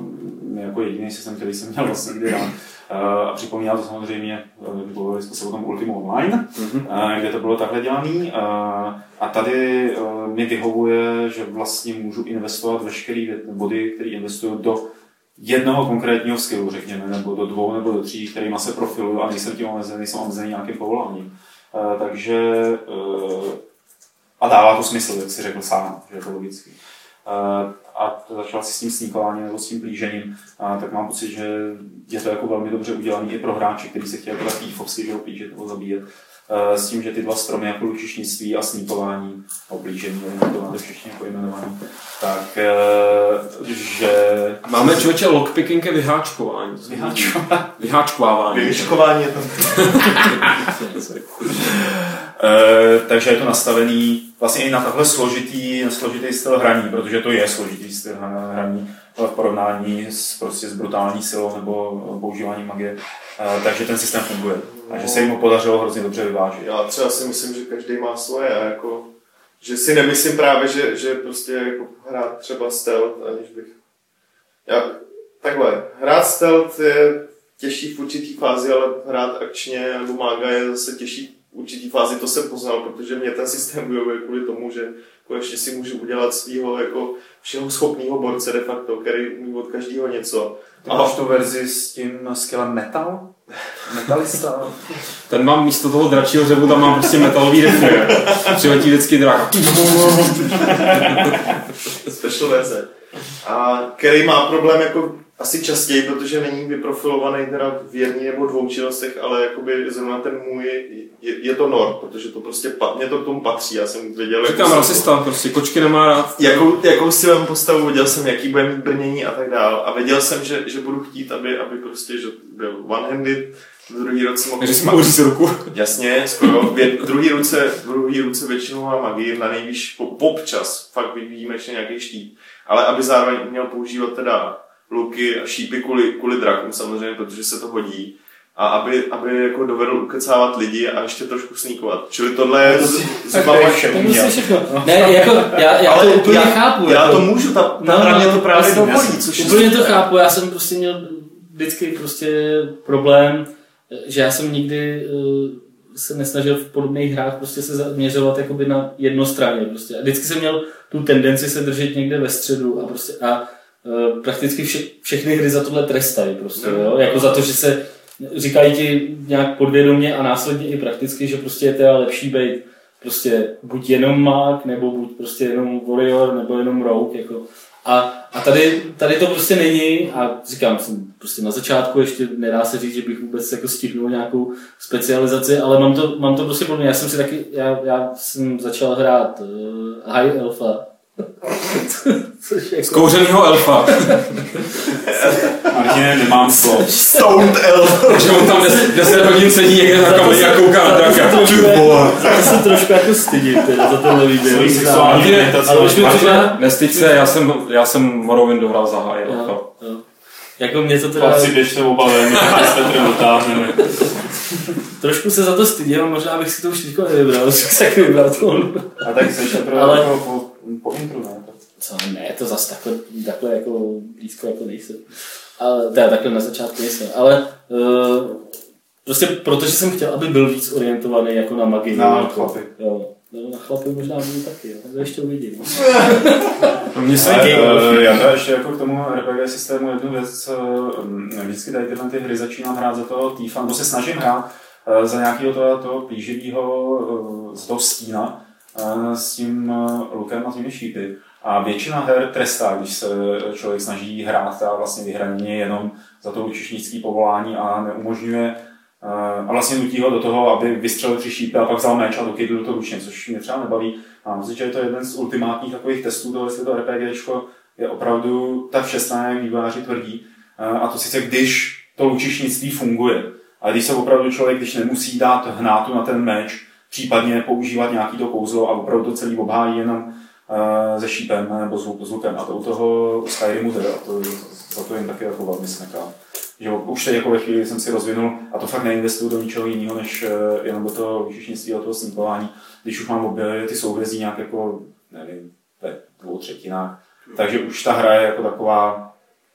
je jako jediný systém, který jsem měl vlastně kdy rád. A připomíná to samozřejmě, bavili jsme se o tom Ultima Online, mm-hmm. kde to bylo takhle dělaný. A tady mi vyhovuje, že vlastně můžu investovat veškeré body, které investuju do jednoho konkrétního skillu, řekněme, nebo do dvou nebo do tří, kterýma se profiluju a nejsem tím omezený, nejsem omezený nějakým povoláním. Uh, takže uh, a dává to smysl, jak si řekl sám, že je to logický. Uh, a začal si s tím sníkováním nebo s tím plížením, uh, tak mám pocit, že je to jako velmi dobře udělaný i pro hráče, kteří se chtějí jako týfovsky, že ho plížet nebo zabíjet. Uh, s tím, že ty dva stromy jako lučišnictví a sníkování a oblížení, nevím, to máte všichni pojmenovaný, tak uh, že... Máme člověče lockpicking ke vyháčkování. Vyháčkování. Vyháčkovávání. Vyháčkování je tam... Uh, takže je to nastavený vlastně i na takhle složitý, složitý styl hraní, protože to je složitý styl hraní v porovnání s, prostě s brutální silou nebo používáním magie. Uh, takže ten systém funguje. Takže se jim podařilo hrozně dobře vyvážit. Já třeba si myslím, že každý má svoje a jako, že si nemyslím právě, že, že prostě jako hrát třeba stealth, aniž bych... Já, takhle, hrát stealth je těžší v určitý fázi, ale hrát akčně nebo mága je zase těžší v určitý fázi, to jsem poznal, protože mě ten systém vyhovuje kvůli tomu, že konečně si můžu udělat svýho jako všeho schopného borce de facto, který umí od každého něco. Ty máš tu verzi s tím skillem metal? Metalista? Ten mám místo toho dračího řevu, tam mám prostě metalový rifle. Přiletí vždycky drak. Special verze. A který má problém jako asi častěji, protože není vyprofilovaný teda v jedné nebo dvou činnostech, ale jakoby zrovna ten můj je, je to Nord, protože to prostě mě to k tomu patří. Já jsem věděl, říkám rasista, prostě kočky nemá rád. Jakou, jakou si mám postavu, věděl jsem, jaký bude mít brnění a tak dál. A věděl jsem, že, že budu chtít, aby, aby prostě že byl one-handed, v druhý ruce mohl... Takže jsme uříct ruku. Jasně, skoro. V druhý ruce, v druhý ruce většinou má magii, na nejvíc popčas, fakt výjimečně nějaký štít. Ale aby zároveň měl používat teda luky a šípy kvůli, kvůli drakům samozřejmě, protože se to hodí. A aby, aby jako dovedl ukecávat lidi a ještě trošku sníkovat. Čili tohle je zbavovat všechno. Ne, jako, já, já to úplně já, chápu. Já jako, to můžu, ta, ta hra mě to právě dovolí. Úplně to chápu, já jsem prostě měl vždycky prostě problém, že já jsem nikdy uh, se nesnažil v podobných hrách prostě se zaměřovat jakoby na jednostranně. Prostě. A vždycky jsem měl tu tendenci se držet někde ve středu a prostě a uh, prakticky vše, všechny hry za tohle trestají prostě, jo? Jako za to, že se říkají ti nějak podvědomě a následně i prakticky, že prostě je teda lepší být prostě buď jenom mák, nebo buď prostě jenom warrior, nebo jenom rogue, jako. A, a tady, tady to prostě není a říkám, jsem prostě na začátku ještě nedá se říct, že bych vůbec jako stihnul nějakou specializaci, ale mám to, mám to prostě podobně. Já jsem si taky, já, já jsem začal hrát uh, High Elfa. Jako... Zkouřenýho elfa. Martine, nemám slov. Stoned elf. Takže on tam deset hodin sedí někde na kameni a kouká na draka. Já se trošku jako stydím teda za tohle výběr. Nestyď se, já jsem, já jsem Morrowind dohrál za High Elfa. Jako mě to teda... Pak si běžte obavím, jak s Petrem dotáhneme. Trošku se za to stydím, možná bych si to už teďko nevybral, že se tak vybral to. A tak jsi teprve ale... jako po, po intru, ne? Co, ne, to zase takhle, takhle jako blízko jako nejsem. Ale teda takhle na začátku nejsem, ale uh, prostě protože jsem chtěl, aby byl víc orientovaný jako na magii. Na jako, chlapy. Jo, no, na chlapy možná budu taky, jo. To ještě uvidím. No, mě se ale, já teda ještě jako k tomu R P G systému jednu věc, vždycky tady tyhle ty hry začínám hrát za toho týfa, nebo se snažím hrát za nějakého toho, toho plíživého z toho stína s tím lukem a těmi šípy. A většina her trestá, když se člověk snaží hrát a vlastně vyhraněně jenom za to lučišnické povolání a neumožňuje a vlastně nutí ho do toho, aby vystřelil tři šípy a pak vzal meč a dokydl do toho ručně, což mě třeba nebaví. A myslím, že je to jeden z ultimátních takových testů toho, jestli to RPGčko je opravdu tak všestranné, jak vývojáři tvrdí. A to sice když to lučišnictví funguje. Ale když se opravdu člověk, když nemusí dát hnátu na ten meč, případně používat nějaký to kouzlo a opravdu to celý obhájí jenom se šípem nebo s lukem. A to u toho Skyrimu jde, a to, za to jen taky jako velmi smekám. Že už teď jako ve chvíli jsem si rozvinul a to fakt neinvestuju do ničeho jiného, než jenom do toho lučišnictví a toho sníkování. Když už mám obě ty souhvězdí nějak jako, nevím, ve dvou třetinách. Takže už ta hra je jako taková,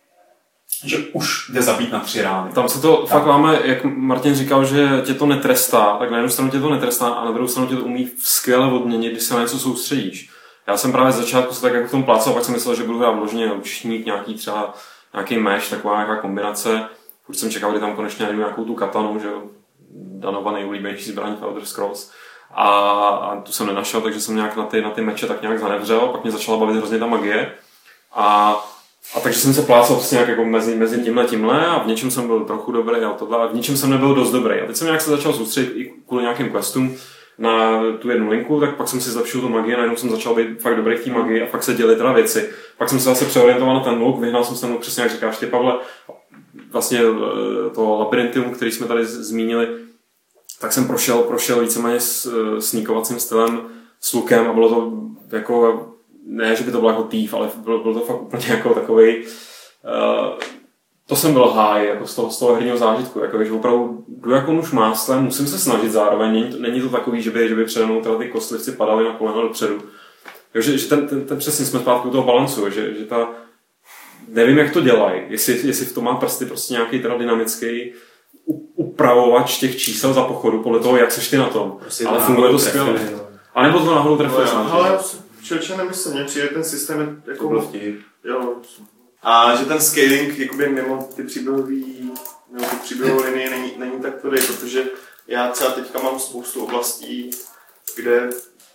že už jde zabít na tři rány. Tam se to tak. Fakt máme, jak Martin říkal, že tě to netrestá, tak na jednu stranu tě to netrestá a na druhou stranu tě to umí skvěle odměnit, když se na něco soustředíš. Já jsem právě z začátku se tak jako v tom plácal, pak jsem myslel, že budu hrát vloženě lučník, nějaký třeba nějaký mesh, taková nějaká kombinace. Už jsem čekal, kdy tam konečně najdu nějakou tu katanu, že Danova nejoblíbenější zbraň v Elder Scrolls. A, a tu jsem nenašel, takže jsem nějak na ty, na ty meče tak nějak zanevřel, pak mě začala bavit hrozně ta magie. A, a takže jsem se plácal prostě nějak jako mezi, mezi tímhle tímhle a v něčem jsem byl trochu dobrý a tohle, a v něčem jsem nebyl dost dobrý. A teď jsem nějak se začal soustředit i kvůli nějakým questům na tu jednu linku, tak pak jsem si zlepšil tu magii a najednou jsem začal být fakt dobrý v té magii a fakt se děly teda věci. Pak jsem se zase přeorientoval na ten luk, vyhnal jsem se ten luk, přesně jak říkáš ty, Pavle, vlastně to labyrintium, který jsme tady zmínili, tak jsem prošel, prošel víceméně s sníkovacím stylem s lukem a bylo to jako, ne, že by to bylo jako thief, ale bylo, bylo to fakt úplně jako takovej, uh, to jsem byl high, jako z toho, z toho herního zážitku, jako, že opravdu jdu jako nůž máslem, musím se snažit zároveň, není to, není to takový, že by, že by přede mnou teda ty kostlivci padaly na koleno dopředu. Jo, že, že ten, ten, ten přesně jsme zpátky u toho balancu, že, že ta, nevím, jak to dělají, jestli, jestli v tom má prsty prostě nějaký teda dynamický upravovač těch čísel za pochodu, podle toho, jak seš ty na tom, prostě ale funguje to skvěle. A nebo to náhodou trefuje samozřejmě. Ale člověče nemyslím, mně přijde ten systém jako jo. A že ten scaling jakoby mimo ty příběhový, mimo ty příběhové linie není, není tak tvrdý, protože já třeba teďka mám spoustu oblastí, kde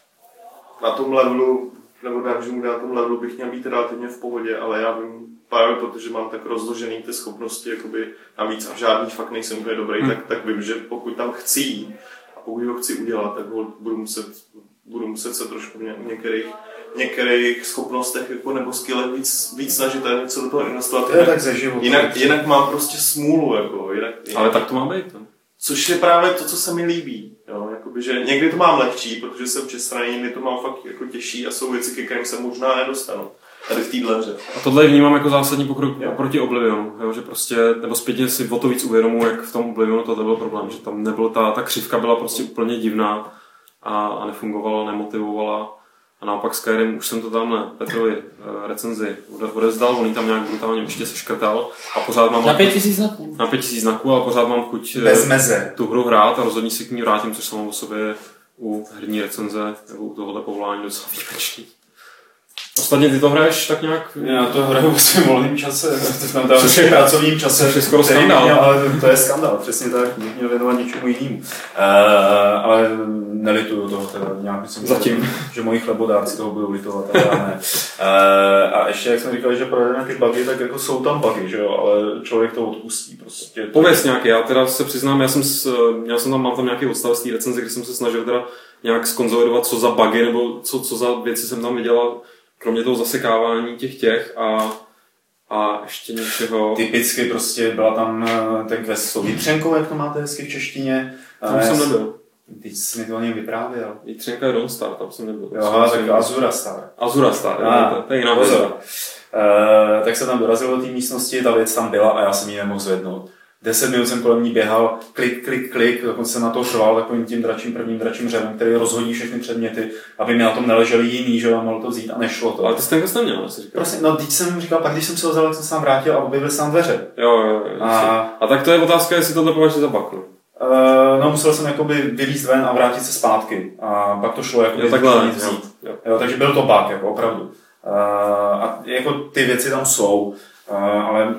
na tom levelu, nebo na tom levelu bych měl být relativně v pohodě, ale já vím právě protože mám tak rozložený ty schopnosti jakoby navíc a žádný fakt nejsem úplně dobrý, hmm. tak, tak vím, že pokud tam chci jít a pokud ho chci udělat, tak ho budu muset, budu muset se trošku v některých některých schopnostech jako, nebo skillech víc, víc snažit a něco do toho investovat. To je tak ze života. Jinak, jinak mám prostě smůlu. Jako, jinak, jinak. Ale tak to má být. No. Což je právě to, co se mi líbí. Jo? Jakoby, že někdy to mám lehčí, protože jsem všestranný, někdy to mám fakt jako těžší a jsou věci, ke kterým se možná nedostanu. Tady v téhle hře. A tohle vnímám jako zásadní pokrok proti Oblivionu, jo? Že prostě, nebo zpětně si o to víc uvědomuji, jak v tom Oblivionu tohle byl problém, že tam nebyl ta, ta křivka byla prostě úplně divná a, a nefungovala, nemotivovala. A naopak Skyrim, už jsem to tamhle Petrovi uh, recenzi odezdal, on ji tam nějak brutálně určitě seškrtal a pořád mám... Na pět tisíc znaků. Na pět tisíc znaků, ale pořád mám chuť bez meze tu hru hrát a rozhodně si k ní vrátím, což samo o sobě u herní recenze nebo u tohohle povolání docela výjimečný. Ostatně ty to hraješ tak nějak? Já to hraju v svém volném čase, v tom v pracovním čase. To je skoro skandál. Měl, ale to je skandál, přesně tak, bych měl věnovat něčemu jinému. Uh, ale nelituju toho, teda nějak myslím, zatím, že, že moji chlebodárci toho budou litovat, ale já ne. Uh, a ještě, jak jsme říkali, že projedeme ty bugy, tak jako jsou tam bugy, že jo, ale člověk to odpustí prostě. Pověz nějaký, já teda se přiznám, já jsem, s, měl jsem tam, mám tam nějaký odstavec té recenze, kde jsem se snažil teda nějak skonzolidovat, co za bugy nebo co, co za věci jsem tam viděla, kromě toho zasekávání těch těch a, a ještě něčeho... Typicky prostě byla tam ten quest s tou Vítřenkou, jak to máte hezky v češtině. Tam jsem nebyl. Teď jsi mi to o něm vyprávěl. Vítřenka je Don't Star, tam jsem nebyl. Jo, tak Azura Star. Azura Star, ah, to, to je jiná věc. uh, tak se tam dorazil do té místnosti, ta věc tam byla a já jsem ji nemohl zvednout. Deset minut jsem kolem ní běhal, klik, klik, klik, dokonce jsem na to šval takovým tím dračím, prvním dračím řevem, který rozhodí všechny předměty, aby mi na tom neleželi jiný, že já mohl to vzít a nešlo to. Ale ty jsi ten quest neměl, asi říkal. Prostě, no, teď jsem říkal, pak když jsem se ho vzal, tak jsem se tam vrátil a objevil jsem dveře. Jo, jo, jo. A, a tak to je otázka, jestli tohle považuje za bug. Uh, no, musel jsem jakoby vylízt ven a vrátit se zpátky. A pak to šlo jakoby jo, takhle, vzít. Jo. Jo, takže byl to bug, jako opravdu. Uh, a jako ty věci tam jsou, uh, ale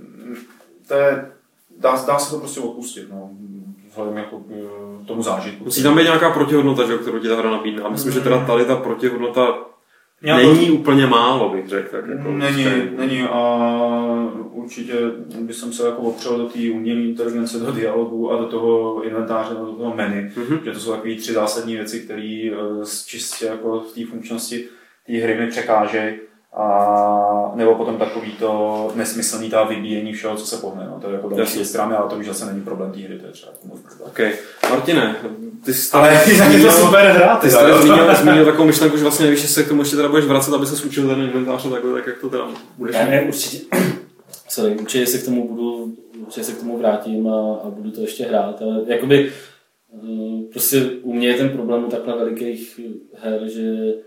to je, dá, dá se to prostě odpustit, no, vzhledem jako k tomu zážitku. Musí tam být nějaká protihodnota, že, kterou ti ta hra nabídne. A myslím, mm. že teda tady ta protihodnota Já není to... úplně málo, bych řekl. Tak jako není, není a určitě bych se jako opřel do té umělé inteligence, do dialogu a do toho inventáře, do toho menu, mm-hmm. že to jsou takové tři zásadní věci, které čistě jako v té funkčnosti té hry mi překážejí. A nebo potom takový to nesmyslný ta vybíjení všeho, co se pohne. No. To je jako další věc, která mi, ale to už zase není problém té hry, to je třeba jako moc problém. Okay. Martine, ty jsi ale je to super hra, ty jsi tady zmínil, zmínil takovou myšlenku, že vlastně nevíš, jestli se k tomu ještě teda budeš vracet, aby se učil ten inventář takhle, tak jak to teda budeš. Já ne, určitě, sorry, určitě se k tomu budu, určitě se k tomu vrátím a, a budu to ještě hrát, ale jakoby prostě u mě je ten problém u takhle velikých her, že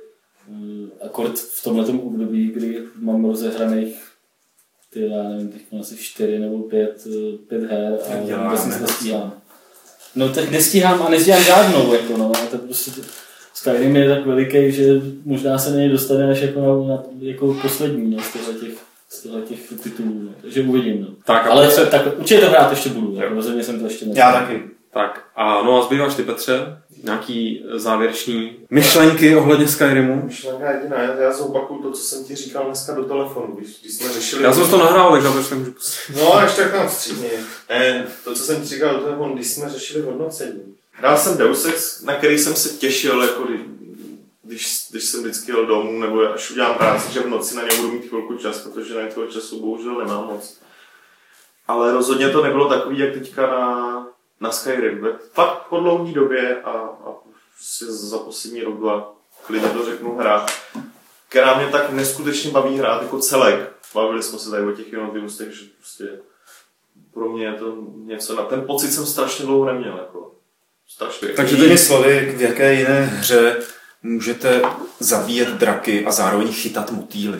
akord v tomhletom období, kdy mám rozehraných ty, já nevím, teď mám asi čtyři nebo pět, pět her a vůbec nic nestíhám. No tak nestíhám a nestíhám žádnou, jako no, a to prostě Skyrim je tak veliký, že možná se na něj dostane až jako, na, na, jako poslední no, z těchto těch, z těchto těch titulů, no, takže uvidím. No. Tak, ale se, tak, určitě to hrát ještě budu, jako, rozhodně jsem to ještě nestíhal. Já taky. Tak a no a zbýváš ty, Petře, nějaký závěrečný myšlenky ohledně Skyrimu? Myšlenka jediná, já zopakuju to, co jsem ti říkal dneska do telefonu, když, když jsme řešili... Já jsem to nahrál, takže já to ještě můžu pustit. No, ještě tak nám vstřídně. Ne, to, co jsem ti říkal do telefonu, když jsme řešili hodnocení. Dal jsem Deus Ex, na který jsem se těšil, jako když, když jsem vždycky jel domů, nebo až udělám práci, že v noci na něj budu mít chvilku čas, protože na toho času bohužel nemám moc. Ale rozhodně to nebylo takový, jak teďka na... na Skyrim. Fakt po dlouhé době a, a za poslední rok, dva, klidně to řeknu, hra, která mě tak neskutečně baví hrát jako celek. Bavili jsme se tady o těch jednotlivostech, že prostě pro mě je to něco, na ten pocit jsem strašně dlouho neměl. Jako, strašně. Takže jinými slovy, v jaké jiné hře můžete zabíjet draky a zároveň chytat motýly?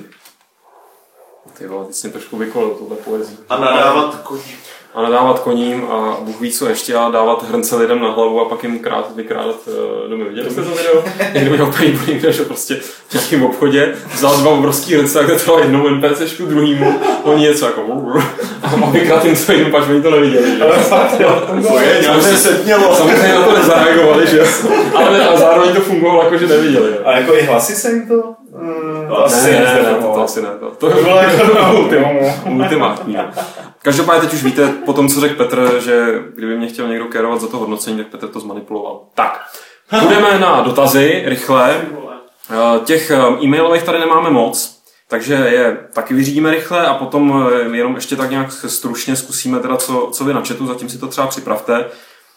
Ty vole, ty jsi mě trošku vykolil tohle poezí. A nadávat koním. A nadávat koním a Bůh ví co ještě a dávat hrnce lidem na hlavu a pak jim krát, vykrádat uh, domy. Viděli jste to video? Někdo měl úplně úplně, že prostě v nějakém obchodě vzal dva obrovský hrnce, tak to jednou NPCčku, druhýmu, oni něco jako a vykrát jim co jiným, pač oni to neviděli. Ale fakt, jo. Samozřejmě na to nezareagovali, že jo. Ale a zároveň to fungovalo jako, že neviděli. A jako i hlasy se jim to? Mm, to asi ne, ne, ne, to, to asi ne. To, to bylo jako ultimátní. Každopádně teď už víte, po tom, co řekl Petr, že kdyby mě chtěl někdo kérovat za to hodnocení, tak Petr to zmanipuloval. Tak, půjdeme na dotazy, rychle. Těch e-mailových tady nemáme moc, takže je taky vyřídíme rychle a potom jenom ještě tak nějak stručně zkusíme teda, co, co vy na chatu, zatím si to třeba připravte.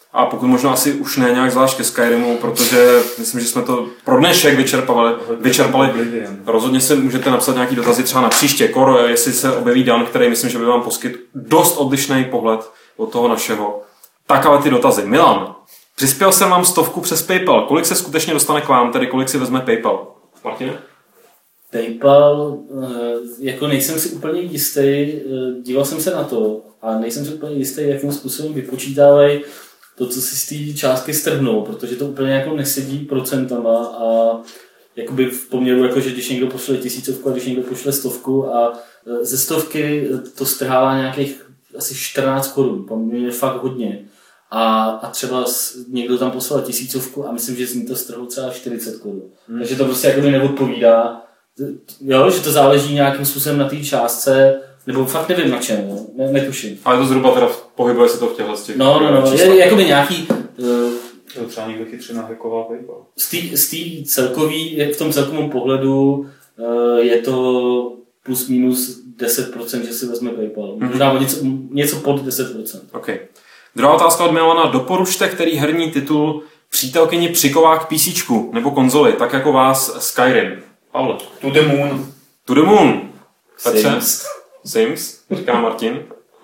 A pokud možno asi už ne nějak zvlášť ke Skyrimu, protože myslím, že jsme to pro dnešek vyčerpali. vyčerpali. Rozhodně si můžete napsat nějaký dotazy třeba na příště. Koro, jestli se objeví Dan, který myslím, že by vám poskytl dost odlišný pohled od toho našeho. Tak ale ty dotazy. Milan, přispěl jsem vám stovku přes PayPal. Kolik se skutečně dostane k vám, tedy kolik si vezme PayPal? Martin? PayPal, jako nejsem si úplně jistý, díval jsem se na to a nejsem si úplně jistý, jakým způsobem vypočítávají to, co si z té částky strhnou, protože to úplně jako nesedí procentama a jakoby v poměru, jako že když někdo pošle tisícovku a když někdo pošle stovku a ze stovky to strhává nějakých asi čtrnáct korun, poměrně fakt hodně. A, a třeba někdo tam poslal tisícovku a myslím, že z ní to strhlo třeba čtyřicet korun. Hmm. Takže to prostě jakoby neodpovídá. Jo, že to záleží nějakým způsobem na té částce, nebo fakt nevím na čem, no. ne, netuším. Ale to zhruba teda pohybuje se to v těchto z těch. No, no, no, je jakoby nějaký... Uh, to třeba někdo chytře nahackoval PayPal. Z té celkový, v tom celkovém pohledu uh, je to plus minus deset procent, že si vezme PayPal. Možná mm-hmm. něco, něco pod deset procent. Okay. Druhá otázka od Milana. Doporučte, který herní titul přítelkyni přiková k PCčku nebo konzoli, tak jako vás Skyrim. Pavle. To the Moon. To the Moon. Petře? Sims. Sims, říká Martin.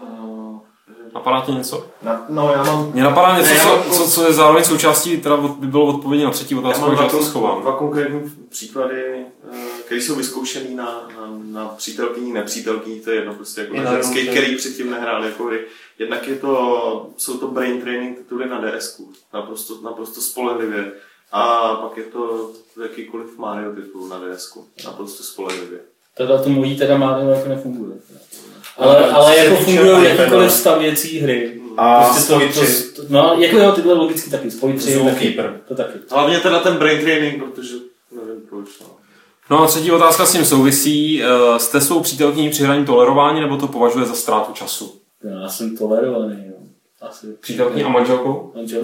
Napadá ti něco? Na, no, já mám... Mně napadá něco, ne, co, mám... co, co je zároveň součástí, teda by bylo odpovědi na třetí otázku, já mám že to schovám. Dva konkrétní příklady, které jsou vyzkoušený na, na, na přítelkyní, nepřítelkyní, to je jedno prostě jako na ženský, který předtím nehrál jako hry. Jednak je to, jsou to brain training tituly na DSku, naprosto, naprosto spolehlivě. A pak je to jakýkoliv Mario titul na DSku, naprosto spolehlivě. Teda to mojí teda Mario jako nefunguje. Ale, ale jako fungují jakýkoliv stavěcí hry. A prostě Spoj to, tři. to, no, jako jo, ty byly logicky taky. Spoj tři taky. To taky. Hlavně teda ten brain training, protože nevím proč. No. No a třetí otázka s tím souvisí. Jste svou přítelkyní při hraní tolerování, nebo to považuje za ztrátu času? Já jsem tolerovaný, jo. Asi. Přítelkyní a manželkou? Manžel.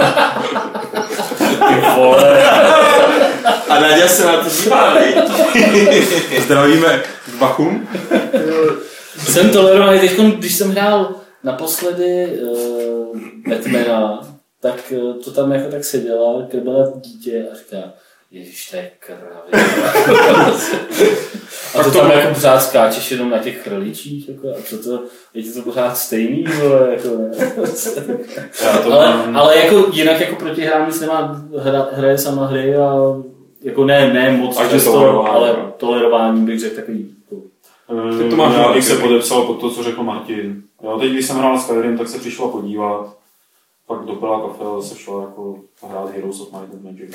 Ty vole. A Nadia se na to dívá, Zdravíme k Bachům. Jsem tolerovaný, teď když jsem hrál naposledy uh, Batmana, tak uh, to tam jako tak seděla, krbela dítě a říká, ježiš, to je kravě. A to tam jako pořád skáčeš jenom na těch chrličích, jako, a co to, je to pořád stejný, vole, jako ne. ale, ale jako jinak jako proti hrám nic nemá, hra, hraje sama hry a jako ne, ne moc často, ale tolerování bych řekl takový. Ty to máš, já bych se podepsal pod to, co řekl Martin. Jo, teď, když jsem hrál Skyrim, tak se přišla podívat, pak dopila kafe a se šla jako hrát Heroes of Might and Magic.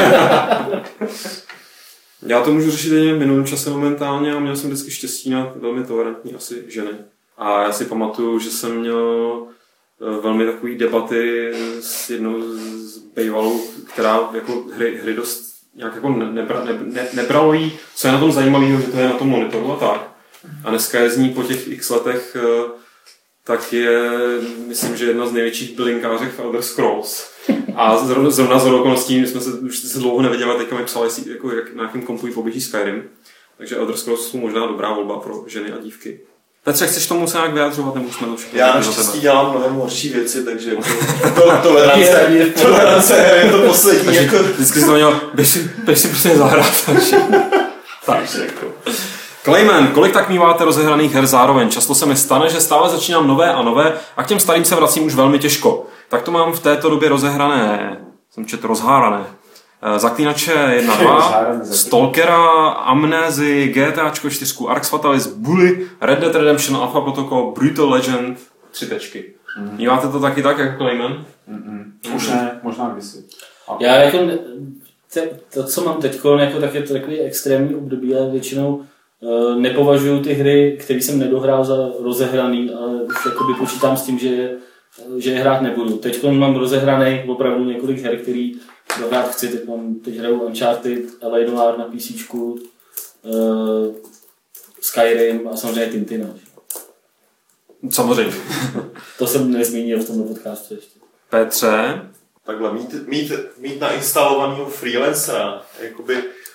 Já to můžu řešit jen v minulém čase momentálně a měl jsem vždycky štěstí na velmi tolerantní asi ženy. A já si pamatuju, že jsem měl velmi takový debaty s jednou z bývalou, která jako hry, hry dost nějak jako nebra, ne, ne, nebralo jí, co je na tom zajímavého, že to je na tom monitoru a tak. A dneska je z ní po těch x letech tak je, myslím, že jedna z největších bylinkářek v Elder Scrolls. A zrovna, zrovna z okolností, jsme se už se dlouho neviděli, teďka mi psali, jako, jak, na jakém kompu jí poběží Skyrim. Takže Elder Scrolls jsou možná dobrá volba pro ženy a dívky. Petře, chceš tomu se nějak vyjádřovat, nebo jsme to všechno? Já naštěstí dělám mnohem horší věci, takže to, tolerance, tolerance je to poslední. Jako... Vždycky jsem to měl, běž si, běž si prostě zahrát. Takže jako... Clayman, kolik tak míváte rozehraných her zároveň? Často se mi stane, že stále začínám nové a nové a k těm starým se vracím už velmi těžko. Tak to mám v této době rozehrané, jsem četl rozhárané. Zaklínače jedna dva, Stalkera, Amnézy, GTAčko čtyři, Arx Fatalis, Bully, Red Dead Redemption, Alpha Protocol, Brutal Legend, tři tečky. Mm. Míváte to taky tak, jako Clayman? Mm-mm. Už ne, možná kdysi. Já jako, to, co mám teďko, jako, tak je to takový extrémní období, ale většinou uh, nepovažuji ty hry, které jsem nedohrál, za rozehraný, ale už jakoby počítám s tím, že, že je hrát nebudu. Teď mám rozehraný opravdu několik her, který dohrát chci. Teď, mám, teď hraju Uncharted, L A Noir na PCčku, uh, Skyrim a samozřejmě Tintina. Samozřejmě. To jsem nezmínil v tomto podcastu ještě. Petře? Takhle, mít, mít, mít nainstalovaného freelancera, jakoby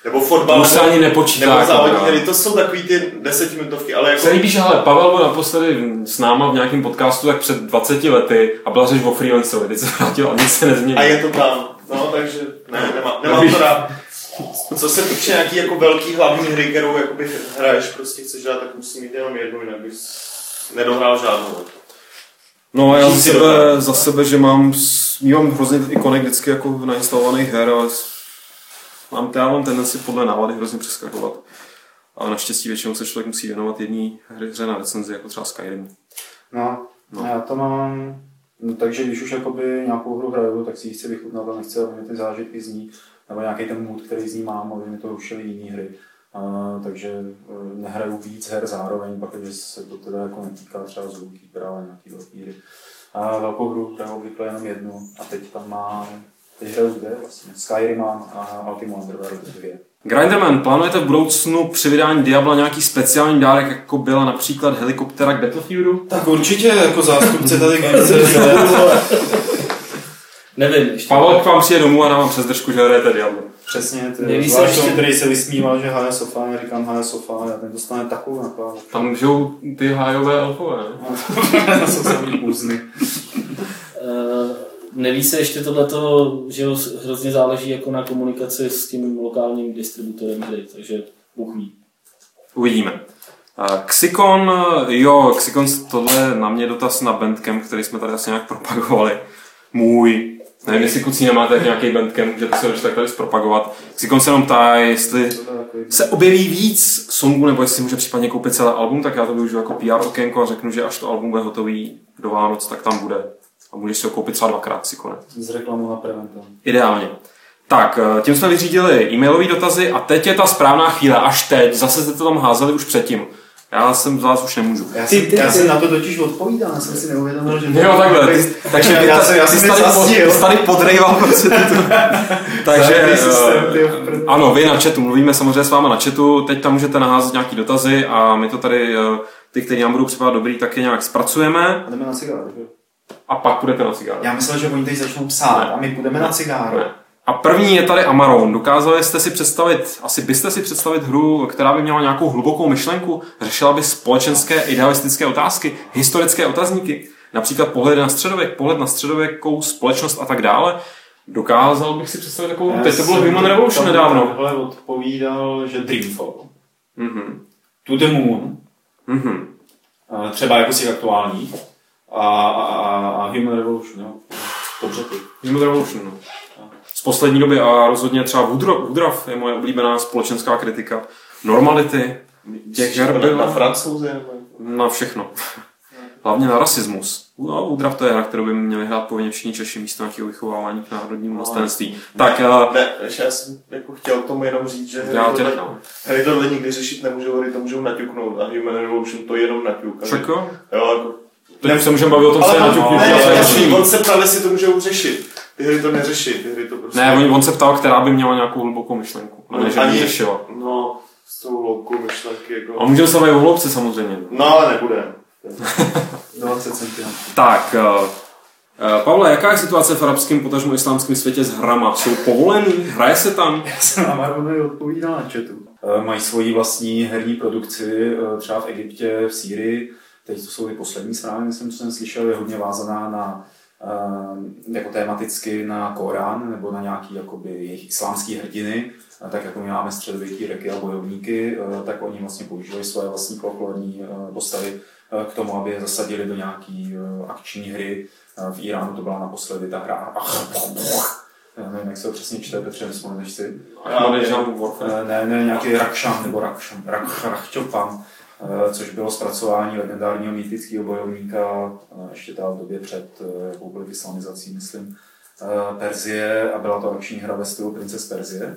nebo fotbal, to se ani nepočítá. Nebo závodní hry, to jsou takový ty desetiminutovky, ale jako... Se líbí, že hele, Pavel byl naposledy s náma v nějakém podcastu tak před dvaceti lety a byla řeč o freelancerovi, teď se vrátil a nic se nezměnilo. A je to tam, no takže ne, nemá, nemám to rád. Co se týče nějaký jako velký hlavní hry, kterou jakoby hraješ, prostě chceš dát, tak musí mít jenom jednu, jinak bys nedohrál žádnou. No já za sebe, za sebe, že mám, mývám hrozně ikonek vždycky jako nainstalovaných her, ale mám, já mám tendenci podle návady hrozně přeskakovat. Ale naštěstí většinou se člověk musí věnovat jedné hře na recenzi, jako třeba Skyrim. No, no. Já to mám, no, takže když už jakoby nějakou hru hraju, tak si ji chci vychutnat a nechci, aby mi ty zážitky z ní, nebo nějaký ten mood, který z ní mám, aby mi to rušily jiné hry. Uh, takže uh, nehraju víc her zároveň, protože se to teda jako netýká třeba Zookeepera, ale nějaký velký hry. A velkou hru hraju obvykle jenom jednu a teď tam mám, teď hraju dvě vlastně, Skyrim mám a Ultima Underworld dvě. Grinderman, plánujete v budoucnu při vydání Diabla nějaký speciální dárek, jako byla například helikoptera k Battlefieldu? Tak určitě, jako zástupce tady Gamece. Nevím, ještě. Pavel k vám přijde domů a nám přes držku, že hrajete Diablo. Přesně, ty zvlášť tomu, který se vysmíval, že Haja Sofa, já říkám Haja Sofa, a ten dostane takovou nakládu. Tam žijou ty hájové elfové, ne? To jsou samý úzny. Uh, neví se ještě tohleto, že hrozně záleží jako na komunikaci s tím lokálním distributorem hry, takže Bůh ví. Uvidíme. Xikon, jo, Xikon, tohle je na mě dotaz na Bandcamp, který jsme tady asi nějak propagovali. Můj. Nevím, jestli kluci nemáte nějaký Bandcamp, můžete se tak tady zpropagovat. Xikon se jenom ptá, jestli se objeví víc songů, nebo jestli může případně koupit celý album, tak já to využiju jako P R okénko a řeknu, že až to album bude hotový do Vánoc, tak tam bude. A můžeš si ho koupit třeba dvakrát, Xikone. Z reklamu na Preventa. Ideálně. Tak, tím jsme vyřídili e-mailové dotazy a teď je ta správná chvíle, až teď. Zase jste to tam házeli už předtím. Já jsem z vás už nemůžu. Já jsem, já jsem na to totiž odpovídal, já jsem si neuvědomil, že... Jo, takhle, ty, takže ty, já ta, jsem, já ty, jsem tady, po, ty tady podrejval prostě tyto. Takže, uh, ano, vy na chatu, mluvíme samozřejmě s váma na chatu, teď tam můžete naházet nějaký dotazy a my to tady, uh, ty, kteří nám budou připadat dobrý, taky nějak zpracujeme. A jdeme na cigáru, že? A pak půjdete na cigáru. Já myslel, že oni teď začnou psát ne. a my půjdeme ne. na cigáru. Ne. A první je tady Amaron. Dokázali jste si představit, asi byste si představit hru, která by měla nějakou hlubokou myšlenku, řešila by společenské idealistické otázky, historické otazníky, například pohled na středověk, pohled na středověkou společnost a tak dále. Dokázal bych si představit takovou, teď to bylo Human Revolution nedávno. Tohle odpovídal, že Dreamfall. Mm-hmm. To the Moon. Mm-hmm. Třeba jako z těch aktuálních. A, a, a, a Human Revolution, jo. Dobře ty. Human Revolution, no. Z poslední doby a rozhodně třeba Woodruff je moje oblíbená společenská kritika. Normality, těch her byl... Na Francouze? Na všechno. Hlavně na rasismus. No, Woodruff to je hra, kterou by měli hrát povinně všichni Češi místo nějakého vychovávání k národnímu vlastenství. Tak... Uh, ne, já jsem jako chtěl tomu jenom říct, že hry tohle, hry tohle nikdy řešit nemůžou, hry to můžou naťuknout a Human Revolution to jenom naťuk. Však jo? Jo, jako... Teď se můžeme bavit o tom, co je naťuknut. Ne, ne, on se ptal, jestli to můžou řešit. Ty hry to neřeší, ty hry to prostě... Ne, on, on se ptal, která by měla nějakou hlubokou myšlenku. A ne, že by řešila. No, s tou hloubkou myšlenky jako... A můžeme se bavit o hloubce samozřejmě. No, ale nebude. dvacet centimetrů. Tak, uh, uh, Pavle, jaká je situace v arabském potažmo islámském světě s hrama? Jsou povolený? Hraje se tam? Já jsem na Marvinovi odpovídal na chatu. Uh, mají svoji vlastní herní produkci, uh, třeba v Egyptě, v Sýrii. Teď to jsou ty poslední zprávy, myslím, co jsem slyšel, je hodně vázaná na uh, jako tematicky na Korán nebo na nějaký jakoby jejich islámský hrdiny, uh, tak jako my máme středověký reky a bojovníky, uh, tak oni vlastně používají své vlastní folklorní uh, postavy uh, k tomu, aby je zasadili do nějaký uh, akční hry. Uh, v Iránu to byla naposledy ta hra já nevím, jak se ho přesně čte, Petře, nesmolneš si. Uh, ne, ne, nějaký Rakšan nebo Rakšan, Rakšopan. Což bylo zpracování legendárního mýtického bojovníka ještě ta v době před jakoukoliv islamizací, myslím, Perzie, a byla to akční hra ve stylu Princes Perzie.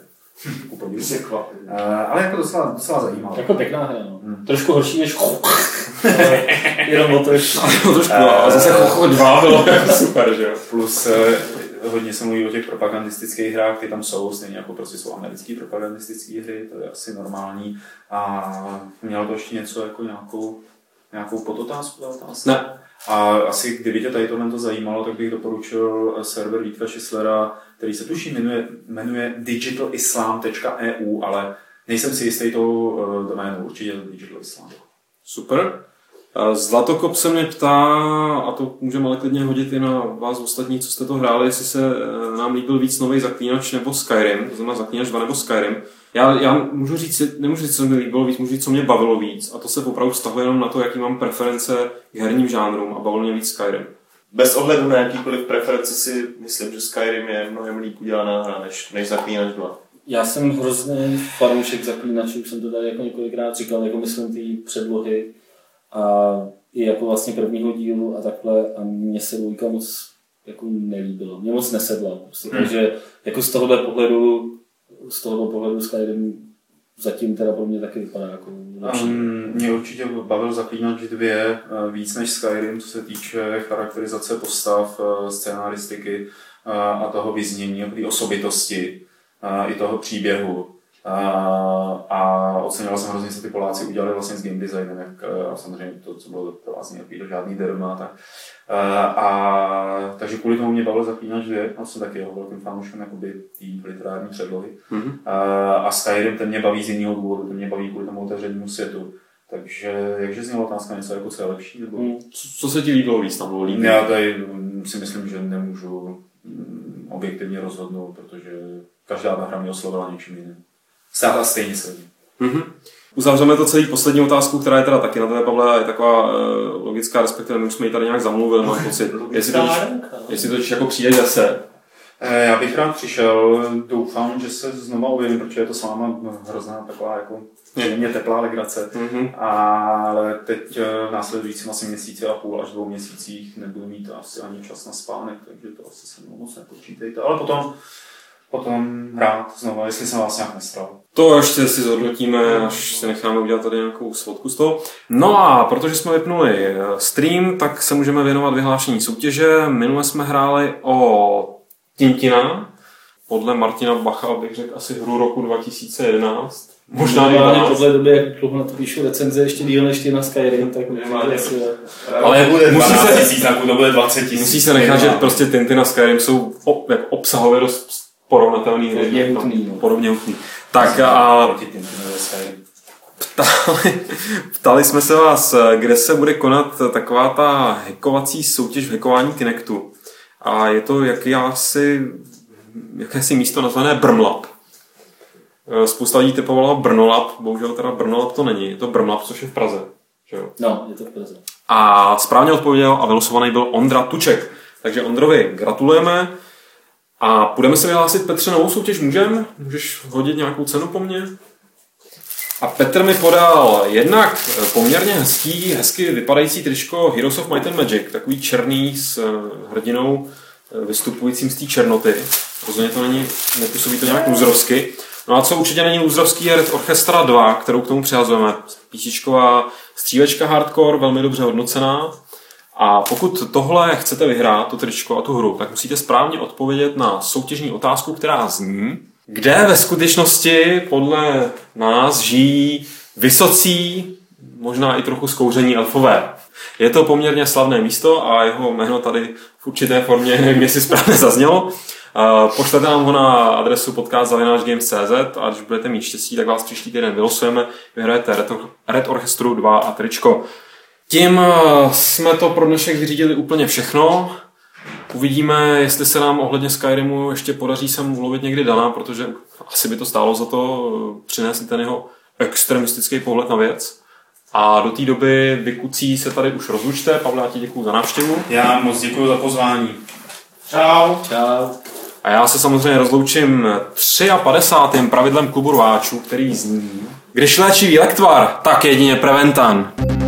Ale jako docela, docela zajímavá. Jako pěkná hra, no. Hmm. Trošku horší než jenom o to ještě. Trošku, a zase Chocho dva bylo super, že jo. Plus hodně se mluví o těch propagandistických hrách, ty tam jsou, stejně jako prostě jsou americké propagandistické hry, to je asi normální. A mělo to ještě něco jako nějakou, nějakou podotázku? Ne. A asi kdyby tě tady tohle to zajímalo, tak bych doporučil server Vítka Šislera, který se tuším jmenuje, jmenuje digital islam tečka e u, ale nejsem si jistý tou doménou, určitě Digital Islam. Super. Zlatokop se mě ptá, a to můžeme ale klidně hodit i na vás ostatní, co jste to hráli, jestli se nám líbil víc nový Zaklínač nebo Skyrim, to znamená Zaklínač dva nebo Skyrim. Já, já můžu říct, nemůžu říct, co mi líbilo víc, můžu říct, co mě bavilo víc, a to se opravdu vztahuje jenom na to, jaký mám preference k herním žánrům, a bavilo mě víc Skyrim. Bez ohledu na jakýkoliv preference si myslím, že Skyrim je mnohem líp udělaná hra než, než Zaklínač dva. Já jsem hrozný fanoušek Zaklínačů, už jsem to tady jako několikrát říkal, jako myslím ty předlohy a i jako vlastně prvního dílu a takhle, a mně se dvojka moc jako nelíbilo, mě moc nesedla prostě, hmm. takže jako z tohohle pohledu z tohohle pohledu Skyrim zatím teda pro mě taky vypadá jako lepší. Um, mě určitě bavil Zaklínač dvě víc než Skyrim, co se týče charakterizace postav, scénaristiky a toho vyznění, té osobitosti i toho příběhu. A ocenila jsem hrozně, co ty Poláci udělali vlastně s game designem, jak, a samozřejmě to, co bylo to vlastně nepůjde žádný derma. Tak. A, a, takže kvůli tomu mě bavil Zaklínač dvě, a jsem taky jeho velkým fanouškem jakoby té literární předlohy. Mm-hmm. A, a Skyrim ten mě baví z jiného důvodu, ten mě baví kvůli tomu otevřenému světu. Takže jakže zněla otázka něco jako co je lepší? Nebo... Mm. Co, co se ti líbilo víc? Tam bylo líbilo? Já tady si myslím, že nemůžu objektivně rozhodnout, protože každá hra mě oslovila něčím jiným. Stále stejně se lidí. Mm-hmm. Uzavřeme to celý poslední otázku, která je teda taky na tebe, Pavle, je taková uh, logická, respektive my už jsme ji tady nějak zamluvili, mám pocit. Jestli to, jestli to jako přijde zase. Já bych rád přišel, doufám, že se znova objevím, protože je to s váma hrozná taková jako příjemně teplá legrace. Mm-hmm. Ale teď v následujícím asi měsíci a půl až dvou měsících nebudu mít asi ani čas na spánek, takže to asi se mnou moc nepočítejte. Ale potom Potom rád znovu, jestli jsem vás nějak nestral. To ještě si zhodnotíme, až si necháme udělat tady nějakou svodku z toho. No a protože jsme vypnuli stream, tak se můžeme věnovat vyhlášení soutěže. Minule jsme hráli o Tintina. Podle Martina Bacha bych řekl asi hru roku dva tisíce jedenáct. Možná i dvanáct. Podle doby, jak dlouho na to píšu recenze, ještě díl než ty na Skyrim, tak asi... Ale bude musí se, tisíc, to bude dvacet tisíc. Musí se nechat, že prostě Tintin a Skyrim jsou ob, jak obsahově dost porovnatelný hry. Hutný, no. Podobně hutný. Tak a ptali, ptali jsme se vás, kde se bude konat taková ta hackovací soutěž v hackování Kinectu. A je to jakési, jakési místo nazvané Brmlab. Spousta lidí typovala Brnolab, bohužel teda Brnolab to není, je to Brmlab, což je v Praze. Že jo? No, je to v Praze. A správně odpověděl a vylosovaný byl Ondra Tuček. Takže Ondrovi gratulujeme. A půjdeme se vyhlásit, Petře, novou soutěž, můžem? Můžeš hodit nějakou cenu po mně? A Petr mi podal jednak poměrně hezký, hezky vypadající tričko Heroes of Might and Magic, takový černý s hrdinou vystupujícím z té černoty. Rozhodně to není, nepůsobí to nějak lůzrovsky. No a co určitě není lůzrovský, je Red Orchestra dva, kterou k tomu přihazujeme. Písničková střívečka hardcore, velmi dobře hodnocená. A pokud tohle chcete vyhrát, to tričko a tu hru, tak musíte správně odpovědět na soutěžní otázku, která zní, kde ve skutečnosti podle nás žijí vysocí, možná i trochu zkouření elfové. Je to poměrně slavné místo a jeho jméno tady v určité formě, nevím, jestli správně zaznělo. Pošlete nám ho na adresu podcast zavináč games tečka cé zet a když budete mít štěstí, tak vás příští týden vylosujeme, vyhrajete Red Orchestru dva a tričko. Tím jsme to pro dnešek vyřídili úplně všechno. Uvidíme, jestli se nám ohledně Skyrimu ještě podaří sem ulovit někdy Dana, protože asi by to stálo za to přinést ten jeho extremistický pohled na věc. A do té doby vykucí se tady už rozlučte. Pavle, já ti děkuju za návštěvu. Já moc děkuju za pozvání. Čau. Čau. A já se samozřejmě rozloučím padesátým třetím pravidlem klubu rváčů, který zní: když léčivý lektvar, tak jedině Preventan.